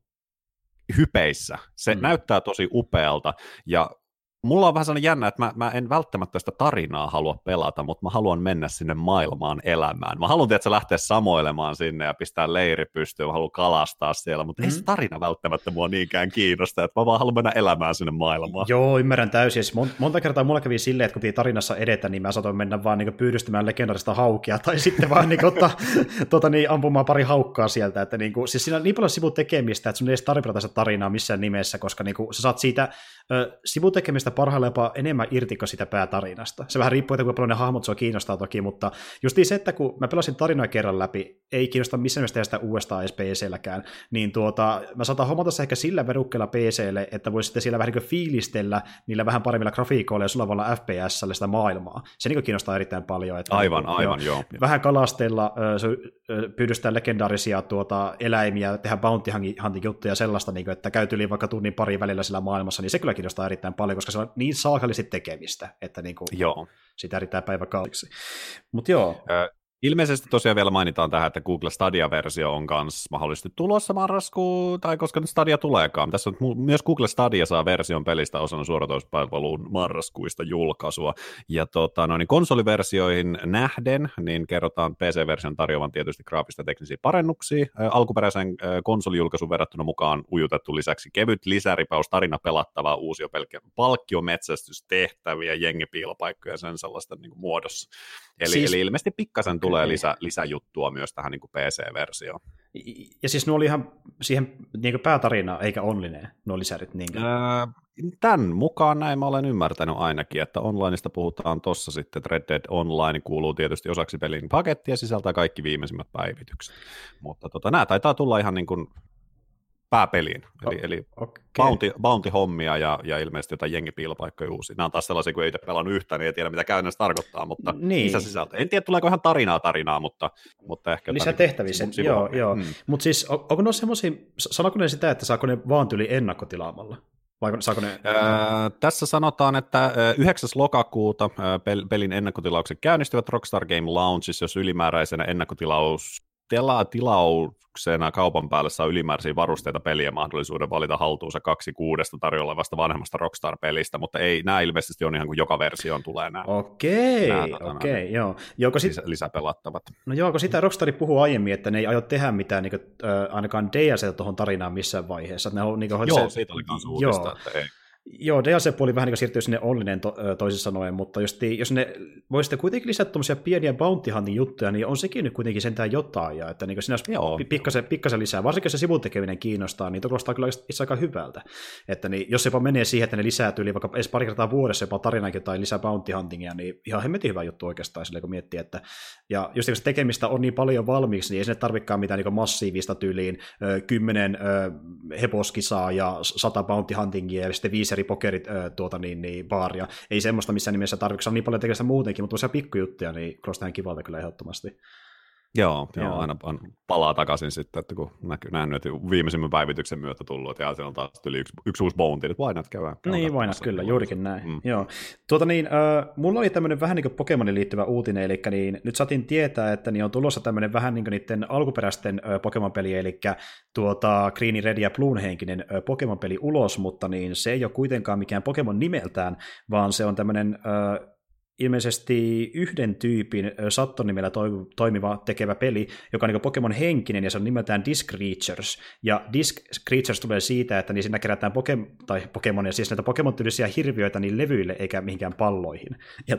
hypeissä. Se näyttää tosi upealta, ja mulla on vähän sellainen jännä, että mä en välttämättä sitä tarinaa halua pelata, mutta mä haluan mennä sinne maailmaan elämään. Mä haluan, että se lähtee samoilemaan sinne ja pistää leiri pystyyn, mä haluan kalastaa siellä, mutta ei se tarina välttämättä mua niinkään kiinnosta, että mä vaan haluan mennä elämään sinne maailmaan. Joo, ymmärrän täysin. Monta kertaa mulla kävi silleen, että kun piti tarinassa edetä, niin mä saatoin mennä vaan niin pyydystämään legendarista haukia, tai sitten vaan niin ottaa ampumaan pari haukkaa sieltä. Että niin kuin, siis siinä on niin paljon sivutekemistä, että sun ei edes tarvitse sitä tarinaa missään nimessä, koska niin kuin, sä saat siitä sivutekemistä parhaillaan jopa enemmän irti kuin sitä päätarinasta. Se vähän riippuu, että kuinka paljon ne hahmot sua kiinnostaa toki, mutta just se, että kun mä pelasin tarinaa kerran läpi, ei kiinnosta missään nimessä tehdä sitä uudestaan edes PC-lläkään, niin mä saatan hommata se ehkä sillä verukkeella PC:lle, että voi sitten siellä vähän niin fiilistellä niillä vähän paremmilla grafiikoilla ja sulavalla FPS:llä sitä maailmaa. Se niin kiinnostaa erittäin paljon. Että aivan, joo. Vähän kalastella, pyydystää legendaarisia eläimiä, tehdä bounty hunting juttuja ja sellaista, niin kuin, että käy yli vaikka tunnin pari välillä sillä maailmassa, niin se kyllä kiinnostaa erittäin paljon, koska se on niin saakallisesti tekemistä, että niin kuin, sitä riittää päiväkaudiksi. Mutta joo. Ilmeisesti tosiaan vielä mainitaan tähän, että Google Stadia-versio on myös mahdollisesti tulossa marraskuun, tai koska nyt Stadia tuleekaan. Tässä on myös Google Stadia saa version pelistä osana suoratoistopalveluun marraskuista julkaisua. Ja niin konsoliversioihin nähden, niin kerrotaan PC-version tarjoavan tietysti graafista teknisiä parannuksia. Alkuperäisen konsolijulkaisun verrattuna mukaan ujutettu lisäksi kevyt lisäripaus, tarina pelattavaa, uusia palkkiometsästystehtäviä, jengipiilopaikkoja ja sen sellaista niin kuin muodossa. Eli ilmeisesti pikkasen tulee lisäjuttua myös tähän niin kuin PC-versioon. Ja siis nuo oli ihan siihen niin päätarinaan, eikä onlineen, nuo lisärit niinkään? Tämän mukaan näin mä olen ymmärtänyt ainakin, että onlineista puhutaan tossa sitten, että Red Dead Online kuuluu tietysti osaksi pelin pakettia ja sisältää kaikki viimeisimmät päivitykset. Mutta nämä taitaa tulla ihan niin kuin pääpeliin, eli bounty-hommia ja ilmeisesti jotain jengipiilopaikkoja uusia. Nämä on taas sellaisia, kun ei itse pelannut yhtään, niin ei tiedä, mitä käytännössä tarkoittaa, mutta lisää sisältöä. En tiedä, tuleeko ihan tarinaa, mutta ehkä lisää tehtäviä sen, joo. Mutta siis, onko ne semmoisia, sanoiko ne sitä, että saako ne vaan tyli ennakkotilaamalla? Vai saako ne... Tässä sanotaan, että 9. lokakuuta pelin ennakkotilaukset käynnistyvät Rockstar Game Launchissa, jos ylimääräisenä ennakkotilaus tilauksena kaupan päälle saa ylimääräisiä varusteita peliä mahdollisuuden valita haltuunsa 2 6 tarjolla olevasta vanhemmasta Rockstar-pelistä, mutta ei, nämä ilmeisesti on ihan kuin joka versioon tulee nämä. Okei, joo. Lisäpelattavat. No joo, kun sitä Rockstar puhuu aiemmin, että ne ei aio tehdä mitään niin kuin, ainakaan DLCtä tuohon tarinaan missään vaiheessa. Ne on, niin kuin, joo, siitä oli myös uutista, että ei. Joo, DLC-puoli vähän niin siirtyy sinne onninen toisin sanoen, mutta jos ne voisitte kuitenkin lisätä tuommoisia pieniä bounty huntin juttuja, niin on sekin nyt kuitenkin sentään jotain, ja että niin siinä olisi pikkasen lisää. Varsinkin jos se sivutekeminen kiinnostaa, niin kuulostaa kyllä itse aika hyvältä. Että niin, jos jopa menee siihen, että ne lisää tyyliin vaikka edes pari kertaa vuodessa jopa tarinakin tai lisää bounty huntingia, niin ihan hemmetin hyvä juttu oikeastaan silleen, kun miettii, että ja just kun tekemistä on niin paljon valmiiksi, niin ei sinne tarvikaan mitään niin massiivista tyyliin 10 heposkisaa ja 100 bounty huntingia ja sitten 5 eri pokerit baaria. Ei semmoista missään nimessä tarvitse olla niin paljon tekemistä muutenkin, mutta tosiaan pikkujuttuja, niin kuulostaa ihan kivalta kyllä ehdottomasti. Joo, aina palaa takaisin sitten, että kun nähnyt, että viimeisimmän päivityksen myötä tullut, että siellä on taas yli yksi uusi bounty, että why not käydään. Niin, why not, kyllä, juurikin näin. Joo. Mulla oli tämmöinen vähän niin kuin Pokemonin liittyvä uutinen, eli niin, nyt saatiin tietää, että niin on tulossa tämmöinen vähän niin kuin niiden alkuperäisten Pokemon-peli, eli Green, Red ja Blue henkinen Pokemon-peli ulos, mutta niin se ei ole kuitenkaan mikään Pokemon nimeltään, vaan se on tämmöinen ilmeisesti yhden tyypin Satton-nimellä toimiva tekevä peli, joka on niin Pokemon henkinen, ja se on nimeltään Disc Creatures. Ja Disc Creatures tulee siitä, että niin siinä kerätään Pokemonia, siis näitä Pokemon-tyylisiä hirviöitä niin levyille eikä mihinkään palloihin. Ja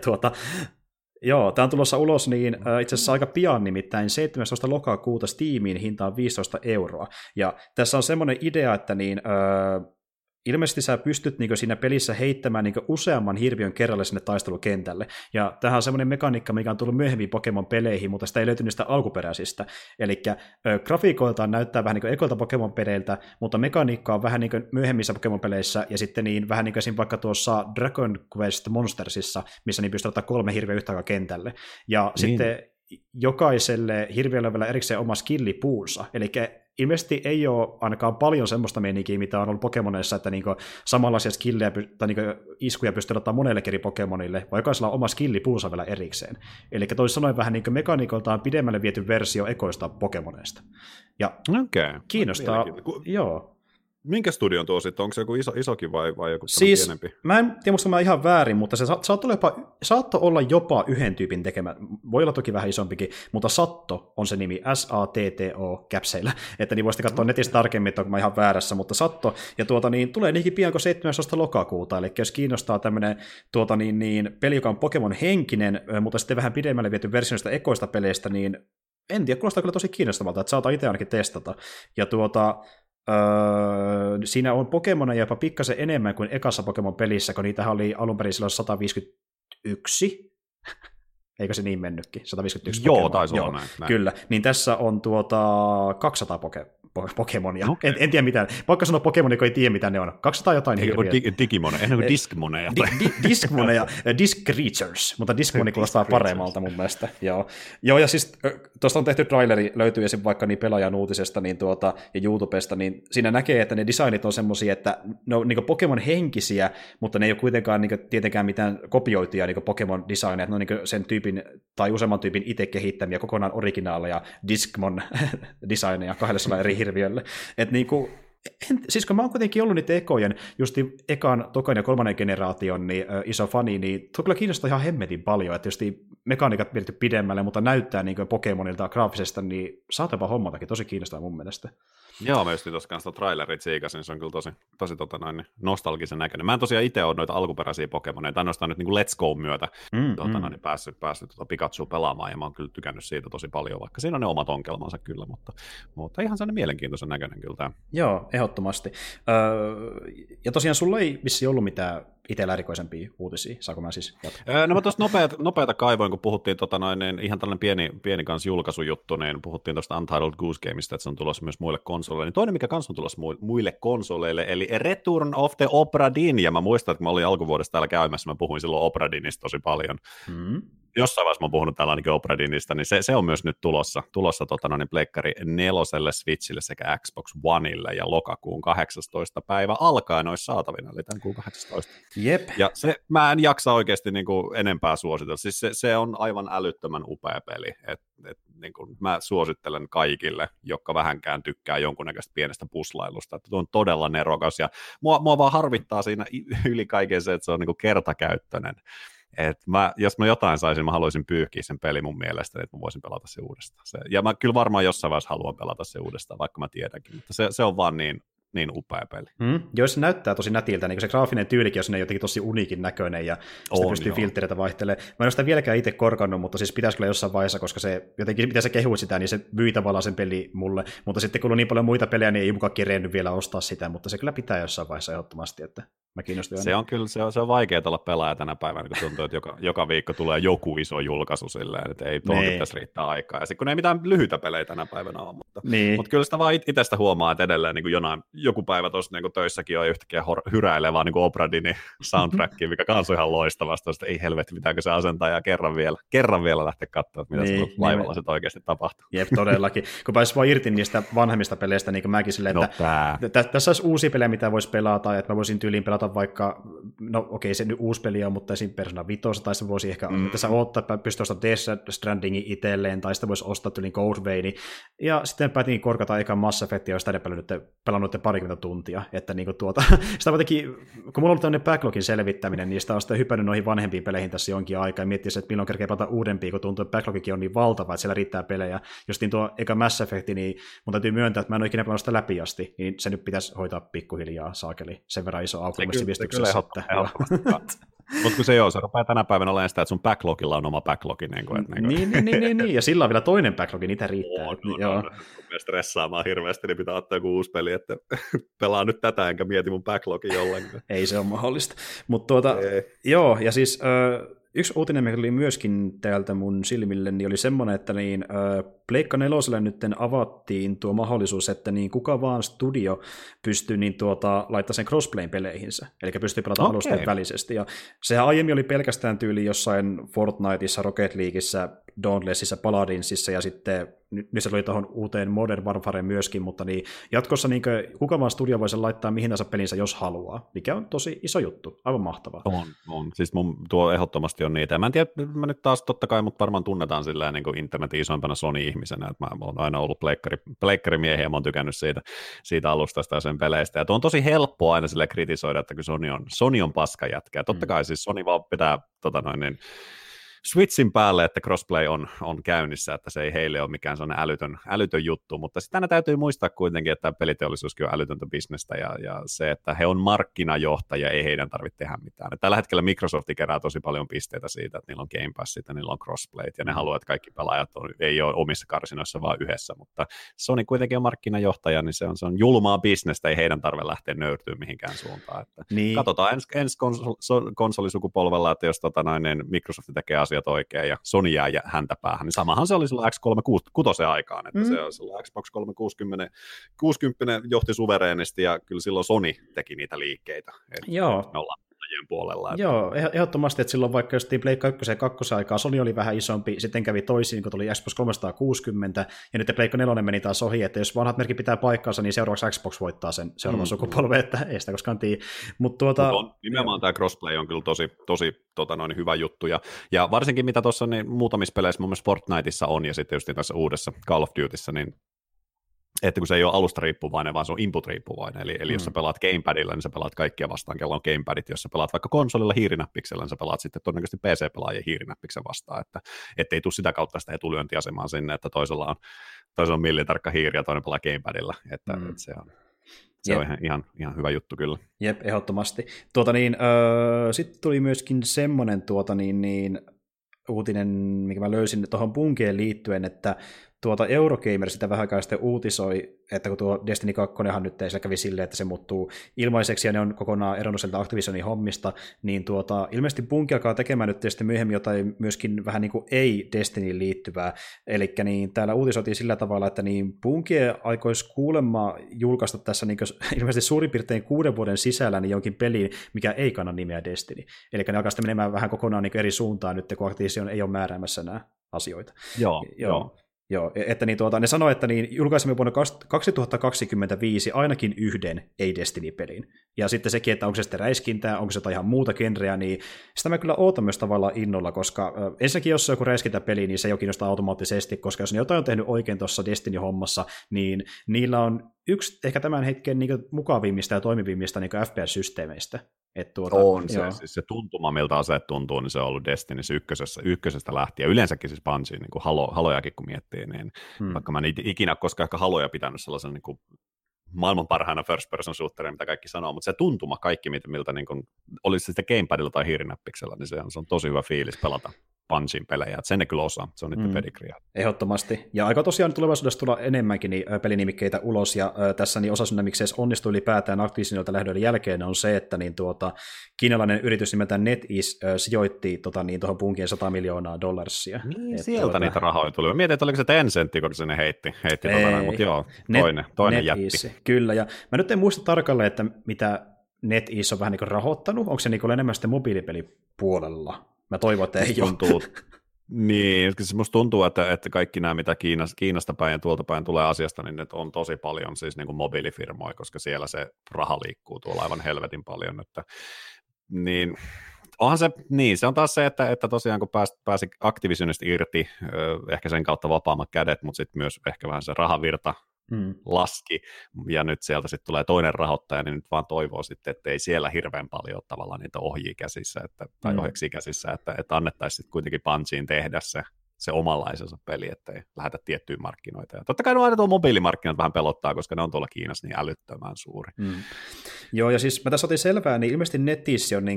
joo, tämä on tulossa ulos niin itse asiassa aika pian, nimittäin 17. lokakuuta Steamiin hintaan 15 €. Ja tässä on semmoinen idea, että niin ilmeisesti sä pystyt niin siinä pelissä heittämään niin useamman hirviön kerralle sinne taistelukentälle. Ja tämähän on semmoinen mekaniikka, mikä on tullut myöhemmin Pokemon-peleihin, mutta sitä ei löytynyt niistä alkuperäisistä. Eli grafiikoiltaan näyttää vähän niin kuin ekoilta Pokemon-peleiltä, mutta mekaniikka on vähän niin kuin myöhemmissä Pokemon-peleissä, ja sitten niin vähän niin kuin vaikka tuossa Dragon Quest Monstersissa, missä niin pystyy ottaa 3 hirveä yhtä aikaa kentälle. Ja sitten jokaiselle hirviölle on vielä erikseen oma skillipuunsa, eli ilmeisesti ei ole ainakaan paljon semmoista meininkiä, mitä on ollut Pokemoneissa, että niinku samanlaisia skillejä tai niinku iskuja pystyy ottaa monelle eri Pokemonille, vai jokaisella on oma skillipuunsa vielä erikseen. Eli toisin sanoen vähän niin kuin mekaniikoltaan pidemmälle viety versio ekoista Pokemoneista. Ja kiinnostaa, joo. Minkä studion tuo sitten? Onko se joku isokin vai joku siis, pienempi? Mä en tiedä, musta mä ihan väärin, mutta se saattoi olla jopa yhden tyypin tekemä. Voi olla toki vähän isompikin, mutta Satto on se nimi, SATTO käpseillä. Että niin voisitte katsoa netistä tarkemmin, että onko mä ihan väärässä, mutta Satto. Ja tulee niinkin pian kuin 17. lokakuuta. Eli jos kiinnostaa tämmöinen peli, joka on Pokemon henkinen, mutta sitten vähän pidemmälle viety versioista ekoista peleistä, niin en tiedä, kuulostaa kyllä tosi kiinnostavalta, että saatan itse ainakin testata. Ja siinä on Pokemoneja jopa pikkasen enemmän kuin ekassa Pokemon-pelissä, kun niitähän oli alun perin silloin 151. Eikö se niin mennytkin? 151 Joo, Pokemon. taisi olla näin. Kyllä, niin tässä on 200 Pokemonia. No. En tiedä mitään. Vaikka sanoa Pokemonia, kun ei tiedä mitä ne on. 200 jotain hirviä. Digimoneja, ennen kuin Diskmoneja. Diskmoneja, Disc Creatures, mutta Diskmoni kuulostaa paremmalta mun mielestä. Joo, ja siis tuosta on tehty traileri, löytyy esim. Vaikka niin pelaajan uutisesta niin ja YouTubesta, niin siinä näkee, että ne designit on semmosia, että ne on niin Pokemon henkisiä, mutta ne ei ole kuitenkaan niin tietenkään mitään kopioituja niin Pokemon designeja, ne on niin sen tyypin tai useamman tyypin itse kehittämiä kokonaan originaaleja Discmon designeja 200 eri hirviölle. Että niinku, siis kun mä oon kuitenkin ollut niiden ekojen, just ekan, tokan ja kolmannen generaation niin, iso fani, niin tuo kyllä kiinnostaa ihan hemmetin paljon, että just mekaniikat viety pidemmälle, mutta näyttää niin Pokemonilta graafisesta, niin saatapa hommatakin tosi kiinnostaa mun mielestä. Joo, mä just tuossa kanssa trailerit siikasin, se on kyllä tosi nostalgisen näköinen. Mä en tosiaan itse ole noita alkuperäisiä Pokemoneja, ainoastaan nyt niin kuin Let's Go myötä päässyt Pikachua pelaamaan, ja mä oon kyllä tykännyt siitä tosi paljon, vaikka siinä on ne omat ongelmansa kyllä, mutta ihan sellainen mielenkiintoisen näköinen kyllä tämä. Joo, ehdottomasti. Ja tosiaan sulla ei vissiin ollut mitään itsellä erikoisempia uutisia, saako mä siis jatkaa? No mä tuossa nopeata kaivoin, kun puhuttiin niin ihan tällainen pieni kans julkaisujuttu, niin puhuttiin tuosta Untitled Goose Gameista, että se on tulossa myös muille konsoleille. Niin toinen, mikä kans on tulossa muille konsoleille, eli Return of the Obra Dinn, ja mä muistan, että mä olin alkuvuodesta täällä käymässä, mä puhuin silloin Obra Dinnista tosi paljon. jossain vaiheessa mä oon puhunut täällä ainakin Obra Dinnistä, niin se on myös nyt tulossa Pleikkari 4:lle, Switchille sekä Xbox Oneille, ja lokakuun 18. päivä alkaen olisi saatavina, eli tämän kuun 18. Jep. Ja mä en jaksa oikeasti niin kuin enempää suositella, siis se on aivan älyttömän upea peli, niin kuin mä suosittelen kaikille, jotka vähänkään tykkää jonkunnäköistä pienestä puslailusta, että tuo on todella nerokas, ja mua vaan harvittaa siinä yli kaiken se, että se on niin kuin kertakäyttöinen. Jos mä jotain saisin, mä haluaisin pyyhkiä sen pelin mun mielestä, että mä voisin pelata se uudestaan. Ja mä kyllä varmaan jossain vaiheessa haluan pelata se uudestaan, vaikka mä tiedänkin, mutta se on vaan niin upea peli. Joo, se näyttää tosi nätiltä, niin se graafinen tyylikin on jotenkin tosi uniikin näköinen, ja sitä pystyy filtreitä vaihtelemaan. Mä en ole sitä vieläkään itse korkannut, mutta siis pitäisi kyllä jossain vaiheessa, koska se jotenkin, mitä sä kehuit sitä, niin se myi tavallaan sen peli mulle, mutta sitten kun on niin paljon muita pelejä, niin ei mukaan kerennyt vielä ostaa sitä, mutta se kyllä pitää jossain vaiheessa ehdottomasti, että mä kiinnostuin. Se on kyllä, se on vaikeaa olla pelaaja tänä päivänä, kun tuntuu, että joka viikko tulee joku iso julkaisu silleen, että ei tuohon pitäisi riittää aikaa. Ja sitten kun ei mitään lyhyitä pelejä tänä päivänä ole, mutta kyllä sitä vaan itsestä huomaa, että edelleen niin joku päivä tuossa niin töissäkin on yhtäkkiä hyräilee vaan niin Obra Dinin soundtrackiin, mikä kanssa on ihan loistavasta, että ei helvetti, pitääkö se asentaa ja kerran vielä lähteä katsoa, että mitä laivalla se oikeasti tapahtuu. Jep, todellakin. Kun pääsis vaan irti niistä vanhemmista peleistä, niin kuin mäkin silleen, että tässä olisi uusia pelejä, mitä voisi pelata, että mä voisin tyyliin pelata vaikka, no okei, se nyt uusi peli on, mutta esim. Persona 5, tai se voisi ehkä tässä odottaa, että pystyy ostamaan Death Strandingin itselleen, tai sitä voisi ostaa tyyliin Code Veini, ja sitten päätin korkata eikä Mass Effectia, josta pelannut parikymmentä tuntia, että niinku sitä jotenkin, kun mulla on ollut tämmöinen backlogin selvittäminen, niin sitä on sitten hypännyt noihin vanhempiin peleihin tässä jonkin aikaa, ja miettii se, että milloin kerkeä pelata uudempia, kun tuntuu, että backlogikin on niin valtava, että siellä riittää pelejä. Justiin tuo eka Mass Effect, niin mun täytyy myöntää, että mä en ole ikinä pelannut sitä läpi asti, niin se nyt pitäisi hoitaa pikkuhiljaa, saakeli, sen verran iso aukko sivistyksessä. Mutta kun se rupeaa tänä päivänä olemaan sitä, että sun backlogilla on oma backlogi. Niin, ja sillä on vielä toinen backlogi, niitä riittää. Kun me stressaamaan hirveästi, niin pitää ottaa joku uusi peli, että pelaan nyt tätä, enkä mieti mun backlogia ollenkaan. Ei se ole mahdollista. Mutta joo, ja siis yksi uutinen, mikä oli myöskin täältä mun silmille, niin oli semmoinen, että Pleikka 4:lle nyt avattiin tuo mahdollisuus, että niin kuka vaan studio pystyy laittaa sen crossplayn peleihinsä, eli pystyy pelata alusten välisesti. Ja sehän aiemmin oli pelkästään tyyli jossain Fortniteissa, Rocket Leagueissä, Dauntlessissa, Paladinsissa, ja sitten nyt se oli tuohon uuteen Modern Warfareen myöskin, mutta niin jatkossa niin kuka vaan studio voi sen laittaa mihin tahansa pelinsä, jos haluaa, mikä on tosi iso juttu, aivan mahtavaa. On. Siis tuo ehdottomasti on niitä. Mä en tiedä, mä nyt taas totta kai, mutta varmaan tunnetaan sillä niin kuin internetin isoimpana Sony-ihmisenä, että mä oon aina ollut pleikkarimiehiä ja mä oon tykännyt siitä alustasta ja sen peleistä. Ja tuo on tosi helppoa aina sille kritisoida, että kun Sony on paskajätkä. Ja totta kai siis Sony vaan pitää Switchin päälle, että crossplay on käynnissä, että se ei heille ole mikään sellainen älytön juttu, mutta sitten aina täytyy muistaa kuitenkin, että peliteollisuuskin on älytöntä bisnestä, ja se, että he on markkinajohtajia, ei heidän tarvitse tehdä mitään. Et tällä hetkellä Microsoft kerää tosi paljon pisteitä siitä, että niillä on Game Passit ja niillä on crossplayt, ja ne haluaa, että kaikki pelaajat ei ole omissa karsinoissa vaan yhdessä, mutta Sony kuitenkin on markkinajohtaja, niin se on julmaa bisnestä, ei heidän tarvitse lähteä nöyrtyä mihinkään suuntaan. Että katsotaan ensi konsolisukupolvella, että jos Microsoft tekee asiat oikein ja Sony jää häntä päähän, niin samahan se oli silloin X360 aikaan, että se on silloin Xbox 360 johti suvereenisti ja kyllä silloin Sony teki niitä liikkeitä. Joo. Me ollaan puolella. Että... Joo, ehdottomasti, että silloin vaikka just Pleikka 1 ja 2 aikaa Sony oli vähän isompi, sitten kävi toisiin, kun tuli Xbox 360, ja nyt Pleikka 4 meni taas ohi, että jos vanhat merkit pitää paikkaansa, niin seuraavaksi Xbox voittaa sen seuraavan sukupolven, että ei sitä koskaan tiedä. Nimenomaan tämä crossplay on kyllä tosi hyvä juttu, ja varsinkin mitä tuossa niin muutamissa peleissä, muun muassa Fortniteissa on, ja sitten just tässä uudessa Call of Dutyssä, niin että kun se ei ole alusta riippuvainen, vaan se on input-riippuvainen, eli jos sä pelaat gamepadilla, niin sä pelaat kaikkia vastaan, kello on gamepadit, jos sä pelaat vaikka konsolilla hiirinäppiksellä, niin sä pelaat sitten todennäköisesti PC-pelaajien hiirinäppiksen vastaan, että ei tule sitä kautta sitä etulyöntiasemaa sinne, että toisella on millitarkka hiiri ja toinen pelaa gamepadilla, että se on ihan hyvä juttu kyllä. Jep, ehdottomasti. Sitten tuli myöskin semmoinen uutinen, mikä mä löysin tuohon Bunkeen liittyen, että Eurogamer sitä vähän aikaa sitten uutisoi, että kun tuo Destiny 2 nyt ei kävi silleen, että se muuttuu ilmaiseksi ja ne on kokonaan eronnut sieltä Activisionin hommista, niin ilmeisesti Bungie alkaa tekemään nyt sitten myöhemmin jotain myöskin vähän niin kuin ei-Destiniin liittyvää, eli niin täällä uutisoitiin sillä tavalla, että niin Bungie aikoisi kuulemma julkaista tässä niin ilmeisesti suurin piirtein 6 vuoden sisällä niin jonkin peliin, mikä ei kanna nimeä Destiny, eli ne alkaa sitten menemään vähän kokonaan niin eri suuntaan nyt, kun Activision ei ole määräämässä nämä asioita. Joo, että niin ne sanoo, että niin julkaisemme vuonna 2025 ainakin yhden ei-Destiny-pelin. Ja sitten sekin, että onko se sitten räiskintää, onko se jotain ihan muuta genreä, niin sitä mä kyllä ootan myös tavallaan innolla, koska ensinnäkin jos se on joku räiskintäpeli, niin se jo kiinnostaa automaattisesti, koska jos ne jotain on tehnyt oikein tuossa Destiny-hommassa, niin niillä on yksi ehkä tämän hetken niin mukavimmista ja toimivimmista niin FPS-systeemeistä. On se, siis se tuntuma, miltä aseet tuntuu, niin se on ollut Destinyssä ykkösestä lähtien. Yleensäkin siis Bungien, niin kuin halojakin kun miettii, niin vaikka mä en ikinä koskaan ehkä haloja pitänyt sellaisen niin kuin maailman parhaana first person shooteria, mitä kaikki sanoo, mutta se tuntuma kaikki, miltä niin kuin, olisi se sitten gamepadilla tai hiirinäppiksellä, niin se on tosi hyvä fiilis pelata Bungien pelejä, että sen ne kyllä osaa, se on niiden pedigreä. Ehdottomasti, ja aika tosiaan tulevaisuudessa tulla enemmänkin niin pelinimikkeitä ulos, ja tässä niin osa miksi se onnistui ylipäätään Activisionilta lähdöiden jälkeen on se, että niin kiinalainen yritys nimeltä NetEase sijoitti tuohon Bungien $100 miljoonaa. Niin, sieltä niitä rahoja tuli. Mä mietin, että oliko se Tencentti, kun se ne heitti mutta joo, toinen jätti. Kyllä, ja mä nyt en muista tarkalleen, että mitä NetEase on vähän niin kuin rahoittanut, onko se niin kuin enemmän sitten mobiilipelipuolella? Mä toivon, että ei tuntuu. Niin, se musta tuntuu, että kaikki nämä, mitä Kiinasta päin ja tuolta päin tulee asiasta, niin ne on tosi paljon siis niin kuin mobiilifirmoja, koska siellä se raha liikkuu tuolla aivan helvetin paljon, että niin onhan se, niin se on taas se, että tosiaan kun pääsi Activisionista irti, ehkä sen kautta vapaammat kädet, mutta sitten myös ehkä vähän se rahavirta laski, ja nyt sieltä sitten tulee toinen rahoittaja, niin nyt vaan toivoo sitten, että ei siellä hirveän paljon ole tavallaan niitä ohjia käsissä, tai ohjeksi käsissä, että annettaisiin sitten kuitenkin Bungieen tehdä se omanlaisensa peli, ettei lähdetä tiettyyn markkinoita. Ja totta kai aina tuo mobiilimarkkinat vähän pelottaa, koska ne on tuolla Kiinassa niin älyttömän suuri. Joo, ja siis mä tässä otin selvää, niin ilmeisesti NetEase on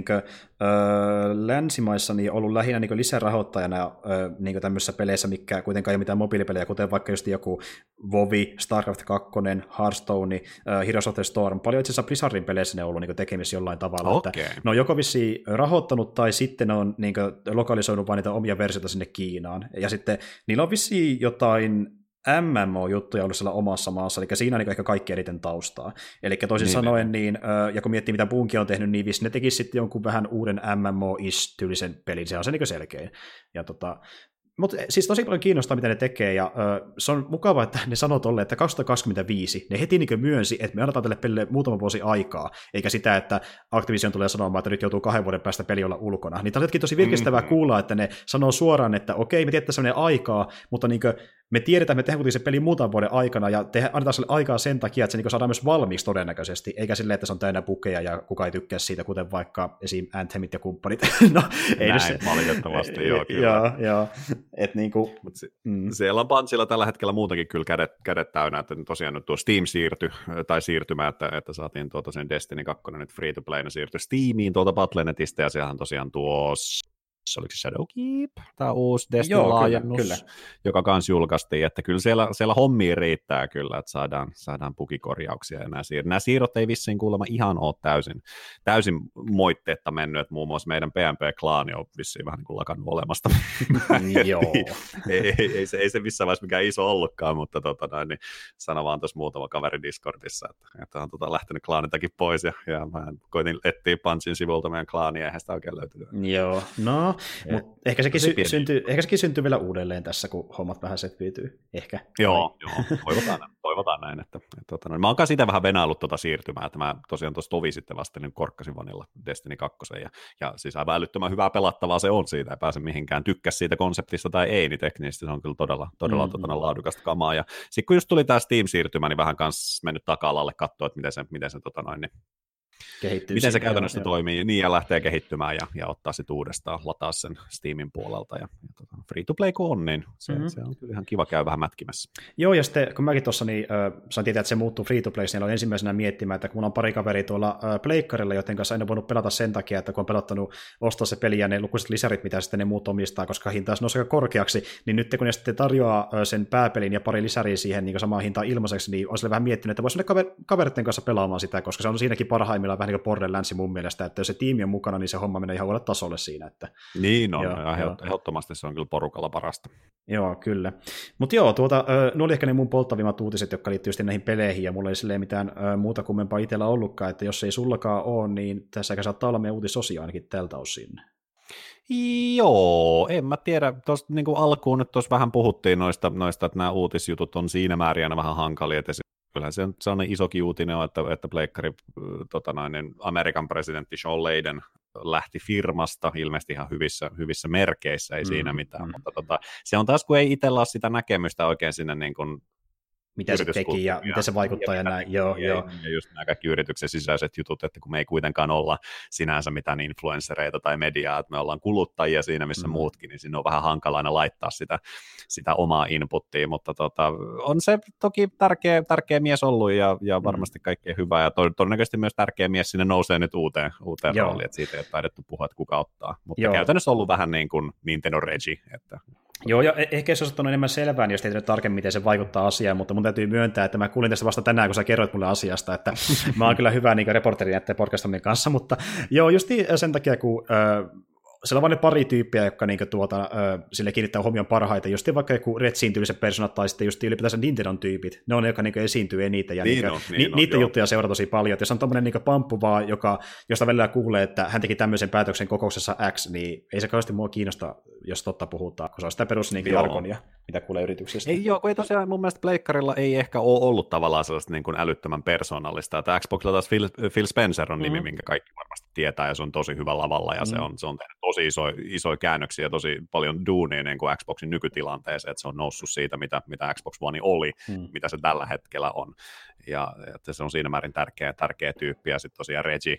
länsimaissa niin ollut lähinnä lisärahoittajana tämmöisissä peleissä, mikä kuitenkaan ei ole mitään mobiilipelejä, kuten vaikka just joku WoWi, StarCraft 2, Hearthstone, Heroes of the Storm. Paljon itse asiassa Blizzardin peleissä ne on ollut tekemisissä jollain tavalla. Okay. Että ne on joko vissiin rahoittanut, tai sitten ne on lokalisoinut vain niitä omia versioita sinne Kiinaan. Ja sitten niillä on vissiin jotain MMO-juttuja ollut siellä omassa maassa, eli siinä on ehkä kaikki eniten taustaa. Eli toisin sanoen, ja kun miettii mitä Bungie on tehnyt, niin ne tekisi sitten jonkun vähän uuden MMO-ish-tyylisen pelin, se on se selkein. Ja mutta siis tosi paljon kiinnostaa, mitä ne tekee, ja se on mukavaa, että ne sanoo tolle, että 2025 ne heti myönsi, että me annetaan tälle pelille muutama vuosi aikaa, eikä sitä, että Activision tulee sanomaan, että nyt joutuu 2 vuoden päästä peli olla ulkona. Niin tämä on tosi virkistävää kuulla, että ne sanoo suoraan, että okei, me tiedetään sellainen aikaa, mutta me tiedetään, että me tehdään se peli muutaman vuoden aikana, ja annetaan sille aikaa sen takia, että se saadaan myös valmiiksi todennäköisesti, eikä silleen, että se on täynnä bukeja, ja kukaan ei tykkää siitä, kuten vaikka esim. Anthemit ja kumppanit. No, ei näin, valitettavasti, joo, kyllä. Joo. Siellä on Bungiella tällä hetkellä muutenkin kyllä kädet täynnä, että tosiaan nyt tuo Steam siirtymä, että saatiin sen Destiny 2 nyt free-to-playna siirtyi Steamiin tuolta Battle.netistä, ja siellähän tosiaan oliko se Shadowkeep, tämä uusi Destiny-laajennus, joka kanssa julkaistiin, että kyllä siellä hommia riittää kyllä, että saadaan bugikorjauksia, ja nämä siirrot ei vissiin kuulemma ihan ole täysin moitteetta mennyt, että muun muassa meidän PMP-klaani on vissiin vähän niin kuin lakannut olemasta. Joo. ei se missään vaiheessa mikään iso ollutkaan, mutta niin sano vaan tuossa muutama kaveri Discordissa, että on lähtenyt klaanitakin pois, ja mä koitin etsiä Bungien sivulta meidän klaania, eihän sitä oikein löytynyt. Joo, no, mutta ehkä sekin syntyy vielä uudelleen tässä, kun hommat vähän setviytyy. Ehkä. Joo, toivotaan näin. Mä oon siitä vähän venaillut siirtymää, että mä tosiaan tuossa tovi sitten vasta niin korkkasin vanilla Destiny 2, ja siis aivan älyttömän hyvää pelattavaa se on siitä, ei pääse mihinkään, tykkäs siitä konseptista tai ei, niin teknisesti se on kyllä todella laadukasta kamaa, ja sitten kun just tuli tämä Steam-siirtymä, niin vähän kanssa mennyt taka-alalle katsoa, että miten se Miten se käytännössä toimii, niin ja lähtee kehittymään ja ottaa sitten uudestaan, lataa sen Steamin puolelta. Ja free-to-play kun on, niin se on kyllä ihan kiva käydä vähän mätkimässä. Joo, ja sitten kun mäkin tuossa niin, sain tietää, että se muuttuu free-to-play, niin olen ensimmäisenä miettimään, että kun mulla on pari kaveria tuolla pleikkarilla, joten kanssa en ole voinut pelata sen takia, että kun on pelottanut ostaa se peli ja ne lukuiset lisärit, mitä sitten ne muut omistaa, koska hinta nousee aika korkeaksi, niin nyt kun ne sitten tarjoaa sen pääpelin ja pari lisäriä siihen niin samaan hintaan ilmaiseksi, niin olen vähän miettinyt, että voisi mennä kaveritten kanssa pelaamaan sitä, koska se on siinäkin parhaimmillaan vähän niin kuin Borderlands mun mielestä, että jos se tiimi on mukana, niin se homma menee ihan uudelle tasolle siinä. Että... Niin on, ehdottomasti se on kyllä porukalla parasta. Joo, kyllä. Mutta joo, ne oli ehkä ne mun polttavimmat uutiset, jotka liittyy just näihin peleihin, ja mulla ei silleen mitään muuta kummempaa itsellä ollutkaan, että jos ei sullakaan ole, niin tässä ehkä saattaa olla meidän uutisosio ainakin tältä osin. Joo, en mä tiedä. Tuossa niin kuin alkuun nyt tuossa vähän puhuttiin noista, että nämä uutisjutut on siinä määrin vähän hankalia, että kyllähän se on sellainen isokin uutinen, että pleikkari Amerikan presidentti Sean Layden lähti firmasta, ilmeisesti ihan hyvissä merkeissä, ei siinä mitään, mutta se on taas, kun ei itsellä ole sitä näkemystä oikein sinne niin kuin mitä se teki ja miten se vaikuttaa ja näin. Joo. Ja just nämä kaikki yrityksen sisäiset jutut, että kun me ei kuitenkaan olla sinänsä mitään influenssereita tai mediaa, että me ollaan kuluttajia siinä, missä muutkin, niin siinä on vähän hankala aina laittaa sitä omaa inputtia, mutta on se toki tärkeä mies ollut ja varmasti kaikkea hyvää, ja todennäköisesti myös tärkeä mies sinne nousee nyt uuteen rooliin, että siitä ei ole taidettu puhua, että kuka ottaa, mutta käytännössä ollut vähän niin kuin Nintendo Reggie, että joo, ja ehkä se olisi ottanut enemmän selvää, niin jos ei tarkemmin, miten se vaikuttaa asiaan, mutta mun täytyy myöntää, että mä kuulin tästä vasta tänään, kun sä kerroit mulle asiasta, että mä oon kyllä hyvä niin reporteri näiden podcastamin kanssa, mutta joo, just sen takia, kun siellä on vain ne pari tyyppiä, jotka niin sille kiinnittää huomioon parhaita, just vaikka joku Retsiin tyyliset persoonat tai sitten just ylipäätänsä Nintendon tyypit, ne on ne, jotka niin esiintyy eniten, ja niiden juttuja seuraa tosi paljon, että jos on tommoinen niin pamppu vaan, josta välillä kuulee, että hän teki tämmöisen päätöksen kokouksessa X, niin ei se kauheasti mua kiinnosta, jos totta puhutaan, kun se on sitä perus jargonia, mitä kuulee yrityksistä. Kun ei tosiaan mun mielestä pleikkarilla ei ehkä ole ollut tavallaan sellaista niin kuin älyttömän persoonallista, että Xboxilla taas Phil Spencer on nimi, minkä kaikki varmasti tietää, ja se on tosi hyvä lavalla, ja se on tehnyt tosi isoja käännöksiä ja tosi paljon duunia niin kuin Xboxin nykytilanteeseen, että se on noussut siitä, mitä Xbox One oli, mitä se tällä hetkellä on. Ja että se on siinä määrin tärkeä tyyppi, ja sitten tosiaan Reggie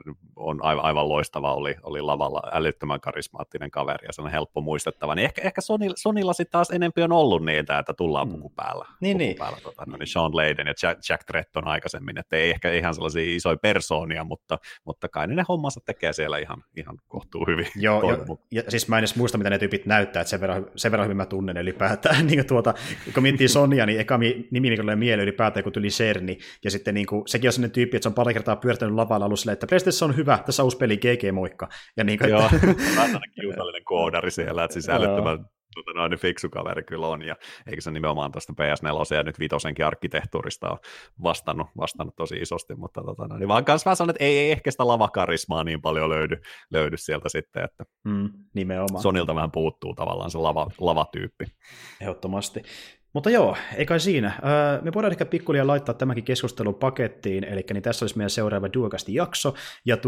on aivan loistava, oli lavalla älyttömän karismaattinen kaveri, ja se on helppo muistettava. Niin ehkä Sonylla sitten taas enemmän on ollut niitä, että tullaan puku päällä. Niin. Sean Layden ja Jack Tretton aikaisemmin, että ei ehkä ihan sellaisia isoja persoonia, mutta kai ne hommansa tekee siellä ihan kohtuu hyvin. Joo, ja siis mä en edes muista, mitä ne tyypit näyttää, että sen verran hyvin mä tunnen ylipäätään. Niin kun miettii Sonya, niin eka nimi, mikä tulee mieleen ylipäätään, kun tuli Serni, ja sitten niin kuin, sekin on sellainen tyyppi, että se on pari kertaa pyörtänyt lavalla ollut silleen, että PlayStation on hyvä, tässä on uusi peli, GG, moikka. Ja niin kuin, joo, vähän kiusallinen koodari siellä, että siis älyttömän fiksu kaveri kyllä on, ja eikö se nimenomaan tuosta PS4 ja nyt Vitosenkin arkkitehtuurista on vastannut tosi isosti, mutta niin vaan kanssa vähän sanon, että ei ehkä sitä lavakarismaa niin paljon löydy sieltä sitten, että nimenomaan. Sonilta vähän puuttuu tavallaan se lavatyyppi. Ehdottomasti. Mutta joo, ei kai siinä. Me voidaan ehkä pikkulia laittaa tämänkin keskustelun pakettiin, eli niin tässä olisi meidän seuraava Duocast-jakso, ja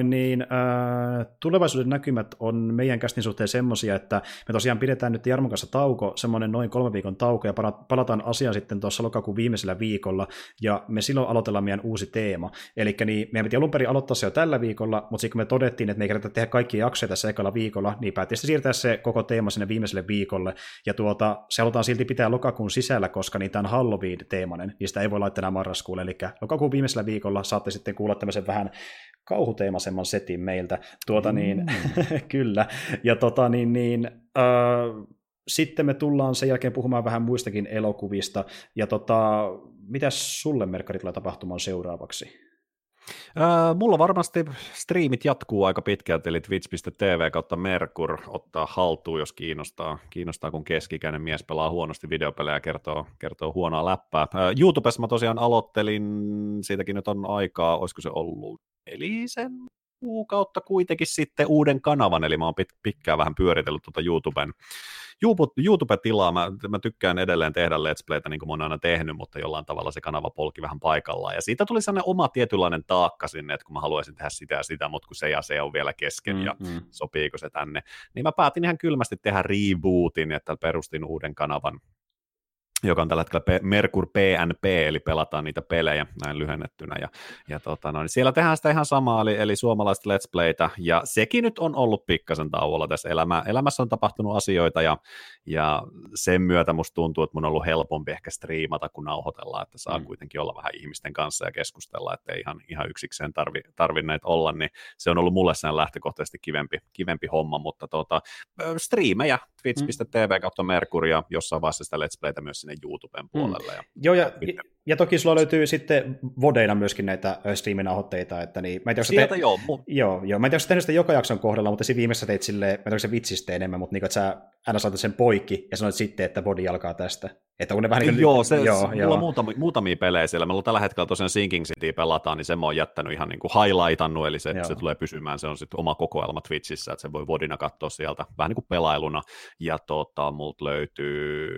tulevaisuuden näkymät on meidän kästin suhteen semmoisia, että me tosiaan pidetään nyt Jarmon kanssa tauko, semmoinen noin 3 viikon tauko, ja palataan asiaan sitten tuossa lokakuun viimeisellä viikolla, ja me silloin aloitellaan meidän uusi teema. Eli niin meidän piti alun perin aloittaa se jo tällä viikolla, mutta sitten kun me todettiin, että me ei kerätä tehdä kaikkia jaksoja tässä ekalla viikolla, niin päätettiin siirtää se koko teema sinne viimeiselle viikolle, ja se halutaan silti pitää lokakuun sisällä, koska niitä on Halloween-teemainen, niin sitä ei voi laittaa enää marraskuulle, eli lokakuun viimeisellä viikolla saatte sitten kuulla tämmöisen vähän kauhuteemaisemman setin meiltä, kyllä, ja sitten me tullaan sen jälkeen puhumaan vähän muistakin elokuvista, ja mitäs sulle, Merkkari, tulee tapahtumaan seuraavaksi? Mulla varmasti striimit jatkuu aika pitkälti, eli twitch.tv/Merkur ottaa haltuun, jos kiinnostaa, kun keski-ikäinen mies pelaa huonosti videopelejä ja kertoo huonoa läppää. YouTubessa mä tosiaan aloittelin, siitäkin nyt on aikaa, olisiko se ollut sen kuukautta kuitenkin sitten uuden kanavan, eli mä oon pitkään vähän pyöritellyt YouTube-tilaa, mä tykkään edelleen tehdä Let's Playtä, niin kuin mä oon aina tehnyt, mutta jollain tavalla se kanava polki vähän paikallaan, ja siitä tuli sellainen oma tietynlainen taakka sinne, että kun mä haluaisin tehdä sitä ja sitä, mutta kun se ja se on vielä kesken, ja sopiiko se tänne, niin mä päätin ihan kylmästi tehdä rebootin, että perustin uuden kanavan joka on tällä hetkellä Merkur PNP, eli pelataan niitä pelejä näin lyhennettynä, niin siellä tehdään sitä ihan samaa, eli suomalaista Let's Playtä, ja sekin nyt on ollut pikkasen tauolla tässä elämässä on tapahtunut asioita, ja sen myötä musta tuntuu, että mun on ollut helpompi ehkä striimata, kun nauhoitellaan, että saa kuitenkin olla vähän ihmisten kanssa ja keskustella, ettei ihan yksikseen tarvinneet olla, niin se on ollut mulle sen lähtökohtaisesti kivempi homma, mutta striimejä, twitch.tv/Merkur, ja jossain vaiheessa sitä Let's Playtä myös sinne YouTuben puolelle. Joo, ja toki sulla löytyy sitten vodeina myöskin näitä streaminauhoitteita, että niin, mä en tiedä, mä en tiedä, tehnyt sitä joka jakson kohdalla, mutta siinä viimeisessä teit silleen, mä en tiedä, se vitsistä enemmän, mutta niin, että sä aina saatat sen poikki, ja sanoit sitten, että body alkaa tästä. Että kun ne vähän niin kuin, mulla on muutamia pelejä siellä, meillä on tällä hetkellä tosiaan Sinking City pelataan, niin sen mä oon jättänyt ihan niin kuin highlightannut, eli se tulee pysymään, se on sitten oma kokoelma Twitchissä, että se voi vodina katsoa sieltä vähän niin kuin pelailuna, ja multa löytyy,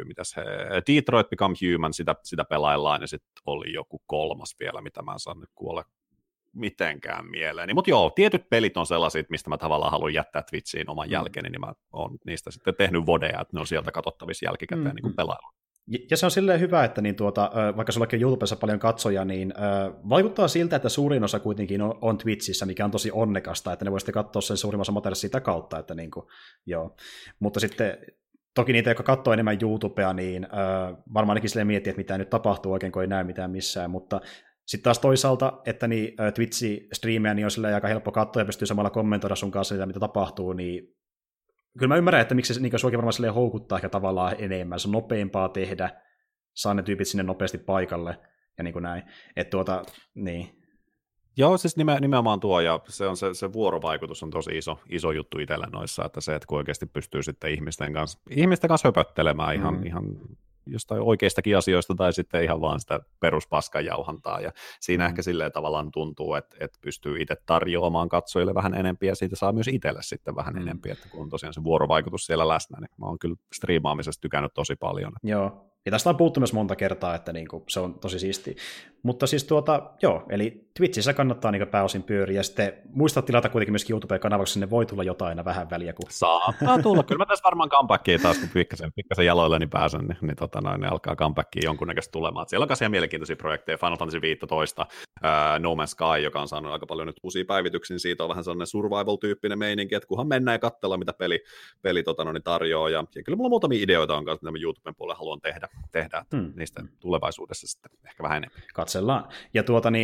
Detroit Become Human, sitä pelaillaan, ja sitten oli joku kolmas vielä, mitä mä en saa nyt kuolla mitenkään mieleeni. Mutta joo, tietyt pelit on sellaisia, mistä mä tavallaan haluan jättää Twitchiin oman jälkeni, niin mä oon niistä sitten tehnyt vodeja, että ne on sieltä katsottavissa jälkikäteen niin kuin pelailu. Ja se on silleen hyvä, että niin vaikka sullakin on YouTubessa paljon katsoja, niin vaikuttaa siltä, että suurin osa kuitenkin on Twitchissä, mikä on tosi onnekasta, että ne voisitte katsoa sen suurimman osa materiaalia sitä kautta, että niin kuin, joo. Mutta sitten toki niitä, jotka katsoo enemmän YouTubea, niin varmaan ainakin silleen miettii, että mitä nyt tapahtuu oikein, kun ei näe mitään missään, mutta sitten taas toisaalta, että niin Twitch-striimejä niin on silleen aika helppo katsoa ja pystyy samalla kommentoida sun kanssa mitä tapahtuu, niin kyllä mä ymmärrän, että miksi se niin suokin varmaan silleen houkuttaa ehkä tavallaan enemmän. Se on nopeampaa tehdä, saa ne tyypit sinne nopeasti paikalle ja niin kuin näin. Että niin. Joo, siis nimenomaan tuo, ja se vuorovaikutus on tosi iso juttu itselle noissa, että se, että kun oikeasti pystyy sitten ihmisten kanssa höpöttelemään ihan jostain oikeistakin asioista, tai sitten ihan vaan sitä peruspaskan jauhantaa, ja siinä ehkä silleen tavallaan tuntuu, että pystyy itse tarjoamaan katsojille vähän enempiä, ja siitä saa myös itselle sitten vähän enempiä, että kun on tosiaan se vuorovaikutus siellä läsnä, niin mä oon kyllä striimaamisesta tykännyt tosi paljon. Joo. Ja tästä on puhuttu myös monta kertaa, että niinku, se on tosi siistiä. Mutta siis eli Twitchissä kannattaa niinku pääosin pyöriä, ja sitten muistaa tilata kuitenkin myös YouTube-kanavaksi, sinne voi tulla jotain vähän väliä. Kun saattaa tulla. Kyllä mä tässä varmaan comebackia taas, kun pikkasen jaloilleni pääsen, niin ne alkaa comebackia jonkunnäköistä tulemaan. Siellä on myös ihan mielenkiintoisia projekteja, Final Fantasy 15, No Man's Sky, joka on saanut aika paljon nyt uusia päivityksiä, siitä on vähän sellainen survival-tyyppinen meininki, että kunhan mennään ja katsellaan, mitä peli tarjoaa, ja kyllä mulla on muutamia ideoita on kanssa, mitä mä YouTuben puolelle haluan tehdä että niistä tulevaisuudessa sitten ehkä vähän enemmän. Katsellaan. Ja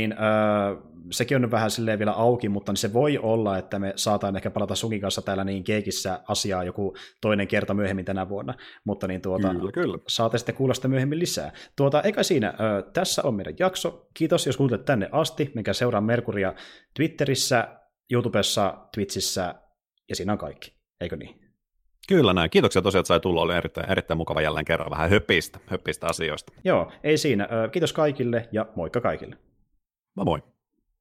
sekin on nyt vähän silleen vielä auki, mutta niin se voi olla, että me saataan ehkä palata sunkin kanssa täällä niin Keekissä asiaa joku toinen kerta myöhemmin tänä vuonna, mutta niin kyllä. saatte sitten kuulla sitä myöhemmin lisää. Eikä siinä, tässä on meidän jakso. Kiitos, jos kuuntelet tänne asti, minkä seuraa Merkuria Twitterissä, YouTubessa, Twitchissä, ja siinä on kaikki. Eikö niin? Kyllä näin. Kiitoksia tosiaan, että sai tulla. Oli erittäin mukava jälleen kerran vähän höpistä asioista. Joo, ei siinä. Kiitos kaikille ja moikka kaikille. Moi.